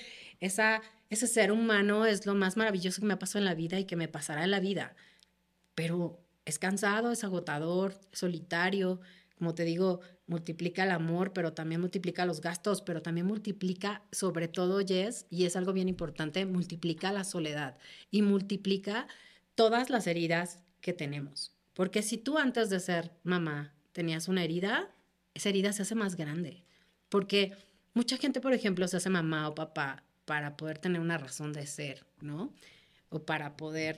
ese ser humano es lo más maravilloso que me ha pasado en la vida y que me pasará en la vida. Pero es cansado, es agotador, es solitario. Como te digo, multiplica el amor, pero también multiplica los gastos, pero también multiplica, sobre todo, Jess, y es algo bien importante, multiplica la soledad y multiplica todas las heridas que tenemos. Porque si tú antes de ser mamá tenías una herida, esa herida se hace más grande. Porque mucha gente, por ejemplo, se hace mamá o papá para poder tener una razón de ser, ¿no? O para poder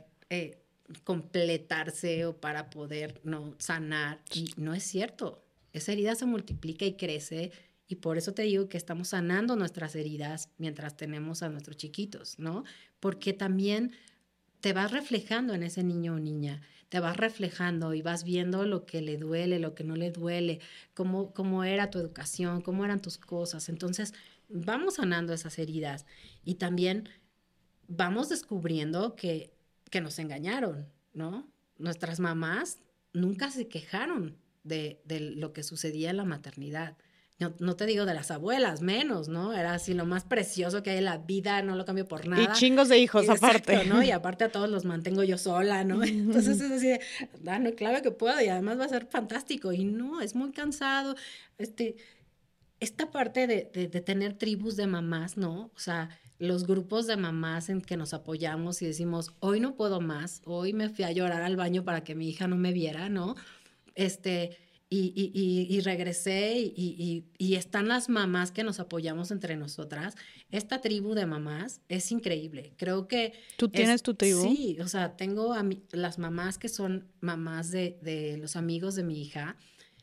completarse o para poder no sanar. Y no es cierto. Esa herida se multiplica y crece. Y por eso te digo que estamos sanando nuestras heridas mientras tenemos a nuestros chiquitos, ¿no? Porque también te vas reflejando en ese niño o niña, te vas reflejando y vas viendo lo que le duele, lo que no le duele, cómo era tu educación, cómo eran tus cosas. Entonces, vamos sanando esas heridas y también vamos descubriendo que nos engañaron, ¿no? Nuestras mamás nunca se quejaron de lo que sucedía en la maternidad. No te digo de las abuelas, menos, ¿no? Era así lo más precioso que hay en la vida, no lo cambio por Y nada. chingos de Y hijos aparte. exacto, ¿no? Y aparte a todos los mantengo yo sola, ¿no? Entonces es así de, ah, no, claro que puedo y además va a ser fantástico. Y no, es muy cansado. Este, esta parte de tener tribus de mamás, ¿no? O sea, los grupos de mamás en que nos apoyamos y decimos, hoy no puedo más, hoy me fui a llorar al baño para que mi hija no me viera, ¿no? Este, y regresé y están las mamás que nos apoyamos entre nosotras. Esta tribu de mamás es increíble. Creo que ¿Tú tienes tu tribu? sí, o sea, tengo las mamás que son mamás de los amigos de mi hija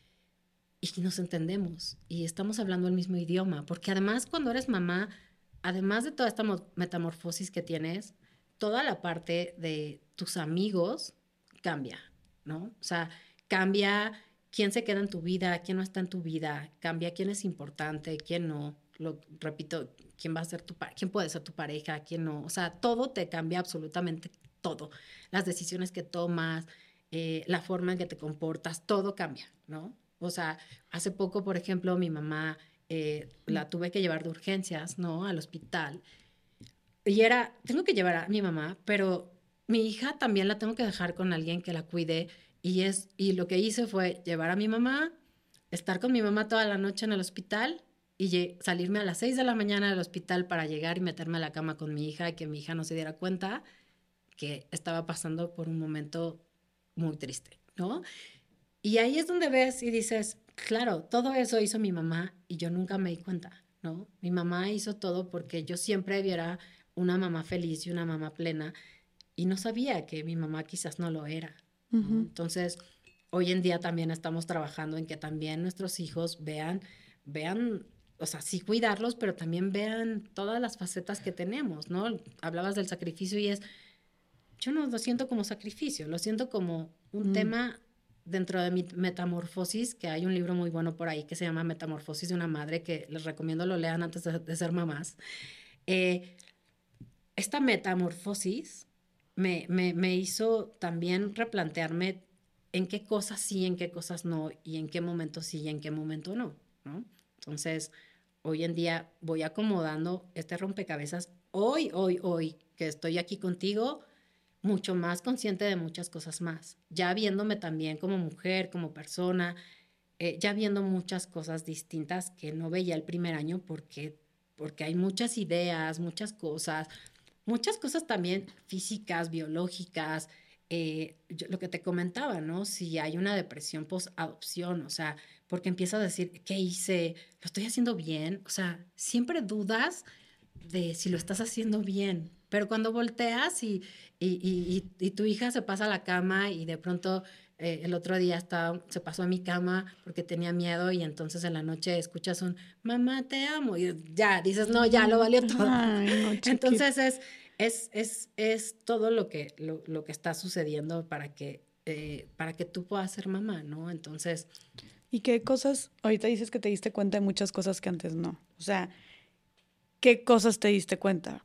y nos entendemos y estamos hablando el mismo idioma, porque además cuando eres mamá, además de toda esta metamorfosis que tienes, toda la parte de tus amigos cambia, ¿no? O sea, cambia quién se queda en tu vida, quién no está en tu vida, cambia quién es importante, quién no. Lo repito, quién va a ser quién puede ser tu pareja, quién no. O sea, todo te cambia absolutamente todo. Las decisiones que tomas, la forma en que te comportas, todo cambia, ¿no? O sea, hace poco, por ejemplo, mi mamá la tuve que llevar de urgencias, ¿no? Al hospital. Y tengo que llevar a mi mamá, pero mi hija también la tengo que dejar con alguien que la cuide. Y lo que hice fue llevar a mi mamá, estar con mi mamá toda la noche en el hospital y salirme a las 6 de la mañana del hospital para llegar y meterme a la cama con mi hija y que mi hija no se diera cuenta que estaba pasando por un momento muy triste, ¿no? Y ahí es donde ves y dices, claro, todo eso hizo mi mamá y yo nunca me di cuenta, ¿no? Mi mamá hizo todo porque yo siempre hubiera una mamá feliz y una mamá plena y no sabía que mi mamá quizás no lo era, ¿no? Entonces, hoy en día también estamos trabajando en que también nuestros hijos vean, o sea, sí cuidarlos, pero también vean todas las facetas que tenemos, ¿no? Hablabas del sacrificio y yo no lo siento como sacrificio, lo siento como un tema dentro de mi metamorfosis, que hay un libro muy bueno por ahí que se llama Metamorfosis de una madre, que les recomiendo lo lean antes de ser mamás. Esta metamorfosis me hizo también replantearme en qué cosas sí, en qué cosas no, y en qué momento sí y en qué momento no, ¿no? Entonces, hoy en día voy acomodando este rompecabezas. Hoy, que estoy aquí contigo, mucho más consciente de muchas cosas más. Ya viéndome también como mujer, como persona, ya viendo muchas cosas distintas que no veía el primer año porque hay muchas ideas, muchas cosas también físicas, biológicas, lo que te comentaba, ¿no? Si hay una depresión post-adopción, o sea, porque empiezas a decir, ¿qué hice? ¿Lo estoy haciendo bien? O sea, siempre dudas de si lo estás haciendo bien, pero cuando volteas y tu hija se pasa a la cama y de pronto el otro día se pasó a mi cama porque tenía miedo y entonces en la noche escuchas un mamá te amo y ya dices no, ya lo valió todo. Ay, no, chiquita. Entonces es todo lo que está sucediendo para que tú puedas ser mamá, ¿no? Entonces, ¿Y qué cosas, ahorita dices que te diste cuenta de muchas cosas que antes no? O sea, ¿qué cosas te diste cuenta?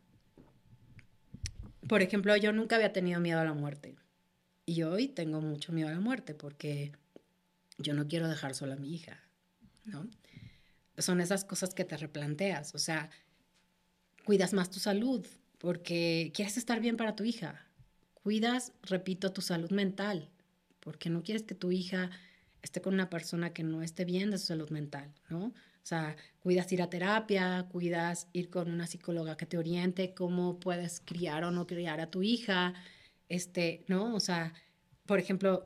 por ejemplo, yo nunca había tenido miedo a la muerte y hoy tengo mucho miedo a la muerte porque yo no quiero dejar sola a mi hija, ¿no? Son esas cosas que te replanteas, o sea, cuidas más tu salud porque quieres estar bien para tu hija. Cuidas, repito, tu salud mental porque no quieres que tu hija esté con una persona que no esté bien de su salud mental, ¿no? O sea, cuidas ir a terapia, cuidas ir con una psicóloga que te oriente cómo puedes criar o no criar a tu hija, ¿no? O sea, por ejemplo,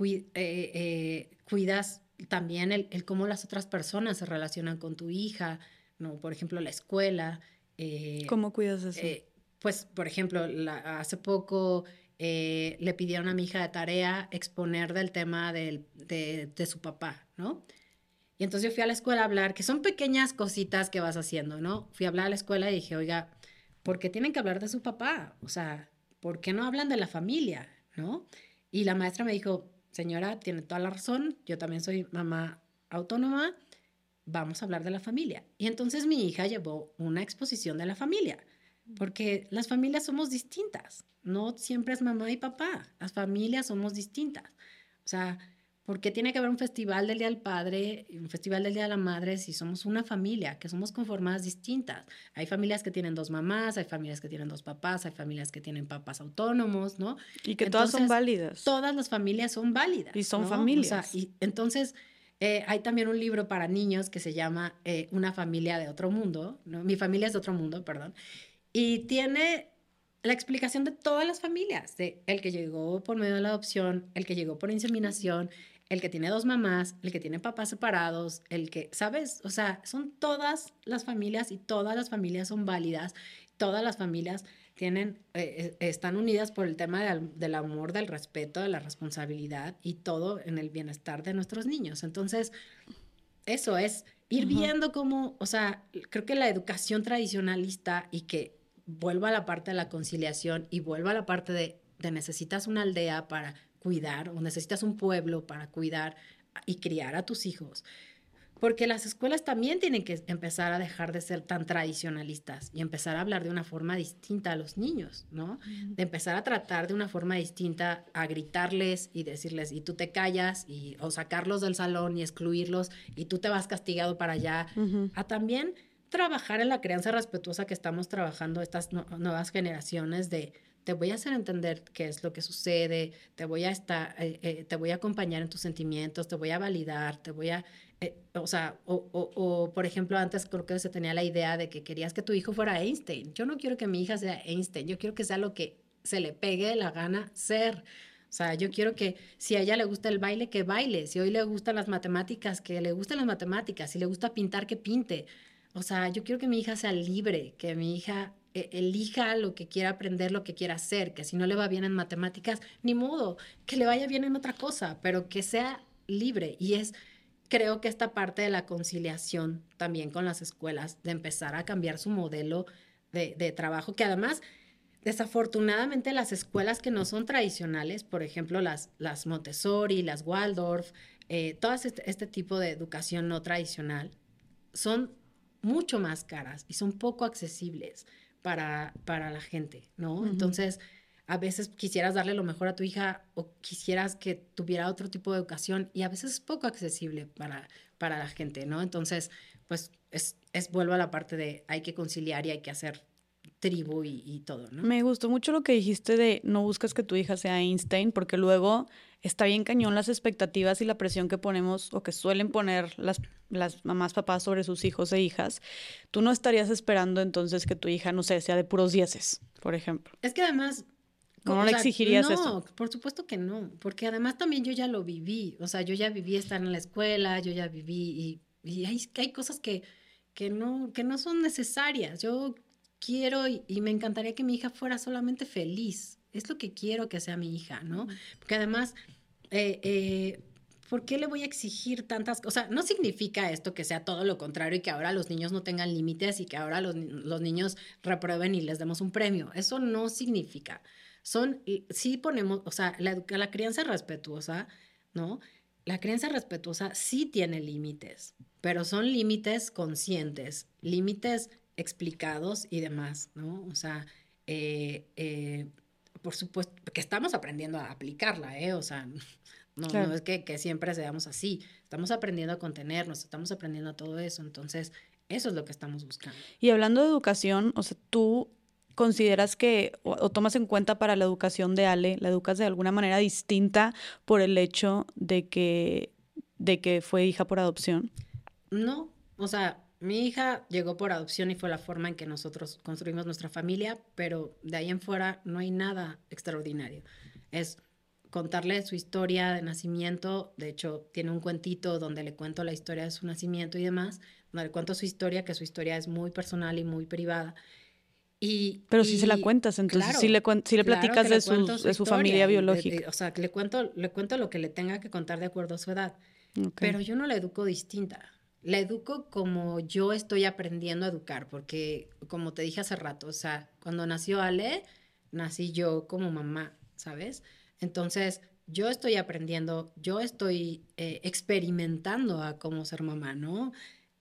cuidas también el cómo las otras personas se relacionan con tu hija, ¿no? Por ejemplo, la escuela. eh, ¿Cómo cuidas eso? pues, por ejemplo, hace poco le pidieron a mi hija de tarea exponer del tema de su papá, ¿no? Y entonces yo fui a la escuela a hablar, que son pequeñas cositas que vas haciendo, ¿no? Fui a hablar a la escuela y dije, oiga, ¿por qué tienen que hablar de su papá? O sea, ¿por qué no hablan de la familia? ¿No? Y la maestra me dijo, señora, tiene toda la razón, yo también soy mamá autónoma, vamos a hablar de la familia. Y entonces mi hija llevó una exposición de la familia, porque las familias somos distintas, no siempre es mamá y papá, las familias somos distintas. O sea, ¿por qué tiene que haber un festival del Día del Padre y un festival del Día de la Madre si somos una familia, que somos conformadas distintas? Hay familias que tienen dos mamás, hay familias que tienen dos papás, hay familias que tienen papás autónomos, ¿no? Y que todas son Entonces, válidas. todas las familias son válidas, Y son ¿no? O sea, familias. y entonces hay también un libro para niños que se llama Una familia de otro mundo, ¿no? Mi familia es de otro mundo, perdón. Y tiene la explicación de todas las familias, de el que llegó por medio de la adopción, el que llegó por inseminación, el que tiene dos mamás, el que tiene papás separados, el que, ¿sabes? O sea, son todas las familias y todas las familias son válidas, todas las familias están unidas por el tema del amor, del respeto, de la responsabilidad y todo en el bienestar de nuestros niños. Entonces, eso es ir viendo cómo, o sea, creo que la educación tradicionalista y que vuelva a la parte de la conciliación y vuelva a la parte de necesitas una aldea para cuidar o necesitas un pueblo para cuidar y criar a tus hijos. Porque las escuelas también tienen que empezar a dejar de ser tan tradicionalistas y empezar a hablar de una forma distinta a los niños, ¿no? De empezar a tratar de una forma distinta, a gritarles y decirles, y tú te callas, o sacarlos del salón y excluirlos, y tú te vas castigado para allá, a también trabajar en la crianza respetuosa que estamos trabajando estas nuevas generaciones de te voy a hacer entender qué es lo que sucede, te voy a acompañar en tus sentimientos, te voy a validar, te voy a o sea, por ejemplo, antes creo que se tenía la idea de que querías que tu hijo fuera Einstein. Yo no quiero que mi hija sea Einstein, yo quiero que sea lo que se le pegue la gana ser. O sea, yo quiero que si a ella le gusta el baile, que baile. Si hoy le gustan las matemáticas, que le gusten las matemáticas. Si le gusta pintar, que pinte. O sea, yo quiero que mi hija sea libre, que mi hija elija lo que quiera aprender, lo que quiera hacer, que si no le va bien en matemáticas, ni modo, que le vaya bien en otra cosa, pero que sea libre. Y creo que esta parte de la conciliación también con las escuelas, de empezar a cambiar su modelo de trabajo, que además, desafortunadamente, las escuelas que no son tradicionales, por ejemplo, las Montessori, las Waldorf, todas este tipo de educación no tradicional, son mucho más caras y son poco accesibles para la gente, ¿no? Entonces, a veces quisieras darle lo mejor a tu hija o quisieras que tuviera otro tipo de educación y a veces es poco accesible para la gente, ¿no? Entonces, pues vuelvo a la parte de hay que conciliar y hay que hacer tribu y todo, ¿no? Me gustó mucho lo que dijiste de no buscas que tu hija sea Einstein, porque luego está bien cañón las expectativas y la presión que ponemos o que suelen poner las mamás, papás sobre sus hijos e hijas. Tú no estarías esperando entonces que tu hija, no sé, sea de puros dieces, por ejemplo. Es que además, No o le sea, exigirías eso. no, por supuesto que no, porque además también yo ya lo viví, o sea, yo ya viví estar en la escuela, yo ya viví y hay cosas que no son necesarias. Yo quiero y me encantaría que mi hija fuera solamente feliz. Es lo que quiero que sea mi hija, ¿no? Porque además, eh, eh, ¿por qué le voy a exigir tantas cosas? O sea, no significa esto que sea todo lo contrario y que ahora los niños no tengan límites y que ahora los niños reprueben y les demos un premio. Eso no significa. Sí ponemos, o sea, la crianza respetuosa, ¿no? La crianza respetuosa sí tiene límites, pero son límites conscientes, límites explicados y demás, ¿no? O sea, eh, eh, por supuesto, que estamos aprendiendo a aplicarla, ¿eh? O sea, no Claro. es que siempre seamos así, estamos aprendiendo a contenernos, estamos aprendiendo a todo eso, entonces eso es lo que estamos buscando. Y hablando de educación, o sea, ¿tú consideras que o tomas en cuenta para la educación de Ale, la educas de alguna manera distinta por el hecho de que fue hija por adopción? No, o sea, mi hija llegó por adopción y fue la forma en que nosotros construimos nuestra familia, pero de ahí en fuera no hay nada extraordinario. Es contarle su historia de nacimiento, de hecho tiene un cuentito donde le cuento la historia de su nacimiento y demás, donde le cuento su historia, que su historia es muy personal y muy privada. Pero sí se la Y cuentas, entonces sí claro, sí le claro platicas que le cuento su de su familia historia biológica. o sea, que le cuento lo que le tenga que contar de acuerdo a su edad, Ok. pero yo no la educo distinta. La educo como yo estoy aprendiendo a educar, porque como te dije hace rato, o sea, cuando nació Ale, nací yo como mamá, ¿sabes? Entonces, yo estoy aprendiendo, yo estoy experimentando a cómo ser mamá, ¿no?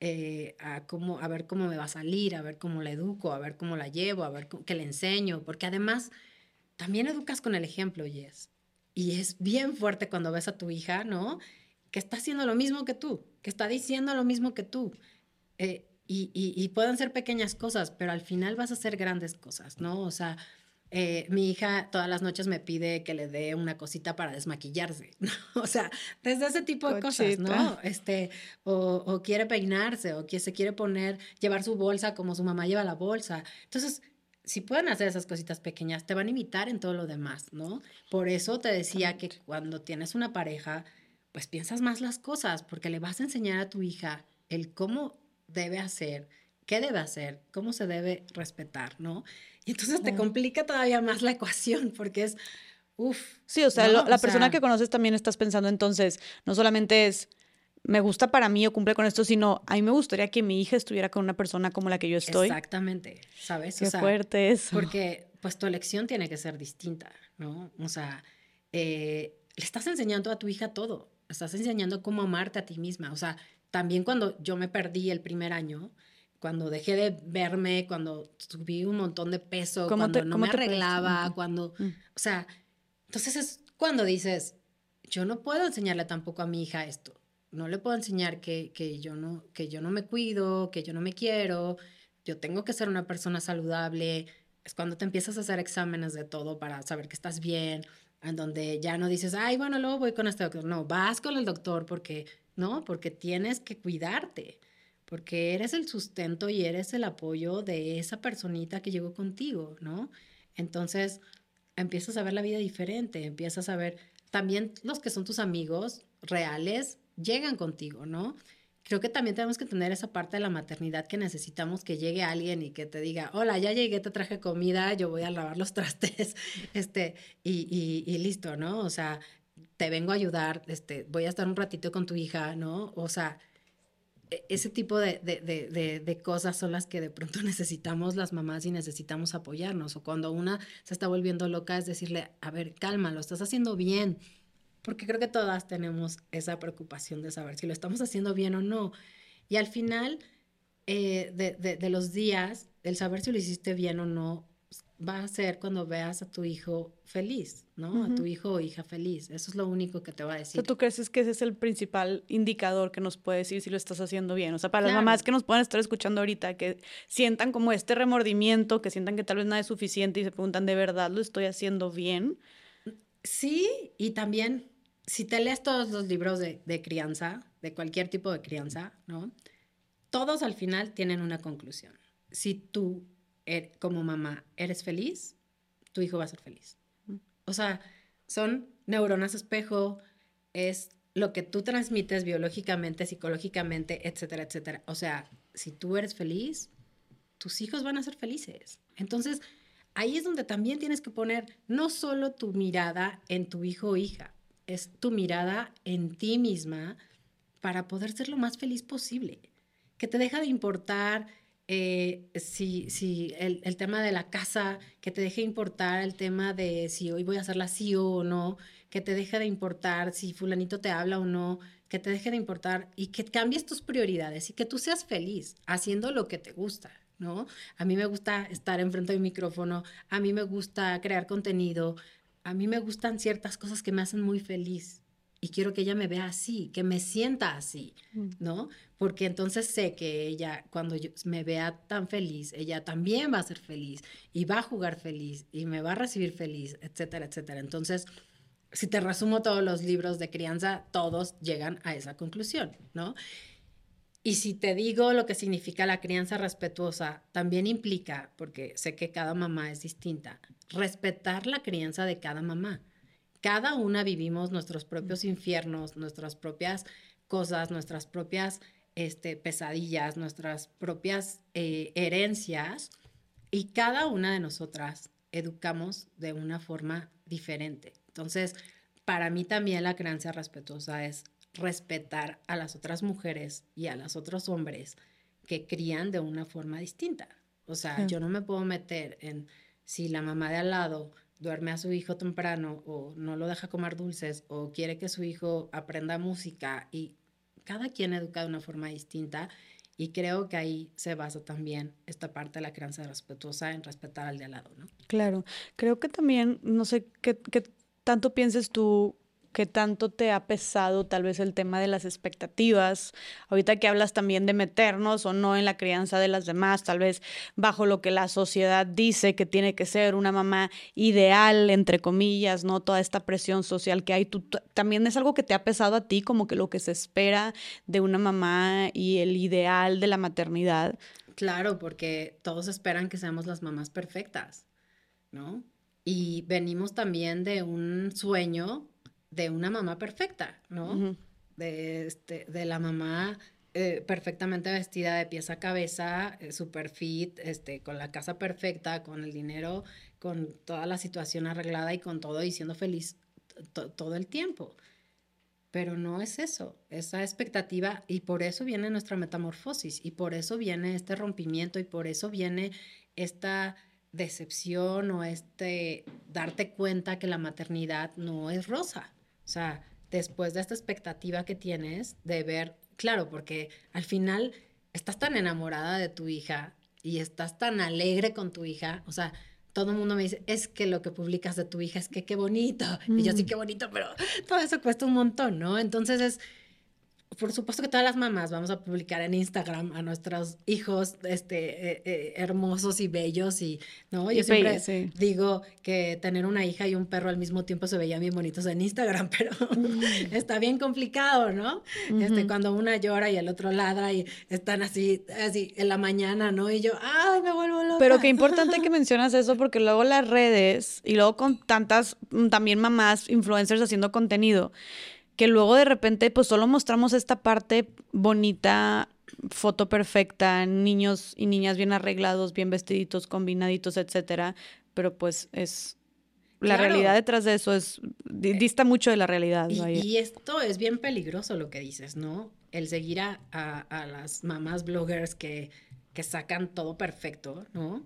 A ver cómo me va a salir, a ver cómo la educo, a ver cómo la llevo, a ver qué le enseño, porque además también educas con el ejemplo, Jess. Y es bien fuerte cuando ves a tu hija, ¿no? Que está haciendo lo mismo que tú, que está diciendo lo mismo que tú. Y pueden ser pequeñas cosas, pero al final vas a hacer grandes cosas, ¿no? O sea, mi hija todas las noches me pide que le dé una cosita para desmaquillarse, ¿no? O sea, desde ese tipo de cosas, Cochita. ¿no? O quiere peinarse, o que se quiere llevar su bolsa como su mamá lleva la bolsa. Entonces, si pueden hacer esas cositas pequeñas, te van a imitar en todo lo demás, ¿no? Por eso te decía que Totalmente. cuando tienes una pareja, pues piensas más las cosas, porque le vas a enseñar a tu hija el cómo debe hacer, qué debe hacer, cómo se debe respetar, ¿no? Y entonces te Claro. complica todavía más la ecuación porque es, uff, Sí, o sea, ¿no? O la persona que sea, conoces también estás pensando entonces, no solamente es me gusta para mí o cumple con esto, sino a mí me gustaría que mi hija estuviera con una persona como la que yo estoy. exactamente, ¿sabes? O Qué sea, fuerte eso. porque pues tu elección tiene que ser distinta, ¿no? O sea, le estás enseñando a tu hija todo, le estás enseñando cómo amarte a ti misma. O sea, también cuando yo me perdí el primer año, cuando dejé de verme, cuando subí un montón de peso, cuando no me Cómo te perdiste? arreglaba, Ok. Mm. o sea, entonces es cuando dices, yo no puedo enseñarle tampoco a mi hija esto. No le puedo enseñar que yo no me cuido, que yo no me quiero, yo tengo que ser una persona saludable. Es cuando te empiezas a hacer exámenes de todo para saber que estás bien, en donde ya no dices, ay, bueno, luego voy con este doctor. No, vas con el doctor porque, no, porque tienes que cuidarte, porque eres el sustento y eres el apoyo de esa personita que llegó contigo, ¿no? Entonces, empiezas a ver la vida diferente, empiezas a ver también los que son tus amigos reales llegan contigo, ¿no? creo que también tenemos que tener esa parte de la maternidad que necesitamos que llegue alguien y que te diga, hola, ya llegué, te traje comida, yo voy a lavar los trastes, y listo, ¿no? O sea, te vengo a ayudar, voy a estar un ratito con tu hija, ¿no? O sea, ese tipo de cosas son las que de pronto necesitamos las mamás y necesitamos apoyarnos. O cuando una se está volviendo loca es decirle, a ver, calma, lo estás haciendo bien. Porque creo que todas tenemos esa preocupación de saber si lo estamos haciendo bien o no. Y al final de los días, el saber si lo hiciste bien o no va a ser cuando veas a tu hijo feliz, ¿no? A tu hijo o hija feliz. Eso es lo único que te va a O decir. sea, ¿tú crees que ese es el principal indicador que nos puede decir si lo estás haciendo bien? O sea, para las Claro. mamás que nos puedan estar escuchando ahorita, que sientan como este remordimiento, que sientan que tal vez nada es suficiente y se preguntan, ¿de verdad lo estoy haciendo bien? Sí, y también, si te lees todos los libros de crianza, de cualquier tipo de crianza, ¿no? Todos al final tienen una conclusión. Si tú, como mamá, eres feliz, tu hijo va a ser feliz. O sea, son neuronas espejo, es lo que tú transmites biológicamente, psicológicamente, etcétera, etcétera. O sea, si tú eres feliz, tus hijos van a ser felices. Entonces, ahí es donde también tienes que poner no solo tu mirada en tu hijo o hija, es tu mirada en ti misma para poder ser lo más feliz posible. Que te deja de importar si el tema de la casa, que te deje de importar el tema de si hoy voy a hacerla sí o no, que te deje de importar si fulanito te habla o no, que te deje de importar y que cambies tus prioridades y que tú seas feliz haciendo lo que te gusta, ¿no? A mí me gusta estar enfrente del micrófono, a mí me gusta crear contenido, a mí me gustan ciertas cosas que me hacen muy feliz y quiero que ella me vea así, que me sienta así, ¿no? Porque entonces sé que ella, cuando me vea tan feliz, ella también va a ser feliz y va a jugar feliz y me va a recibir feliz, etcétera, etcétera. Entonces, si te resumo todos los libros de crianza, todos llegan a esa conclusión, ¿no? Y si te digo lo que significa la crianza respetuosa, también implica, porque sé que cada mamá es distinta, respetar la crianza de cada mamá. Cada una vivimos nuestros propios infiernos, nuestras propias cosas, nuestras propias pesadillas, nuestras propias herencias, y cada una de nosotras educamos de una forma diferente. Entonces, para mí también la crianza respetuosa es respetar a las otras mujeres y a los otros hombres que crían de una forma distinta. O sea, yo no me puedo meter en si la mamá de al lado duerme a su hijo temprano o no lo deja comer dulces o quiere que su hijo aprenda música, y cada quien educa de una forma distinta, y creo que ahí se basa también esta parte de la crianza respetuosa en respetar al de al lado, ¿no? Claro, creo que también, no sé qué tanto pienses tú, qué tanto te ha pesado tal vez el tema de las expectativas, ahorita que hablas también de meternos o no en la crianza de las demás, tal vez bajo lo que la sociedad dice que tiene que ser una mamá ideal, entre comillas, ¿no? Toda esta presión social que hay, también es algo que te ha pesado a ti, como que lo que se espera de una mamá y el ideal de la maternidad. Claro, porque todos esperan que seamos las mamás perfectas, ¿no? Y venimos también de un sueño de una mamá perfecta, ¿no? De la mamá perfectamente vestida de pies a cabeza, super fit, con la casa perfecta, con el dinero, con toda la situación arreglada y con todo y siendo feliz todo el tiempo. Pero no es eso, esa expectativa, y por eso viene nuestra metamorfosis, y por eso viene este rompimiento, y por eso viene esta decepción o darte cuenta que la maternidad no es rosa. O sea, después de esta expectativa que tienes de ver, claro, porque al final estás tan enamorada de tu hija y estás tan alegre con tu hija, o sea, todo el mundo me dice, es que lo que publicas de tu hija es que qué bonito. Y yo sí, qué bonito, pero todo eso cuesta un montón, ¿no? Entonces por supuesto que todas las mamás vamos a publicar en Instagram a nuestros hijos hermosos y bellos, y no, yo siempre digo que tener una hija y un perro al mismo tiempo se veían bien bonitos en Instagram, pero está bien complicado, ¿no? Cuando una llora y el otro ladra y están así en la mañana, ¿no? Y yo, ¡ay, me vuelvo loca! Pero qué importante que mencionas eso, porque luego las redes y luego con tantas también mamás, influencers haciendo contenido, que luego de repente pues solo mostramos esta parte bonita, foto perfecta, niños y niñas bien arreglados, bien vestiditos, combinaditos, etcétera, pero pues es... La realidad Claro. detrás de eso es, dista mucho de la realidad, vaya. Y esto es bien peligroso lo que dices, ¿no? El seguir a las mamás bloggers que sacan todo perfecto, ¿no?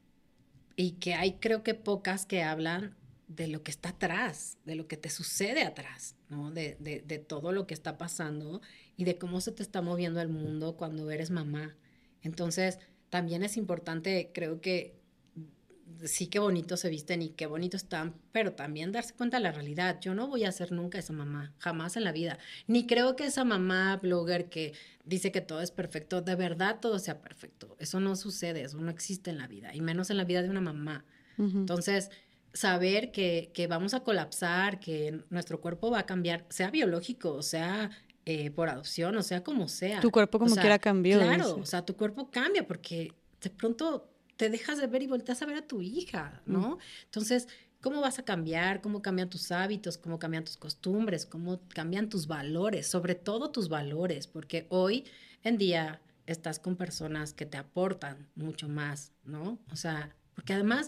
Y que hay creo que pocas que hablan de lo que está atrás, de lo que te sucede atrás, ¿no? De todo lo que está pasando y de cómo se te está moviendo el mundo cuando eres mamá. Entonces, también es importante, creo que sí qué bonito se visten y qué bonito están, pero también darse cuenta de la realidad. Yo no voy a ser nunca esa mamá, jamás en la vida. Ni creo que esa mamá blogger que dice que todo es perfecto, de verdad todo sea perfecto. Eso no sucede, eso no existe en la vida, y menos en la vida de una mamá. Entonces, saber que vamos a colapsar, que nuestro cuerpo va a cambiar, sea biológico, sea por adopción, o sea como Tu sea. cuerpo O como quiera sea, cambió, claro, dice. o sea, tu cuerpo cambia porque de pronto te dejas de ver y volteas a ver a tu hija, Mm. ¿no? Entonces, ¿cómo vas a cambiar? ¿Cómo cambian tus hábitos? ¿Cómo cambian tus costumbres? ¿Cómo cambian tus valores? Sobre todo tus valores, porque hoy en día estás con personas que te aportan mucho más, ¿no? O sea, porque además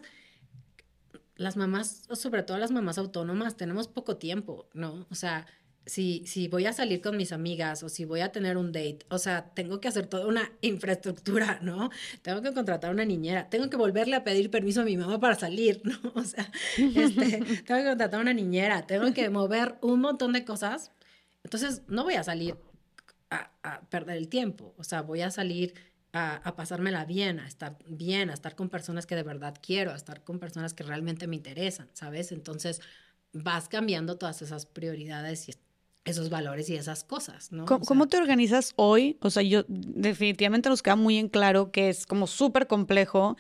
las mamás, sobre todo las mamás autónomas, tenemos poco tiempo, ¿no? O sea, si voy a salir con mis amigas o si voy a tener un date, o sea, tengo que hacer toda una infraestructura, ¿no? Tengo que contratar una niñera, tengo que volverle a pedir permiso a mi mamá para salir, ¿no? O sea, tengo que contratar una niñera, tengo que mover un montón de cosas. Entonces, no voy a salir a perder el tiempo, o sea, voy a salir pasármela bien, a estar con personas que de verdad quiero, a estar con personas que realmente me interesan, ¿sabes? Entonces vas cambiando todas esas prioridades y esos valores y esas cosas, ¿no? ¿Cómo, O cómo sea, te organizas hoy? O sea, yo definitivamente nos queda muy en claro que es como súper complejo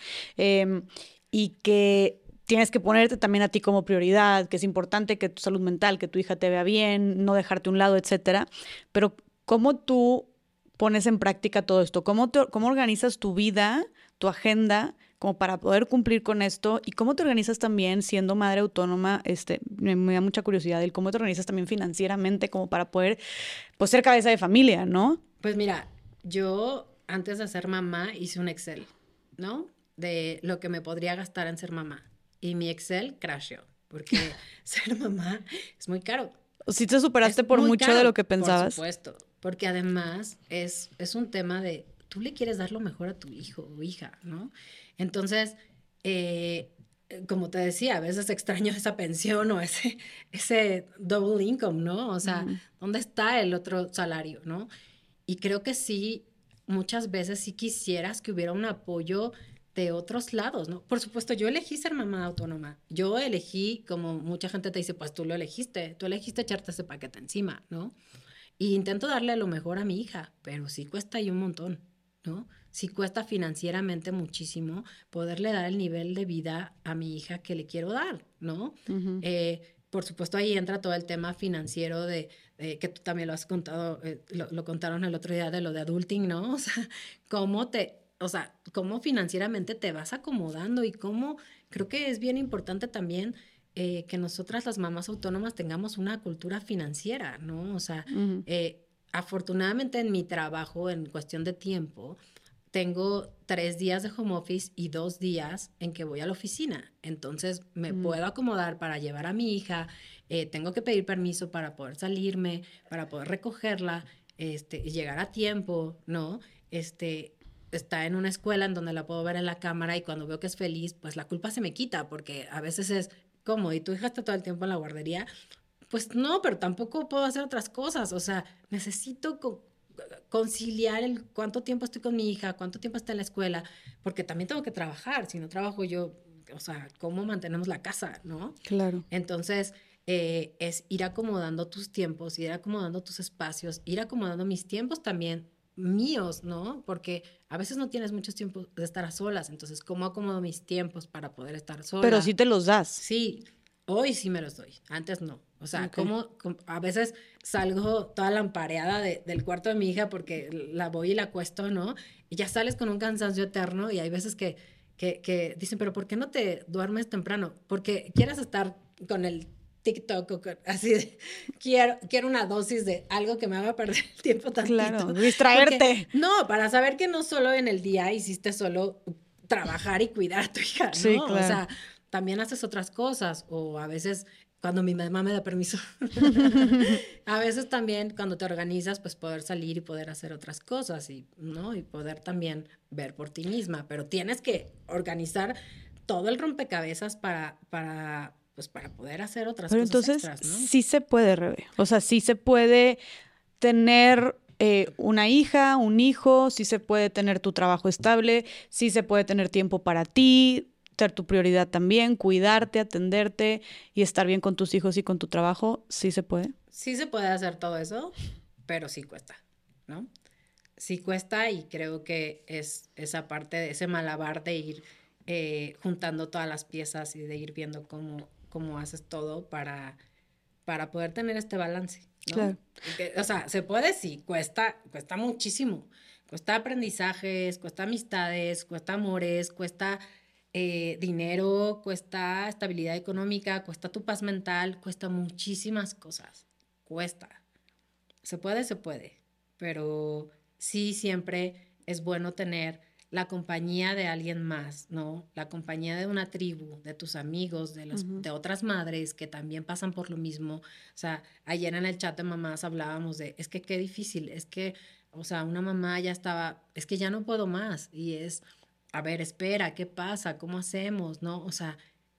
y que tienes que ponerte también a ti como prioridad, que es importante que tu salud mental, que tu hija te vea bien, no dejarte a un lado, etcétera. Pero ¿cómo tú pones en práctica todo esto? ¿Cómo organizas tu vida, tu agenda, como para poder cumplir con esto? ¿Y cómo te organizas también siendo madre autónoma? Me da mucha curiosidad el cómo te organizas también financieramente como para poder pues ser cabeza de familia, ¿no? pues mira, yo antes de ser mamá hice un Excel, ¿no? De lo que me podría gastar en ser mamá. Y mi Excel crasheó, porque ser mamá es muy caro. Si te superaste Es por muy mucho de lo caro, que por pensabas. supuesto, porque además es un tema de, tú le quieres dar lo mejor a tu hijo o hija, ¿no? Entonces, eh, como te decía, a veces extraño esa pensión o ese double income, ¿no? O sea, Ujú. ¿dónde está el otro salario, ¿no? Y creo que sí, muchas veces sí quisieras que hubiera un apoyo de otros lados, ¿no? Por supuesto, yo elegí ser mamá autónoma. Yo elegí, como mucha gente te dice, pues tú elegiste echarte ese paquete encima, ¿no? Y intento darle lo mejor a mi hija, pero sí cuesta ahí un montón, ¿no? Sí cuesta financieramente muchísimo poderle dar el nivel de vida a mi hija que le quiero dar, ¿no? Ujú. Por supuesto, ahí entra todo el tema financiero que tú también lo has contado, lo contaron el otro día de lo de adulting, ¿no? O sea, cómo financieramente te vas acomodando y cómo creo que es bien importante también que nosotras las mamás autónomas tengamos una cultura financiera, ¿no? O sea, Ujú. afortunadamente en mi trabajo, en cuestión de tiempo, tengo 3 días de home office y 2 días en que voy a la oficina. Entonces me Ujú. puedo acomodar para llevar a mi hija, tengo que pedir permiso para poder salirme, para poder recogerla, y llegar a tiempo, ¿no? Está en una escuela en donde la puedo ver en la cámara y cuando veo que es feliz, pues la culpa se me quita porque a veces es como, y tu hija está todo el tiempo en la guardería, pues no, pero tampoco puedo hacer otras cosas, o sea, necesito conciliar el cuánto tiempo estoy con mi hija, cuánto tiempo está en la escuela, porque también tengo que trabajar, si no trabajo yo, o sea, ¿cómo mantenemos la casa, no? Claro. Entonces, es ir acomodando tus tiempos, ir acomodando tus espacios, ir acomodando mis tiempos también míos, ¿no? Porque a veces no tienes mucho tiempo de estar a solas, entonces, ¿cómo acomodo mis tiempos para poder estar Pero sola? sí te los das. Sí, hoy sí me los doy, antes no. O sea, Ok. a veces salgo toda lampareada del cuarto de mi hija porque la voy y la acuesto, ¿no? Y ya sales con un cansancio eterno y hay veces que dicen, pero ¿por qué no te duermes temprano? Porque quieres estar con el TikTok o así de, quiero una dosis de algo que me haga perder el tiempo tantito. Claro, distraerte. Porque, no, para saber que no solo en el día hiciste solo trabajar y cuidar a tu hija, ¿no? Sí, claro. O sea, también haces otras cosas o a veces cuando mi mamá me da permiso. A veces también cuando te organizas, pues poder salir y poder hacer otras cosas y, ¿no? Y poder también ver por ti misma, pero tienes que organizar todo el rompecabezas pues para poder hacer otras Pero cosas entonces extras, ¿no? sí se puede, Rebe. O sea, sí se puede tener una hija, un hijo, sí se puede tener tu trabajo estable, sí se puede tener tiempo para ti, ser tu prioridad también, cuidarte, atenderte y estar bien con tus hijos y con tu trabajo, sí se puede. Sí se puede hacer todo eso, pero sí cuesta, ¿no? Sí cuesta y creo que es esa parte de ese malabar de ir juntando todas las piezas y de ir viendo cómo haces todo para poder tener este balance, ¿no? Claro. O sea, se puede, sí, cuesta muchísimo. Cuesta aprendizajes, cuesta amistades, cuesta amores, cuesta dinero, cuesta estabilidad económica, cuesta tu paz mental, cuesta muchísimas cosas. Cuesta. Se puede, pero sí siempre es bueno tener la compañía de alguien más, ¿no? La compañía de una tribu, de tus amigos, de otras madres que también pasan por lo mismo. O sea, ayer en el chat de mamás hablábamos de, es que qué difícil, es que, o sea, una mamá ya estaba, es que ya no puedo más. Y es, a ver, espera, ¿qué pasa? ¿Cómo hacemos? ¿No? O sea,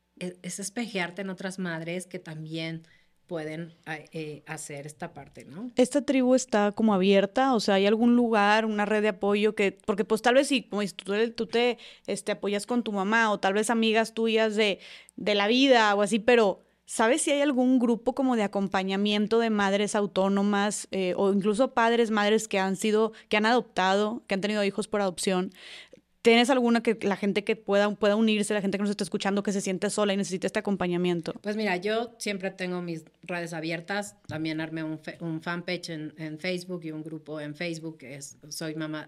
es espejearte en otras madres que también pueden hacer esta parte, ¿no? ¿Esta tribu está como abierta? O sea, ¿hay algún lugar, una red de apoyo que, porque pues tal vez si, como dices, tú te apoyas con tu mamá o tal vez amigas tuyas de la vida o así, pero ¿sabes si hay algún grupo como de acompañamiento de madres autónomas o incluso padres, madres que han sido, que han adoptado, que han tenido hijos por adopción? ¿Tienes alguna que la gente que pueda unirse, la gente que nos está escuchando que se siente sola y necesita este acompañamiento? Pues mira, yo siempre tengo mis redes abiertas. También armé un fanpage en Facebook y un grupo en Facebook que es Soy Mamá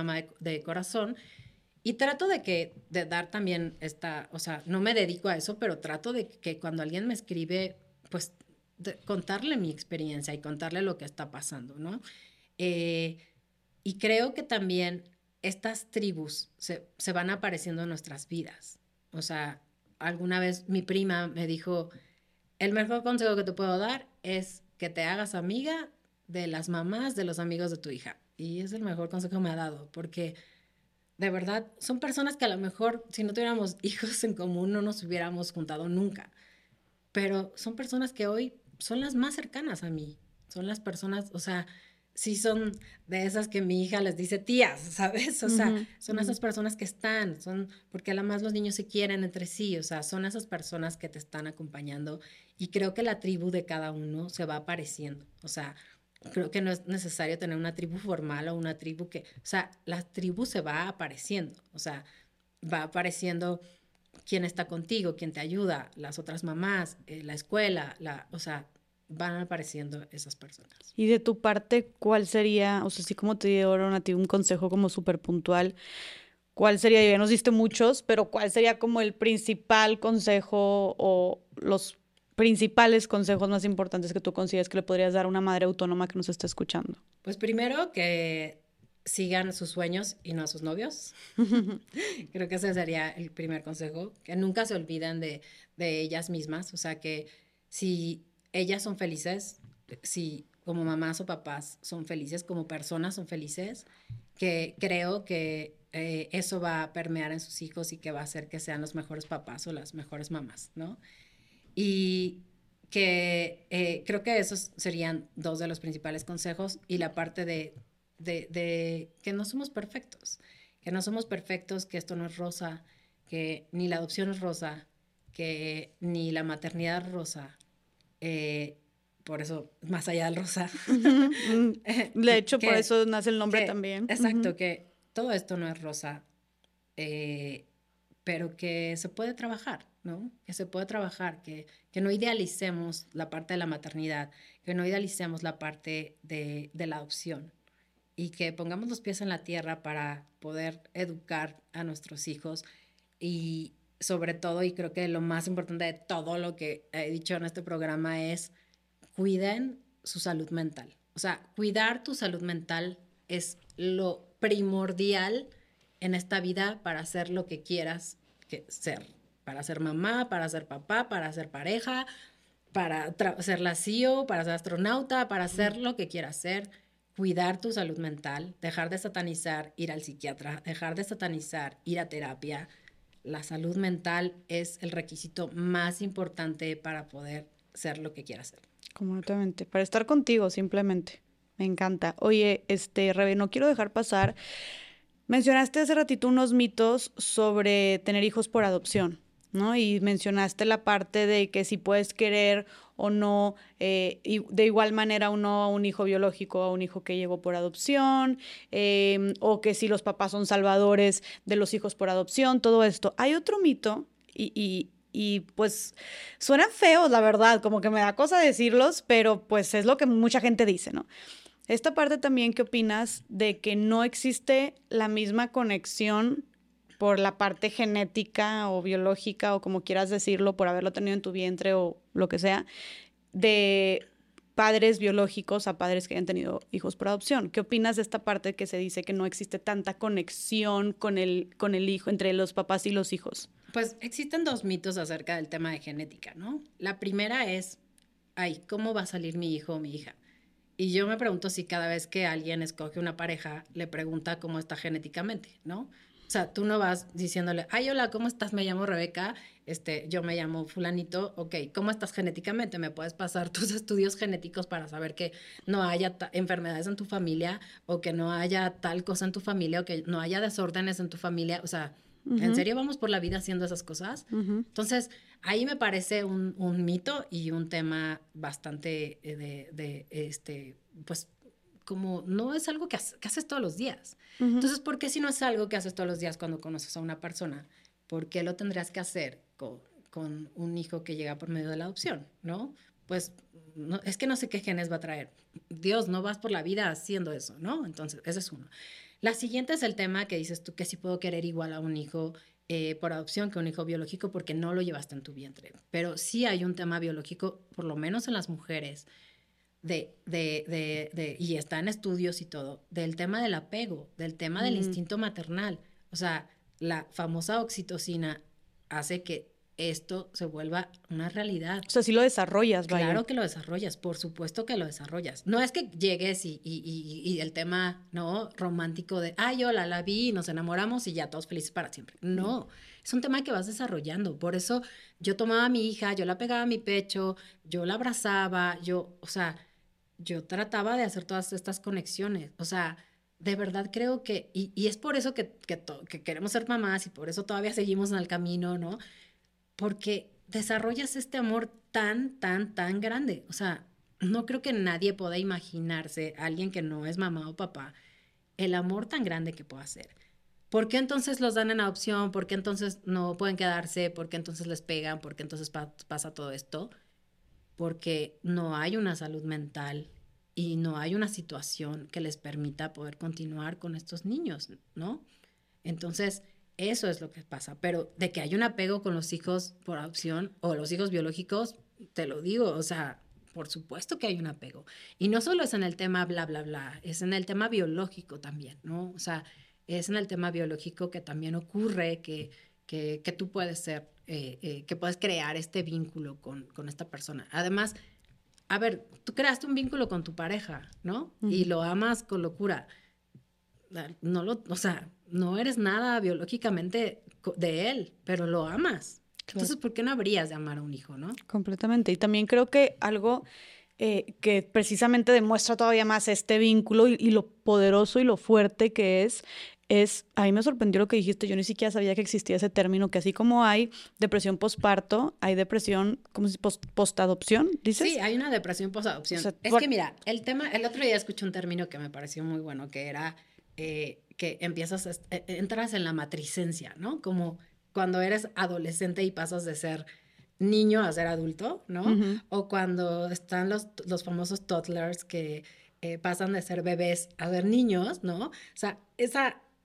de Corazón. Y trato de dar también o sea, no me dedico a eso, pero trato de que cuando alguien me escribe, pues contarle mi experiencia y contarle lo que está pasando, ¿no? Eh, y creo que también estas tribus se van apareciendo en nuestras vidas. O sea, alguna vez mi prima me dijo, el mejor consejo que te puedo dar es que te hagas amiga de las mamás de los amigos de tu hija. Y es el mejor consejo que me ha dado, porque de verdad son personas que a lo mejor si no tuviéramos hijos en común no nos hubiéramos juntado nunca. Pero son personas que hoy son las más cercanas a mí. Son las personas, o sea, sí son de esas que mi hija les dice tías, ¿sabes? O sea, son esas personas que están, porque además los niños se quieren entre sí, o sea, son esas personas que te están acompañando y creo que la tribu de cada uno se va apareciendo, o sea, creo que no es necesario tener una tribu formal o una tribu o sea, la tribu se va apareciendo, o sea, va apareciendo quién está contigo, quién te ayuda, las otras mamás, la escuela, o sea, van apareciendo esas personas. Y de tu parte, ¿cuál sería, o sea, así como te dieron a ti un consejo como súper puntual, cuál sería, ya nos diste muchos, pero cuál sería como el principal consejo o los principales consejos más importantes que tú consideras que le podrías dar a una madre autónoma que nos está escuchando? Pues primero que sigan sus sueños y no a sus novios. Creo que ese sería el primer consejo, que nunca se olviden de ellas mismas, o sea que si ellas son felices, si como mamás o papás son felices, como personas son felices, que creo que eso va a permear en sus hijos y que va a hacer que sean los mejores papás o las mejores mamás, ¿no? Y que creo que esos serían dos de los principales consejos y la parte de que no somos perfectos, que esto no es rosa, que ni la adopción es rosa, que ni la maternidad es rosa, por eso, más allá del rosa. De hecho, por eso nace el nombre también. Exacto, que todo esto no es rosa, pero que se puede trabajar, ¿no? Que se puede trabajar, que no idealicemos la parte de la maternidad, que no idealicemos la parte de la adopción y que pongamos los pies en la tierra para poder educar a nuestros hijos y sobre todo, y creo que lo más importante de todo lo que he dicho en este programa es cuiden su salud mental. O sea, cuidar tu salud mental es lo primordial en esta vida para hacer lo que quieras ser. Para ser mamá, para ser papá, para ser pareja, para ser la CEO, para ser astronauta, para hacer lo que quieras hacer. Cuidar tu salud mental, dejar de satanizar, ir al psiquiatra, dejar de satanizar, ir a terapia. La salud mental es el requisito más importante para poder ser lo que quieras ser. Completamente. Para estar contigo, simplemente. Me encanta. Oye, Rebe, no quiero dejar pasar. Mencionaste hace ratito unos mitos sobre tener hijos por adopción, ¿no? Y mencionaste la parte de que si puedes querer o no, y de igual manera uno a un hijo biológico, a un hijo que llegó por adopción, o que si los papás son salvadores de los hijos por adopción, todo esto. Hay otro mito y pues suenan feos, la verdad, como que me da cosa decirlos, pero pues es lo que mucha gente dice, ¿no? Esta parte también, ¿qué opinas de que no existe la misma conexión por la parte genética o biológica o como quieras decirlo, por haberlo tenido en tu vientre o lo que sea, de padres biológicos a padres que hayan tenido hijos por adopción? ¿Qué opinas de esta parte que se dice que no existe tanta conexión con el hijo, entre los papás y los hijos? Pues existen dos mitos acerca del tema de genética, ¿no? La primera es, ay, ¿cómo va a salir mi hijo o mi hija? Y yo me pregunto si cada vez que alguien escoge una pareja, le pregunta cómo está genéticamente, ¿no? O sea, tú no vas diciéndole, ay, hola, ¿cómo estás? Me llamo Rebeca, yo me llamo fulanito, ok, ¿cómo estás genéticamente? ¿Me puedes pasar tus estudios genéticos para saber que no haya enfermedades en tu familia o que no haya tal cosa en tu familia o que no haya desórdenes en tu familia? O sea, ¿en serio vamos por la vida haciendo esas cosas? Entonces, ahí me parece un mito y un tema bastante pues, como no es algo que haces todos los días. Entonces, ¿por qué si no es algo que haces todos los días cuando conoces a una persona? ¿Por qué lo tendrías que hacer con un hijo que llega por medio de la adopción, no? Pues no, es que no sé qué genes va a traer. Dios, no vas por la vida haciendo eso, ¿no? Entonces, ese es uno. La siguiente es el tema que dices tú, que sí puedo querer igual a un hijo por adopción que un hijo biológico porque no lo llevaste en tu vientre. Pero sí hay un tema biológico, por lo menos en las mujeres, y está en estudios y todo, del tema del apego, del tema del instinto maternal. O sea, la famosa oxitocina hace que esto se vuelva una realidad. O sea, sí lo desarrollas, vaya. Claro que lo desarrollas, por supuesto que lo desarrollas. No es que llegues y el tema, ¿no? Romántico de, ay, hola, la vi, nos enamoramos y ya todos felices para siempre. No, es un tema que vas desarrollando. Por eso yo tomaba a mi hija, yo la pegaba a mi pecho, yo la abrazaba, o sea, yo trataba de hacer todas estas conexiones. O sea, de verdad creo que, y es por eso que queremos ser mamás y por eso todavía seguimos en el camino, ¿no? Porque desarrollas este amor tan, tan, tan grande. O sea, no creo que nadie pueda imaginarse, alguien que no es mamá o papá, el amor tan grande que pueda hacer. ¿Por qué entonces los dan en adopción? ¿Por qué entonces no pueden quedarse? ¿Por qué entonces les pegan? ¿Por qué entonces pasa todo esto? Porque no hay una salud mental y no hay una situación que les permita poder continuar con estos niños, ¿no? Entonces, eso es lo que pasa, pero de que hay un apego con los hijos por adopción o los hijos biológicos, te lo digo, o sea, por supuesto que hay un apego. Y no solo es en el tema bla, bla, bla, es en el tema biológico también, ¿no? O sea, es en el tema biológico que también ocurre que tú puedes ser, que puedes crear este vínculo con esta persona. Además, a ver, tú creaste un vínculo con tu pareja, ¿no? Y lo amas con locura. O sea, no eres nada biológicamente de él, pero lo amas. Claro. Entonces, ¿por qué no habrías de amar a un hijo, no? Completamente. Y también creo que algo que precisamente demuestra todavía más este vínculo y lo poderoso y lo fuerte que a mí me sorprendió lo que dijiste, yo ni siquiera sabía que existía ese término, que así como hay depresión postparto, hay depresión, ¿cómo se dice? Postadopción, ¿dices? Sí, hay una depresión postadopción. O sea, que mira, el otro día escuché un término que me pareció muy bueno, que era que entras en la matricencia, ¿no? Como cuando eres adolescente y pasas de ser niño a ser adulto, ¿no? O cuando están los famosos toddlers que pasan de ser bebés a ser niños, ¿no? O sea,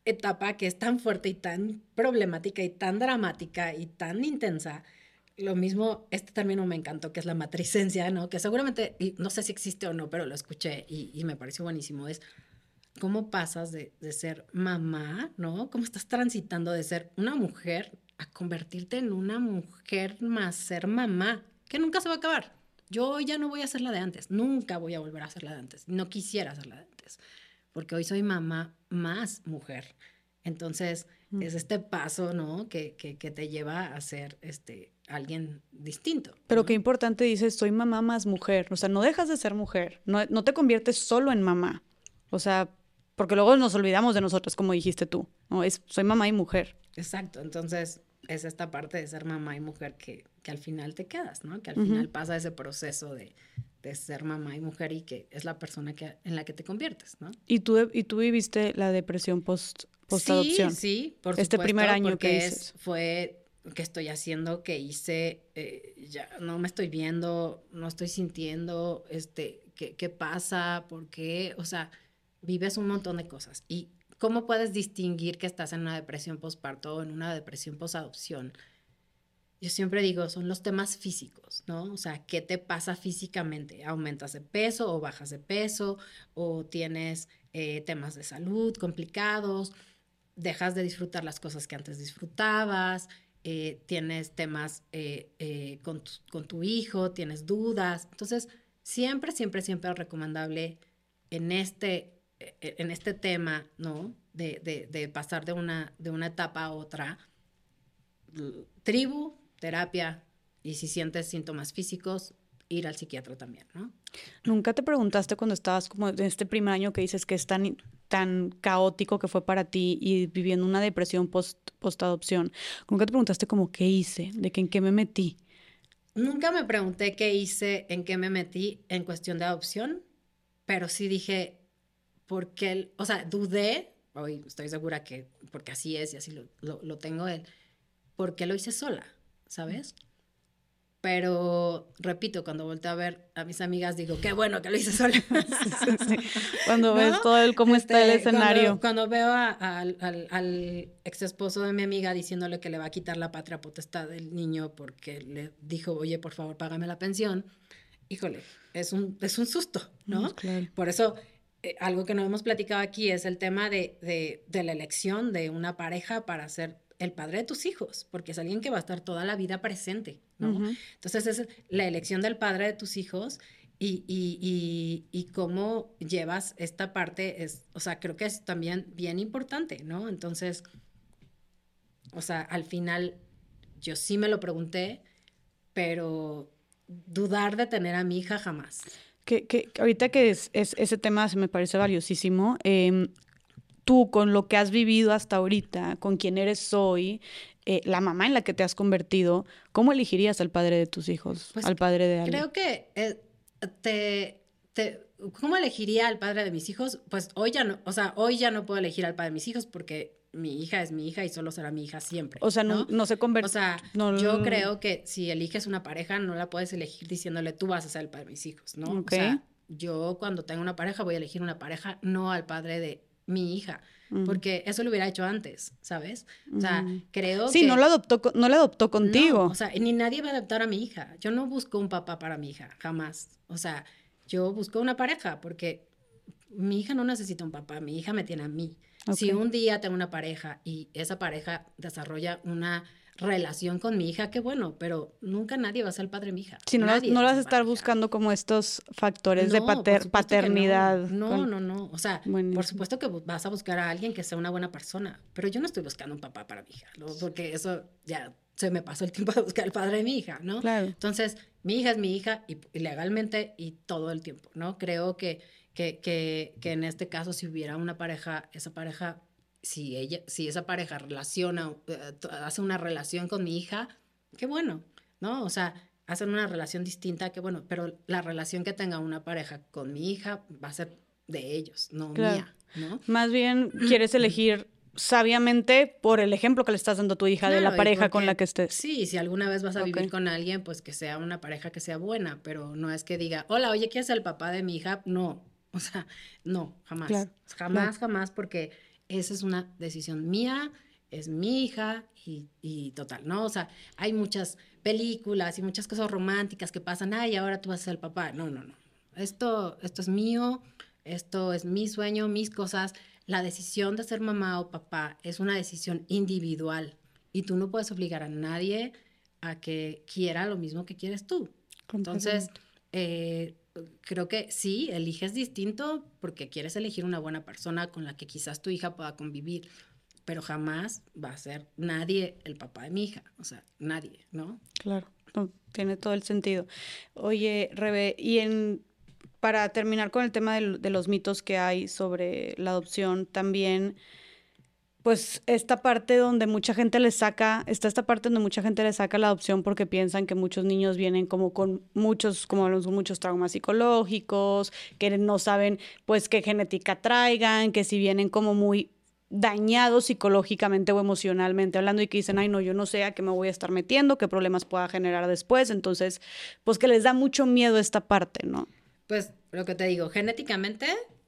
etapa que es tan fuerte y tan problemática y tan dramática y tan intensa. Lo mismo, este término me encantó, que es la matricencia, ¿no? Que seguramente, no sé si existe o no, pero lo escuché y me pareció buenísimo. Es cómo pasas de ser mamá, ¿no? Cómo estás transitando de ser una mujer a convertirte en una mujer más ser mamá, que nunca se va a acabar. Yo ya no voy a hacer la de antes, nunca voy a volver a hacer la de antes, no quisiera hacer la de antes, porque hoy soy mamá más mujer. Entonces, es este paso, ¿no? Que te lleva a ser alguien distinto, Pero ¿no? qué importante dices, soy mamá más mujer. O sea, no dejas de ser mujer, no te conviertes solo en mamá. O sea, porque luego nos olvidamos de nosotras, como dijiste tú, ¿no? Soy mamá y mujer. Exacto, entonces es esta parte de ser mamá y mujer que al final te quedas, ¿no? Que al Ujú. final pasa ese proceso de ser mamá y mujer y que es la persona en la que te conviertes, ¿no? ¿Y tú viviste la depresión Sí, post-adopción? sí, por Este primer supuesto, año que porque dices. fue que estoy haciendo, que hice, ya no me estoy viendo, no estoy sintiendo, qué pasa, por qué, o sea, vives un montón de cosas. ¿Y cómo puedes distinguir que estás en una depresión postparto o en una depresión posadopción? Yo siempre digo, son los temas físicos, ¿no? O sea, ¿qué te pasa físicamente? ¿Aumentas de peso o bajas de peso? ¿O tienes temas de salud complicados? ¿Dejas de disfrutar las cosas que antes disfrutabas? ¿Tienes temas con tu hijo? ¿Tienes dudas? Entonces, siempre, siempre, siempre es recomendable en este tema, ¿no? De pasar de una etapa a otra, tribu, terapia, y si sientes síntomas físicos, ir al psiquiatra también, ¿no? ¿Nunca te preguntaste cuando estabas como en este primer año que dices que es tan caótico que fue para ti y viviendo una depresión post-adopción? ¿Nunca te preguntaste como qué hice? ¿De que en qué me metí? Nunca me pregunté qué hice, en qué me metí en cuestión de adopción, pero sí dije, ¿por qué? O sea, dudé, hoy estoy segura que porque así es y así lo tengo él, ¿por qué lo hice sola? ¿Sabes? Pero, repito, cuando volteo a ver a mis amigas, digo, qué bueno que lo hice sola. Sí, sí, sí. Cuando ¿No? ves todo cómo está el escenario. Cuando veo al ex esposo de mi amiga diciéndole que le va a quitar la patria potestad del niño porque le dijo, oye, por favor, págame la pensión, híjole, es un susto, ¿no? Claro. Por eso, algo que no hemos platicado aquí es el tema de la elección de una pareja para ser el padre de tus hijos, porque es alguien que va a estar toda la vida presente, ¿no? Ujú. Entonces, es la elección del padre de tus hijos y cómo llevas esta parte, o sea, creo que es también bien importante, ¿no? Entonces, o sea, al final yo sí me lo pregunté, pero dudar de tener a mi hija jamás. Que ahorita que ese tema se me parece valiosísimo. Tú, con lo que has vivido hasta ahorita, con quién eres hoy, la mamá en la que te has convertido, ¿cómo elegirías al padre de tus hijos, Pues al padre de Ale? creo que ¿cómo elegiría al padre de mis hijos? Pues hoy ya no, o sea, hoy ya no puedo elegir al padre de mis hijos porque mi hija es mi hija y solo será mi hija siempre, O sea, no, ¿no? no se O convierte. sea, No, yo creo que si eliges una pareja, no la puedes elegir diciéndole tú vas a ser el padre de mis hijos, ¿no? O ok. sea, yo cuando tenga una pareja voy a elegir una pareja, no al padre de mi hija, Mm, porque eso lo hubiera hecho antes, ¿sabes? O sea, mm. creo Sí, no que la adoptó, no la adoptó no, o contigo. sea, ni nadie va a adoptar a mi hija. Yo no busco un papá para mi hija, jamás. O sea, yo busco una pareja porque mi hija no necesita un papá, mi hija me tiene a mí. Ok. Si un día tengo una pareja y esa pareja desarrolla una relación con mi hija, qué bueno, pero nunca nadie va a ser el padre de mi hija. Sí, Nadie no va a vas a ser padre estar de mi hija. buscando como estos factores de No, por supuesto que no. paternidad No, con... no, no. O sea, por Buenísimo. supuesto que vas a buscar a alguien que sea una buena persona, pero yo no estoy buscando un papá para mi hija, ¿no? Porque eso ya se me pasó el tiempo de buscar el padre de mi hija, ¿no? Claro. Entonces, mi hija es mi hija y legalmente y todo el tiempo, ¿no? Creo que en este caso, si hubiera una pareja, esa pareja, si esa pareja hace una relación con mi hija, qué bueno, ¿no? O sea, hacen una relación distinta, que bueno, pero la relación que tenga una pareja con mi hija va a ser de ellos, no Claro. mía, ¿no? Más bien quieres elegir sabiamente por el ejemplo que le estás dando a tu hija de la Claro, y pareja con la que porque estés. sí, si alguna vez vas a Ok. vivir con alguien, pues que sea una pareja que sea buena, pero no es que diga, hola, oye, ¿quién es el papá de mi hija? No, o sea, no, jamás, Claro, claro. jamás, jamás, porque esa es una decisión mía, es mi hija y total, ¿no? O sea, hay muchas películas y muchas cosas románticas que pasan, ay, ahora tú vas a ser el papá. No, no, no. Esto es mío, esto es mi sueño, mis cosas. La decisión de ser mamá o papá es una decisión individual y tú no puedes obligar a nadie a que quiera lo mismo que quieres tú. Entonces, Completamente. creo que sí, eliges distinto porque quieres elegir una buena persona con la que quizás tu hija pueda convivir, pero jamás va a ser nadie el papá de mi hija, o sea, nadie, ¿no? Claro, no, tiene todo el sentido. Oye, Rebe, para terminar con el tema de los mitos que hay sobre la adopción, también, pues esta parte donde mucha gente le saca, está esta parte donde mucha gente le saca la adopción porque piensan que muchos niños vienen como con muchos, como hablamos, con muchos traumas psicológicos, que no saben pues qué genética traigan, que si vienen como muy dañados psicológicamente o emocionalmente hablando y que dicen, ay no, yo no sé a qué me voy a estar metiendo, qué problemas pueda generar después, entonces pues que les da mucho miedo esta parte, ¿no? Pues lo que te digo, genéticamente,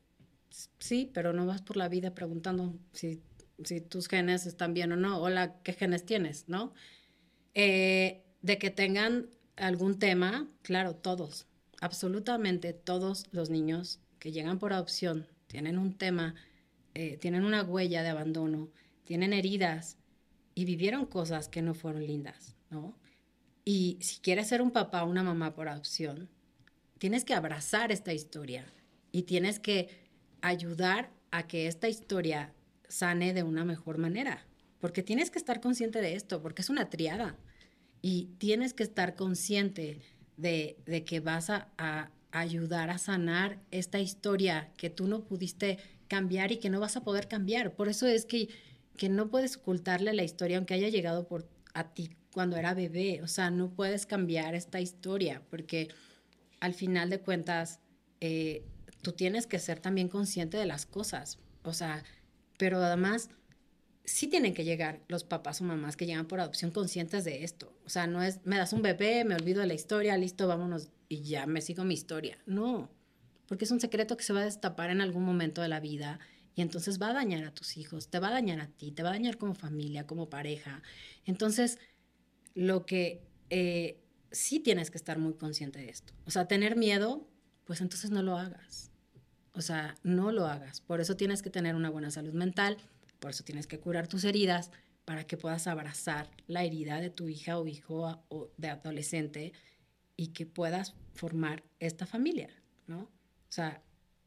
sí, pero no vas por la vida preguntando si tus genes están bien o no, hola, ¿qué genes tienes, no? De que tengan algún tema, claro, todos, absolutamente todos los niños que llegan por adopción tienen un tema, tienen una huella de abandono, tienen heridas y vivieron cosas que no fueron lindas, ¿no? Y si quieres ser un papá o una mamá por adopción, tienes que abrazar esta historia y tienes que ayudar a que esta historia sane de una mejor manera, porque tienes que estar consciente de esto, porque es una triada y tienes que estar consciente de que vas a ayudar a sanar esta historia que tú no pudiste cambiar y que no vas a poder cambiar. Por eso es que no puedes ocultarle la historia aunque haya llegado por a ti cuando era bebé. O sea, no puedes cambiar esta historia porque al final de cuentas tú tienes que ser también consciente de las cosas. O sea, pero además sí tienen que llegar los papás o mamás que llegan por adopción conscientes de esto. O sea, no es, me das un bebé, me olvido de la historia, listo, vámonos y ya me sigo mi historia. No, porque es un secreto que se va a destapar en algún momento de la vida y entonces va a dañar a tus hijos, te va a dañar a ti, te va a dañar como familia, como pareja. Entonces, lo que sí tienes que estar muy consciente de esto. O sea, tener miedo, pues entonces no lo hagas. O sea, no lo hagas. Por eso tienes que tener una buena salud mental, por eso tienes que curar tus heridas para que puedas abrazar la herida de tu hija o hijo o de adolescente y que puedas formar esta familia, ¿no? O sea,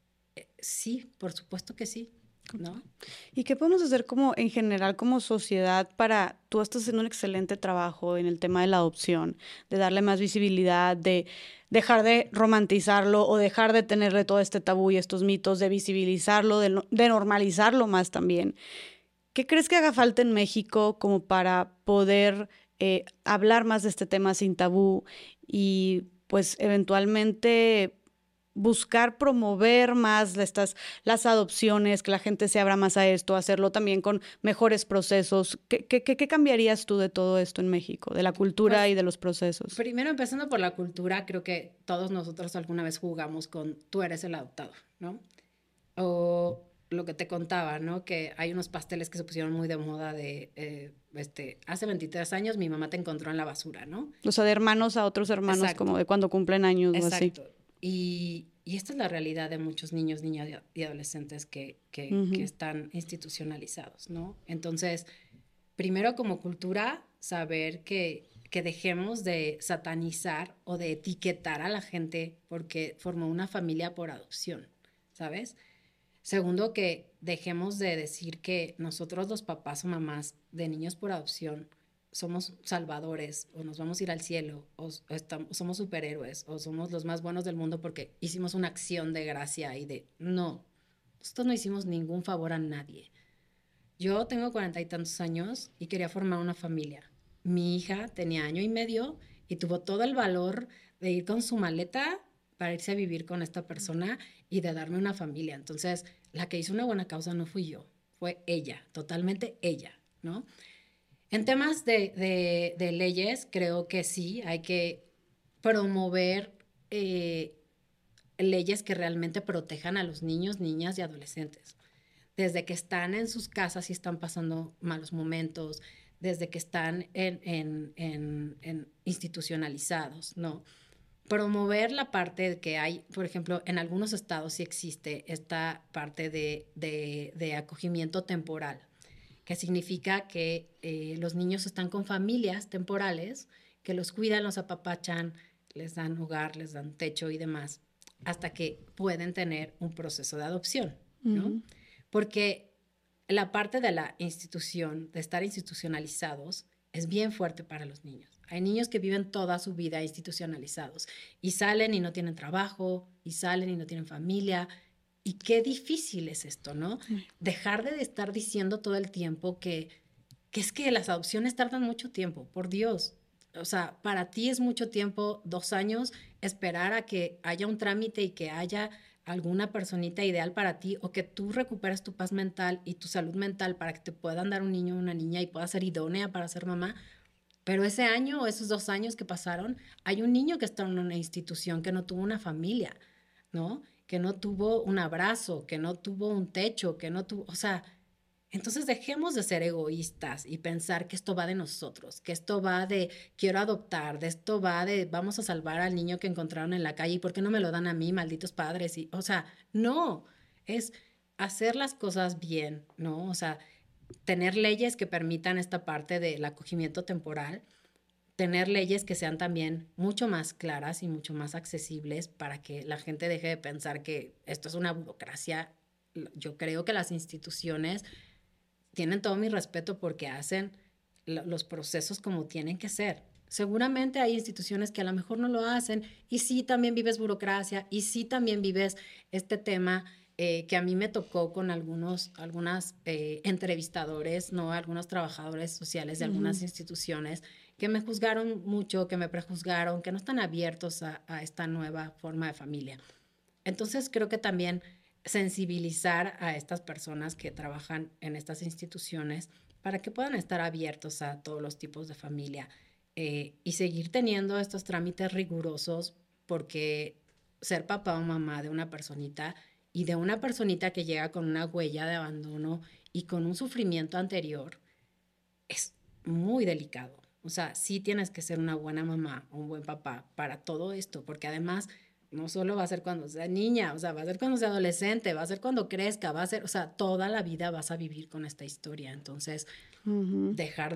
sí, por supuesto que sí, ¿no? ¿Y qué podemos hacer como en general como sociedad para, tú estás haciendo un excelente trabajo en el tema de la adopción, de darle más visibilidad, de dejar de romantizarlo o dejar de tenerle todo este tabú y estos mitos, de visibilizarlo, de normalizarlo más también? ¿Qué crees que haga falta en México como para poder hablar más de este tema sin tabú y pues eventualmente buscar promover más las adopciones, que la gente se abra más a esto, hacerlo también con mejores procesos? ¿Qué cambiarías tú de todo esto en México, de la cultura y Pues de los procesos? primero empezando por la cultura, creo que todos nosotros alguna vez jugamos con tú eres el adoptado, ¿no? O lo que te contaba, ¿no? Que hay unos pasteles que se pusieron muy de moda de, hace 23 años mi mamá te encontró en la basura, ¿no? O sea, de hermanos a otros hermanos, como Exacto, de cuando cumplen años o así. exacto. Y esta es la realidad de muchos niños, niñas y adolescentes que Ujú. están institucionalizados, ¿no? Entonces, primero como cultura, saber que dejemos de satanizar o de etiquetar a la gente porque formó una familia por adopción, ¿sabes? Segundo, que dejemos de decir que nosotros los papás o mamás de niños por adopción somos salvadores o nos vamos a ir al cielo o estamos, somos superhéroes o somos los más buenos del mundo porque hicimos una acción de gracia y de... No, nosotros no hicimos ningún favor a nadie. Yo tengo 40 y tantos años y quería formar una familia. Mi hija tenía año y medio y tuvo todo el valor de ir con su maleta para irse a vivir con esta persona y de darme una familia. Entonces, la que hizo una buena causa no fui yo, fue ella, totalmente ella, ¿no? En temas de leyes, creo que sí, hay que promover leyes que realmente protejan a los niños, niñas y adolescentes. desde que están en sus casas y están pasando malos momentos, desde que están en institucionalizados, ¿no? Promover la parte de que hay, por ejemplo, en algunos estados sí existe esta parte de acogimiento temporal, que significa que los niños están con familias temporales que los cuidan, los apapachan, les dan hogar, les dan techo y demás, hasta que pueden tener un proceso de adopción, ¿no? Porque la parte de la institución, de estar institucionalizados, es bien fuerte para los niños. Hay niños que viven toda su vida institucionalizados y salen y no tienen trabajo, y salen y no tienen familia. Y qué difícil es esto, ¿no? Dejar de estar diciendo todo el tiempo que es que las adopciones tardan mucho tiempo, por Dios. O sea, para ti es mucho tiempo, 2 años, esperar a que haya un trámite y que haya alguna personita ideal para ti, o que tú recuperes tu paz mental y tu salud mental para que te puedan dar un niño o una niña y puedas ser idónea para ser mamá. Pero ese año o esos 2 años que pasaron, hay un niño que está en una institución, que no tuvo una familia, ¿no? Que no tuvo un abrazo, que no tuvo un techo, que no tuvo, o sea, entonces dejemos de ser egoístas y pensar que esto va de nosotros, que esto va de quiero adoptar, de esto va de vamos a salvar al niño que encontraron en la calle y por qué no me lo dan a mí, malditos padres. Y, o sea, no, es hacer las cosas bien, ¿no? O sea, tener leyes que permitan esta parte del acogimiento temporal, tener leyes que sean también mucho más claras y mucho más accesibles para que la gente deje de pensar que esto es una burocracia. Yo creo que las instituciones tienen todo mi respeto porque hacen los procesos como tienen que ser. Seguramente hay instituciones que a lo mejor no lo hacen y sí también vives burocracia y sí también vives este tema que a mí me tocó con algunos entrevistadores, ¿no? Algunos trabajadores sociales de algunas instituciones que me juzgaron mucho, que me prejuzgaron, que no están abiertos a esta nueva forma de familia. Entonces creo que también sensibilizar a estas personas que trabajan en estas instituciones para que puedan estar abiertos a todos los tipos de familia y seguir teniendo estos trámites rigurosos, porque ser papá o mamá de una personita y de una personita que llega con una huella de abandono y con un sufrimiento anterior es muy delicado. O sea, sí tienes que ser una buena mamá o un buen papá para todo esto, porque además no solo va a ser cuando sea niña, o sea, va a ser cuando sea adolescente, va a ser cuando crezca, va a ser, o sea, toda la vida vas a vivir con esta historia. Entonces, dejar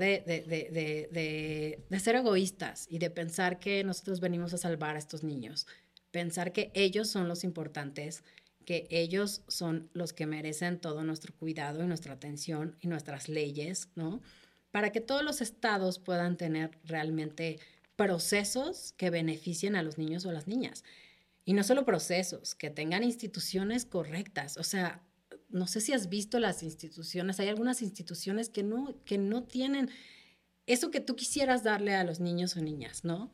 de ser egoístas y de pensar que nosotros venimos a salvar a estos niños, pensar que ellos son los importantes, que ellos son los que merecen todo nuestro cuidado y nuestra atención y nuestras leyes, ¿no? Para que todos los estados puedan tener realmente procesos que beneficien a los niños o a las niñas. Y no solo procesos, que tengan instituciones correctas. O sea, no sé si has visto las instituciones, hay algunas instituciones que no tienen eso que tú quisieras darle a los niños o niñas, ¿no?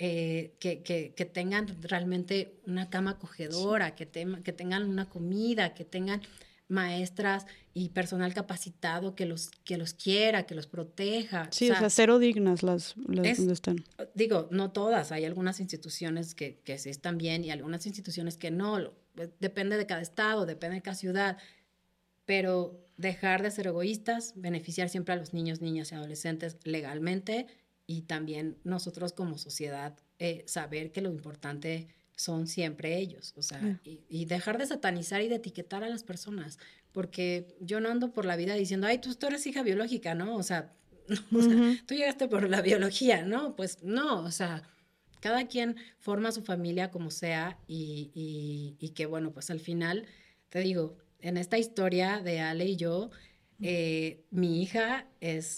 Que tengan realmente una cama acogedora, que tengan una comida, que tengan maestras y personal capacitado que los quiera, que los proteja. Sí, o sea, cero dignas las donde están. Digo, no todas, hay algunas instituciones que sí están bien y algunas instituciones que no, depende de cada estado, depende de cada ciudad, pero dejar de ser egoístas, beneficiar siempre a los niños, niñas y adolescentes legalmente y también nosotros como sociedad saber que lo importante son siempre ellos, o sea, y dejar de satanizar y de etiquetar a las personas, porque yo no ando por la vida diciendo, ay, tú eres hija biológica, ¿no? O sea, tú llegaste por la biología, ¿no? Pues no, o sea, cada quien forma su familia como sea y que bueno, pues al final, te digo, en esta historia de Ale y yo, mi hija es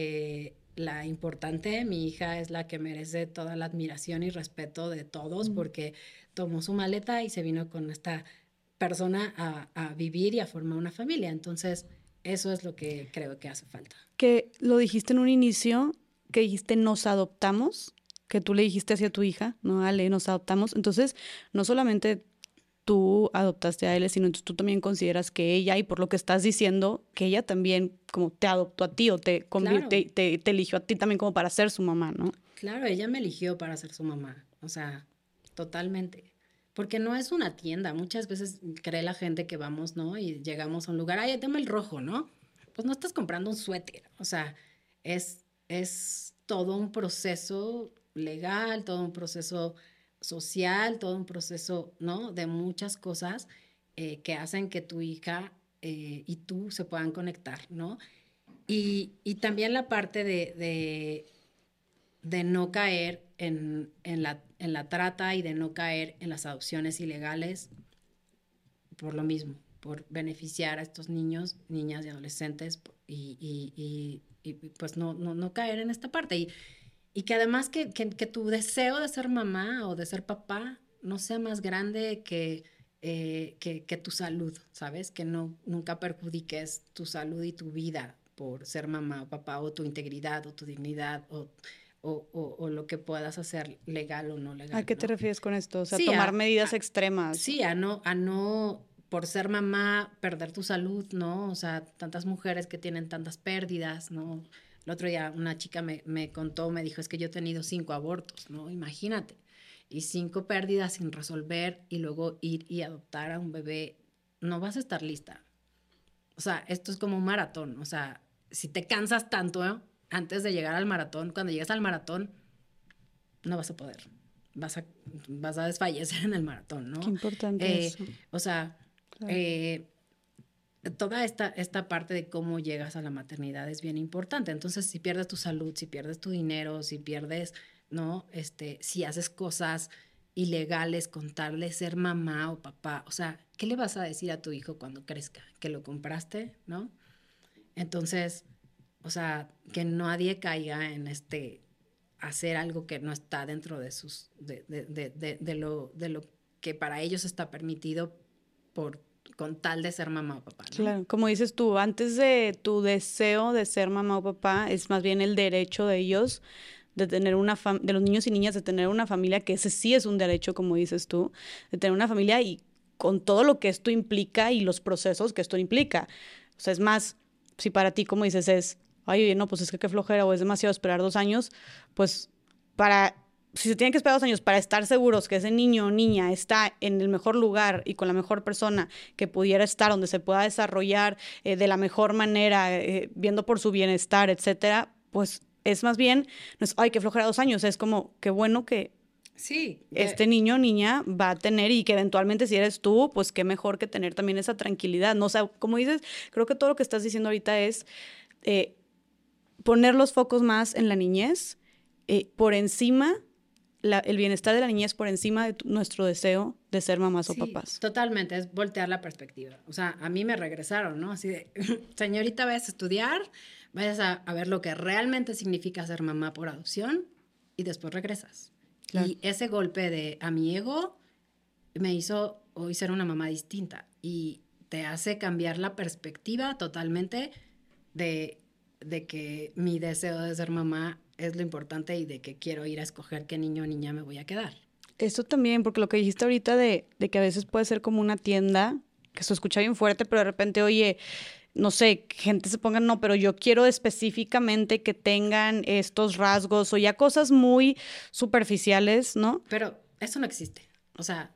la importante, mi hija es la que merece toda la admiración y respeto de todos porque tomó su maleta y se vino con esta persona a vivir y a formar una familia. Entonces, eso es lo que creo que hace falta. Que lo dijiste en un inicio, que dijiste nos adoptamos, que tú le dijiste hacia tu hija, no, Ale, nos adoptamos. Entonces, no solamente tú adoptaste a él, sino entonces tú también consideras que ella, y por lo que estás diciendo, que ella también como te adoptó a ti o Claro. te eligió a ti también como para ser su mamá, ¿no? Claro, ella me eligió para ser su mamá, o sea, totalmente. Porque no es una tienda. Muchas veces cree la gente que vamos, ¿no? Y llegamos a un lugar, ay, dame el rojo, ¿no? Pues no estás comprando un suéter. O sea, es todo un proceso legal, todo un proceso social, todo un proceso, ¿no? De muchas cosas que hacen que tu hija y tú se puedan conectar, ¿no? Y también la parte de no caer en la trata y de no caer en las adopciones ilegales por lo mismo, por beneficiar a estos niños, niñas y adolescentes y pues no caer en esta parte. Y que además que tu deseo de ser mamá o de ser papá no sea más grande que tu salud, ¿sabes? Que no, nunca perjudiques tu salud y tu vida por ser mamá o papá o tu integridad o tu dignidad o lo que puedas hacer legal o no ¿A legal, qué te ¿no? refieres con esto? O sea, Sí, tomar medidas extremas. sí, a no, por ser mamá, perder tu salud, ¿no? O sea, tantas mujeres que tienen tantas pérdidas, ¿no? El otro día una chica me contó, me dijo, es que yo he tenido 5 abortos, ¿no? Imagínate. Y 5 pérdidas sin resolver y luego ir y adoptar a un bebé, no vas a estar lista. O sea, esto es como un maratón. O sea, si te cansas tanto, ¿eh? Antes de llegar al maratón, cuando llegues al maratón, no vas a poder. Vas a, vas a desfallecer en el maratón, Qué ¿no? importante eso. O sea, Claro. toda esta parte de cómo llegas a la maternidad es bien importante. Entonces, si pierdes tu salud, si pierdes tu dinero, si pierdes, ¿no? Si haces cosas ilegales con tal de ser mamá o papá, o sea, ¿qué le vas a decir a tu hijo cuando crezca? ¿Que lo compraste, no? Entonces, o sea, que nadie caiga en hacer algo que no está dentro de sus, de lo que para ellos está permitido por, con tal de ser mamá o papá, ¿no? Claro, como dices tú, antes de tu deseo de ser mamá o papá, es más bien el derecho de ellos de tener de los niños y niñas de tener una familia, que ese sí es un derecho, como dices tú, de tener una familia y con todo lo que esto implica y los procesos que esto implica. O sea, es más, si para ti, como dices, es, ay, oye, no, pues es que qué flojera o es demasiado esperar 2 años, pues para si se tienen que esperar 2 años para estar seguros que ese niño o niña está en el mejor lugar y con la mejor persona que pudiera estar, donde se pueda desarrollar de la mejor manera, viendo por su bienestar, etcétera, pues es más bien, no es, ay, qué flojera 2 años, es como, qué bueno que Sí, este niño o niña va a tener y que eventualmente si eres tú, pues qué mejor que tener también esa tranquilidad, ¿no? O sea, como dices, creo que todo lo que estás diciendo ahorita es eh, poner los focos más en la niñez, por encima el bienestar de la niñez por encima de nuestro deseo de ser mamás o sí, papás. totalmente, es voltear la perspectiva. O sea, a mí me regresaron, ¿no? Así de, señorita, vayas a estudiar, vayas a ver lo que realmente significa ser mamá por adopción y después regresas. Claro. Y ese golpe a mi ego me hizo hoy ser una mamá distinta y te hace cambiar la perspectiva totalmente de, de que mi deseo de ser mamá es lo importante y de que quiero ir a escoger qué niño o niña me voy a quedar. Esto también, porque lo que dijiste ahorita de que a veces puede ser como una tienda, que se escucha bien fuerte, pero de repente, oye, no sé, gente se ponga, no, pero yo quiero específicamente que tengan estos rasgos o ya cosas muy superficiales, ¿no? Pero eso no existe. O sea,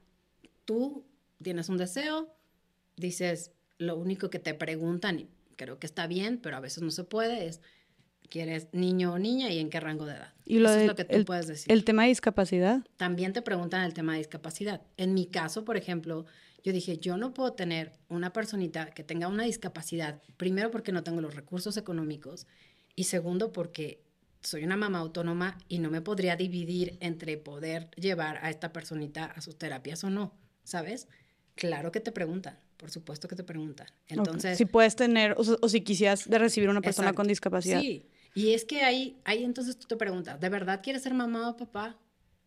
tú tienes un deseo, dices, lo único que te preguntan, y creo que está bien, pero a veces no se puede, es, ¿quieres niño o niña y en qué rango de edad? Y Eso es lo que tú puedes decir. el tema de discapacidad. También te preguntan el tema de discapacidad. En mi caso, por ejemplo, yo dije, yo no puedo tener una personita que tenga una discapacidad, primero porque no tengo los recursos económicos y segundo porque soy una mamá autónoma y no me podría dividir entre poder llevar a esta personita a sus terapias o no, ¿sabes? Claro que te preguntan, por supuesto que te preguntan. Entonces, Okay. Si puedes tener, o si quisieras de recibir una persona exacto, con discapacidad. sí. Y es que ahí entonces tú te preguntas, ¿de verdad quieres ser mamá o papá?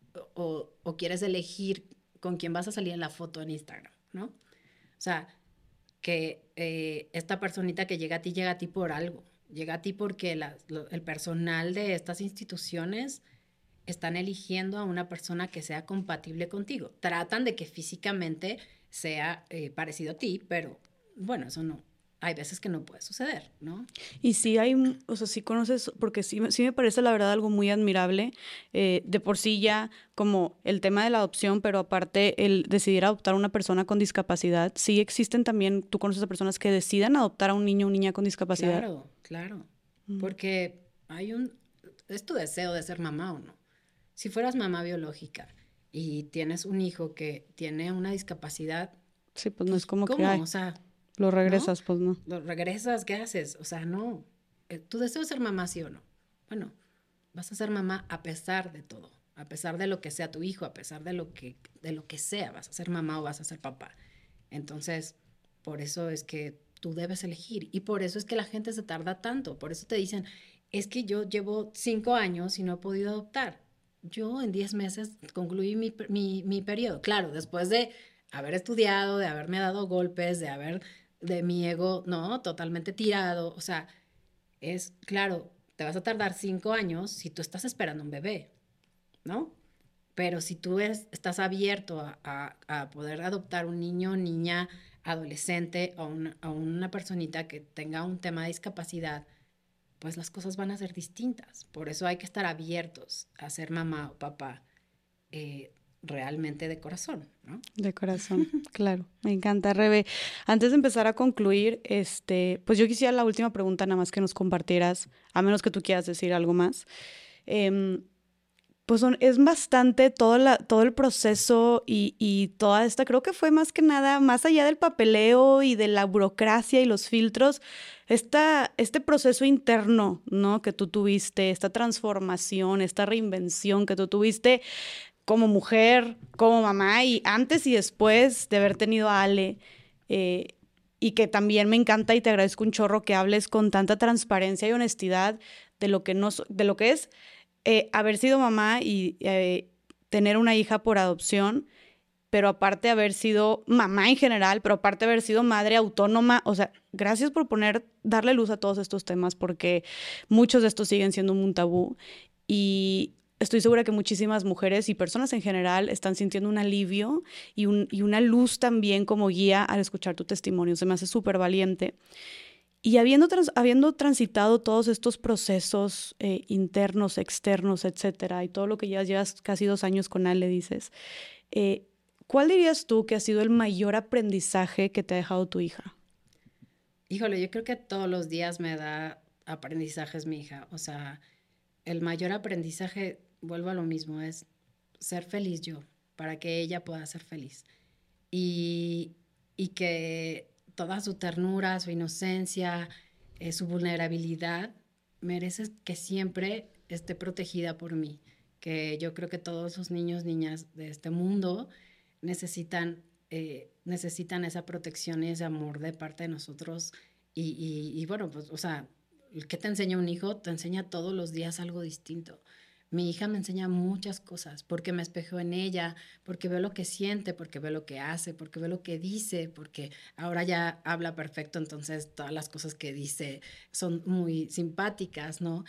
O quieres elegir con quién vas a salir en la foto en Instagram, ¿no? O sea, que esta personita que llega a ti por algo, llega a ti porque el personal de estas instituciones están eligiendo a una persona que sea compatible contigo. Tratan de que físicamente sea parecido a ti, pero bueno, eso no. hay veces que no puede suceder, ¿no? Y sí hay, o sea, sí conoces, porque sí me parece la verdad algo muy admirable, de por sí ya como el tema de la adopción, pero aparte el decidir adoptar a una persona con discapacidad, sí existen también, tú conoces a personas que decidan adoptar a un niño o niña con discapacidad. Claro, claro, porque es tu deseo de ser mamá o no. Si fueras mamá biológica y tienes un hijo que tiene una discapacidad, Sí, pues no es pues, como que, ¿cómo? ay, O sea, lo ¿no? regresas, pues no. Lo regresas, ¿qué haces? O sea, no. ¿Tu deseo es ser mamá, sí o no? Bueno, vas a ser mamá a pesar de todo, a pesar de lo que sea tu hijo, a pesar de lo que sea, vas a ser mamá o vas a ser papá. Entonces, por eso es que tú debes elegir y por eso es que la gente se tarda tanto, por eso te dicen, es que yo llevo 5 años y no he podido adoptar. Yo en 10 meses concluí mi periodo. Claro, después de haber estudiado, de haberme dado golpes, de mi ego, no, totalmente tirado. O sea, es claro, te vas a tardar 5 años si tú estás esperando un bebé, ¿no? Pero si tú estás abierto a poder adoptar un niño, niña, adolescente o una personita que tenga un tema de discapacidad, pues las cosas van a ser distintas. Por eso hay que estar abiertos a ser mamá o papá eh, realmente de corazón, ¿no? De corazón, claro, me encanta, Rebe. Antes de empezar a concluir, pues yo quisiera la última pregunta, nada más que nos compartieras, a menos que tú quieras decir algo más. Em, pues es bastante todo el proceso y toda esta, creo que fue más que nada, más allá del papeleo y de la burocracia y los filtros, este proceso interno, ¿no? Que tú tuviste, esta transformación, esta reinvención que tú tuviste como mujer, como mamá y antes y después de haber tenido a Ale. eh, y que también me encanta y te agradezco un chorro que hables con tanta transparencia y honestidad de lo que, de lo que es haber sido mamá y tener una hija por adopción, pero aparte haber sido mamá en general, pero aparte haber sido madre autónoma. O sea, gracias por darle luz a todos estos temas, porque muchos de estos siguen siendo un tabú. Y estoy segura que muchísimas mujeres y personas en general están sintiendo un alivio y una luz también como guía al escuchar tu testimonio. Se me hace súper valiente. Y habiendo transitado todos estos procesos internos, externos, etcétera, y todo lo que llevas casi 2 años con Ale, dices, eh, ¿cuál dirías tú que ha sido el mayor aprendizaje que te ha dejado tu hija? Híjole, yo creo que todos los días me da aprendizajes mi hija. O sea, el mayor aprendizaje, vuelvo a lo mismo, es ser feliz yo, para que ella pueda ser feliz. Y, y que toda su ternura, su inocencia, su vulnerabilidad, merece que siempre esté protegida por mí. Que yo creo que todos los niños, niñas de este mundo necesitan esa protección y ese amor de parte de nosotros. Y bueno, pues, o sea, ¿qué te enseña un hijo? Te enseña todos los días algo distinto. Mi hija me enseña muchas cosas porque me espejo en ella, porque veo lo que siente, porque veo lo que hace, porque veo lo que dice, porque ahora ya habla perfecto, entonces todas las cosas que dice son muy simpáticas, ¿no?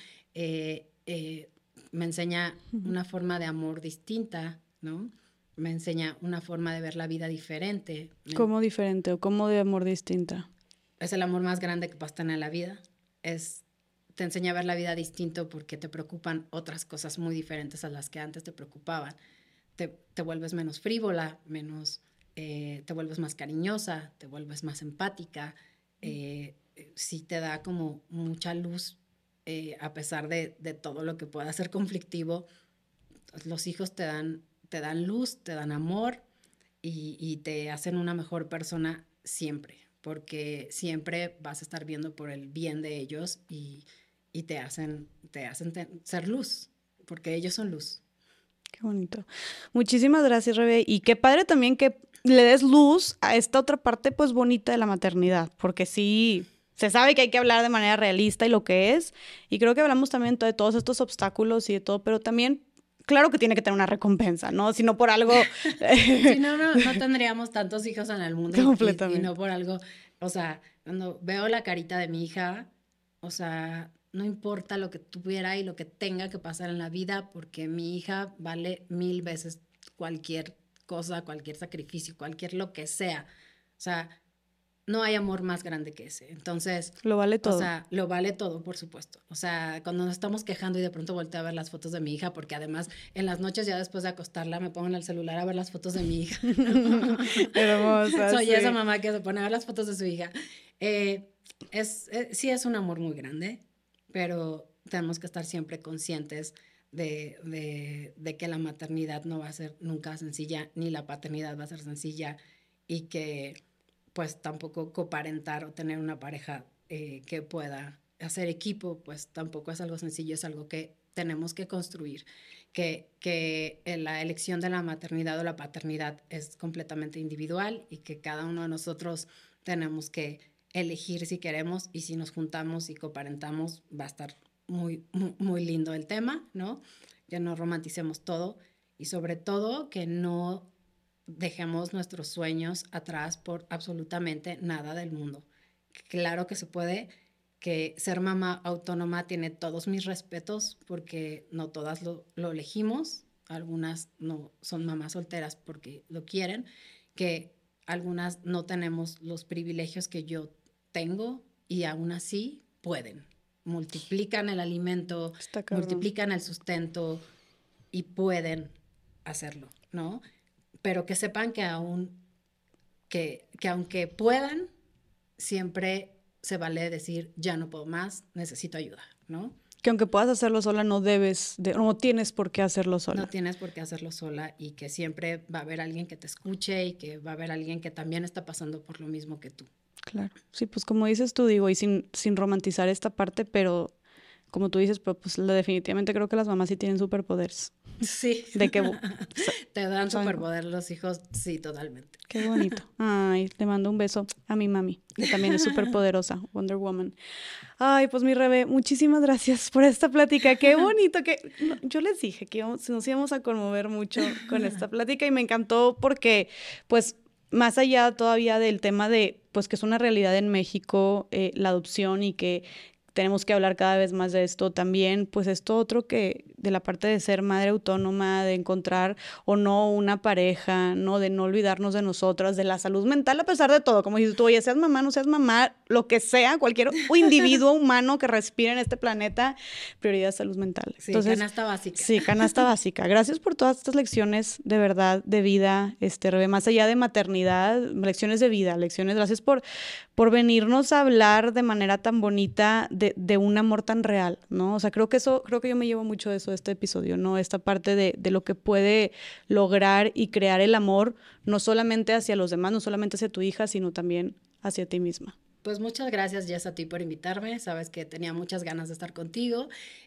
Me enseña una forma de amor distinta, ¿no? Me enseña una forma de ver la vida diferente. ¿Cómo diferente o cómo de amor distinta? Es el amor más grande que puedas tener en la vida. Te enseña a ver la vida distinto porque te preocupan otras cosas muy diferentes a las que antes te preocupaban. Te vuelves menos frívola, te vuelves más cariñosa, te vuelves más empática. Sí te da como mucha luz, a pesar de todo lo que pueda ser conflictivo. Los hijos te dan luz, te dan amor y te hacen una mejor persona siempre, porque siempre vas a estar viendo por el bien de ellos y te hacen ser luz, porque ellos son luz. Qué bonito. Muchísimas gracias, Rebe. Y qué padre también que le des luz a esta otra parte, pues, bonita de la maternidad, porque sí, se sabe que hay que hablar de manera realista y lo que es, y creo que hablamos también de todos estos obstáculos y de todo, pero también, claro que tiene que tener una recompensa, ¿no? Si no por algo... Si no, no tendríamos tantos hijos en el mundo y no por algo, o sea, cuando veo la carita de mi hija, o sea, no importa lo que tuviera y lo que tenga que pasar en la vida, porque mi hija vale 1000 veces cualquier cosa, cualquier sacrificio, cualquier lo que sea. O sea, no hay amor más grande que ese. Entonces, lo vale todo. O sea, lo vale todo, por supuesto. O sea, cuando nos estamos quejando y de pronto volteo a ver las fotos de mi hija, porque además en las noches ya después de acostarla me pongo en el celular a ver las fotos de mi hija. Hermosa. Soy sí. esa mamá que se pone a ver las fotos de su hija. Sí es un amor muy grande, pero tenemos que estar siempre conscientes de que la maternidad no va a ser nunca sencilla, ni la paternidad va a ser sencilla, y que pues tampoco coparentar o tener una pareja que pueda hacer equipo, pues tampoco es algo sencillo, es algo que tenemos que construir, que la elección de la maternidad o la paternidad es completamente individual y que cada uno de nosotros tenemos que elegir si queremos, y si nos juntamos y coparentamos va a estar muy, muy, muy lindo el tema, ¿no? Que no romanticemos todo, y sobre todo que no dejemos nuestros sueños atrás por absolutamente nada del mundo. Claro que se puede, que ser mamá autónoma tiene todos mis respetos, porque no todas lo elegimos, algunas no son mamás solteras porque lo quieren, que algunas no tenemos los privilegios que yo tengo y aún así pueden. Multiplican el alimento, multiplican el sustento y pueden hacerlo, ¿no? Pero que sepan que aunque puedan, siempre se vale decir, ya no puedo más, necesito ayuda, ¿no? Que aunque puedas hacerlo sola, no tienes por qué hacerlo sola. No tienes por qué hacerlo sola, y que siempre va a haber alguien que te escuche y que va a haber alguien que también está pasando por lo mismo que tú. Claro, sí, pues como dices tú, digo, y sin romantizar esta parte, pero como tú dices, pero pues definitivamente creo que las mamás sí tienen superpoderes. Sí. De que te dan superpoder los hijos, sí, totalmente. Qué bonito. Ay, le mando un beso a mi mami, que también es súper poderosa, Wonder Woman. Ay, pues mi Rebe, muchísimas gracias por esta plática. Qué bonito que... yo les dije que nos íbamos a conmover mucho con esta plática, y me encantó porque, pues, más allá todavía del tema de, pues, que es una realidad en México, la adopción, y que tenemos que hablar cada vez más de esto también, pues esto otro que de la parte de ser madre autónoma, de encontrar o no una pareja, ¿no? De no olvidarnos de nosotras, de la salud mental a pesar de todo, como dices tú, oye, seas mamá, no seas mamá, lo que sea, cualquier individuo humano que respire en este planeta, prioridad es salud mental. Sí, entonces, canasta básica. Sí, canasta básica. Gracias por todas estas lecciones de verdad, de vida, Rebe, más allá de maternidad, lecciones de vida, lecciones, gracias por venirnos a hablar de manera tan bonita de un amor tan real, ¿no? O sea, creo que yo me llevo mucho de eso de este episodio, ¿no? Esta parte de lo que puede lograr y crear el amor, no solamente hacia los demás, no solamente hacia tu hija, sino también hacia ti misma. Pues muchas gracias, Jess, a ti por invitarme. Sabes que tenía muchas ganas de estar contigo,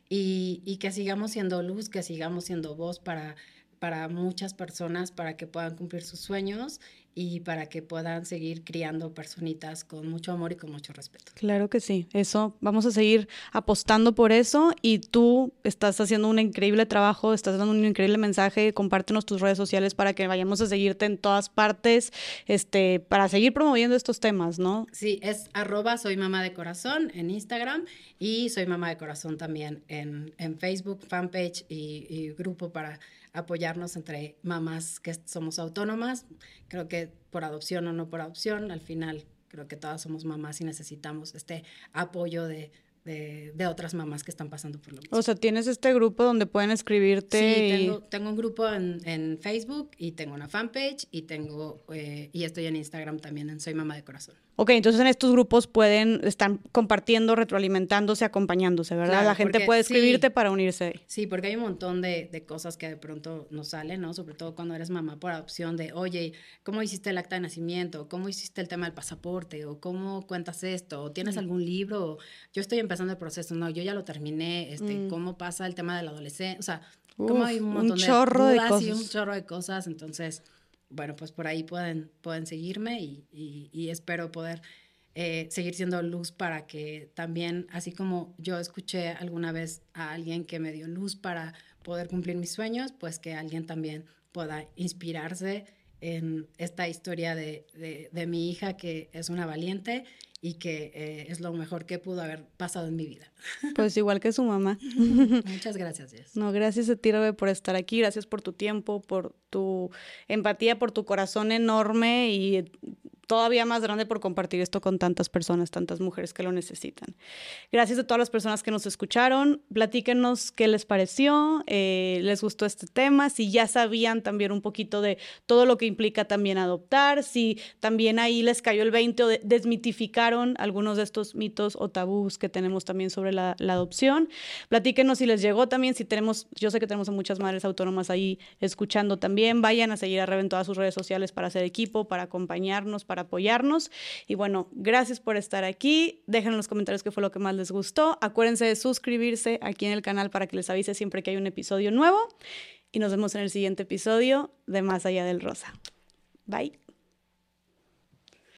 y que sigamos siendo luz, que sigamos siendo voz para muchas personas, para que puedan cumplir sus sueños y para que puedan seguir criando personitas con mucho amor y con mucho respeto. Claro que sí, eso, vamos a seguir apostando por eso, y tú estás haciendo un increíble trabajo, estás dando un increíble mensaje. Compártenos tus redes sociales para que vayamos a seguirte en todas partes, para seguir promoviendo estos temas, ¿no? Sí, es @soymamadecorazón en Instagram, y Soy Mamá de Corazón también en Facebook, fanpage y grupo para apoyarnos entre mamás que somos autónomas. Creo que por adopción o no por adopción, al final creo que todas somos mamás y necesitamos este apoyo de otras mamás que están pasando por lo mismo. O sea, ¿tienes este grupo donde pueden escribirte? Sí, tengo un grupo en Facebook, y tengo una fanpage, y estoy en Instagram también en Soy Mamá de Corazón. Ok, entonces en estos grupos están compartiendo, retroalimentándose, acompañándose, ¿verdad? Claro, la gente puede escribirte para unirse. Sí, porque hay un montón de cosas que de pronto nos salen, ¿no? Sobre todo cuando eres mamá por adopción, de, oye, ¿cómo hiciste el acta de nacimiento? ¿Cómo hiciste el tema del pasaporte? ¿O cómo cuentas esto? ¿O tienes algún libro? ¿O yo estoy empezando el proceso? No, yo ya lo terminé. ¿Cómo pasa el tema de la adolescencia? O sea, como hay un montón de dudas y un chorro de cosas. Entonces, bueno, pues por ahí pueden seguirme, y espero poder seguir siendo luz para que también, así como yo escuché alguna vez a alguien que me dio luz para poder cumplir mis sueños, pues que alguien también pueda inspirarse en esta historia de mi hija, que es una valiente y que es lo mejor que pudo haber pasado en mi vida. Pues igual que su mamá. Muchas gracias, Jess. No, gracias a ti, Rebe, por estar aquí, gracias por tu tiempo, por tu empatía, por tu corazón enorme, y todavía más grande por compartir esto con tantas personas, tantas mujeres que lo necesitan. Gracias a todas las personas que nos escucharon. Platíquenos qué les pareció, les gustó este tema, si ya sabían también un poquito de todo lo que implica también adoptar, si también ahí les cayó el 20 o desmitificaron algunos de estos mitos o tabús que tenemos también sobre la adopción. Platíquenos si les llegó también, si tenemos, yo sé que tenemos a muchas madres autónomas ahí escuchando también. Vayan a seguir a Rebe en todas sus redes sociales para hacer equipo, para acompañarnos, para apoyarnos. Y bueno, gracias por estar aquí. Dejen en los comentarios qué fue lo que más les gustó. Acuérdense de suscribirse aquí en el canal para que les avise siempre que hay un episodio nuevo. Y nos vemos en el siguiente episodio de Más Allá del Rosa. Bye.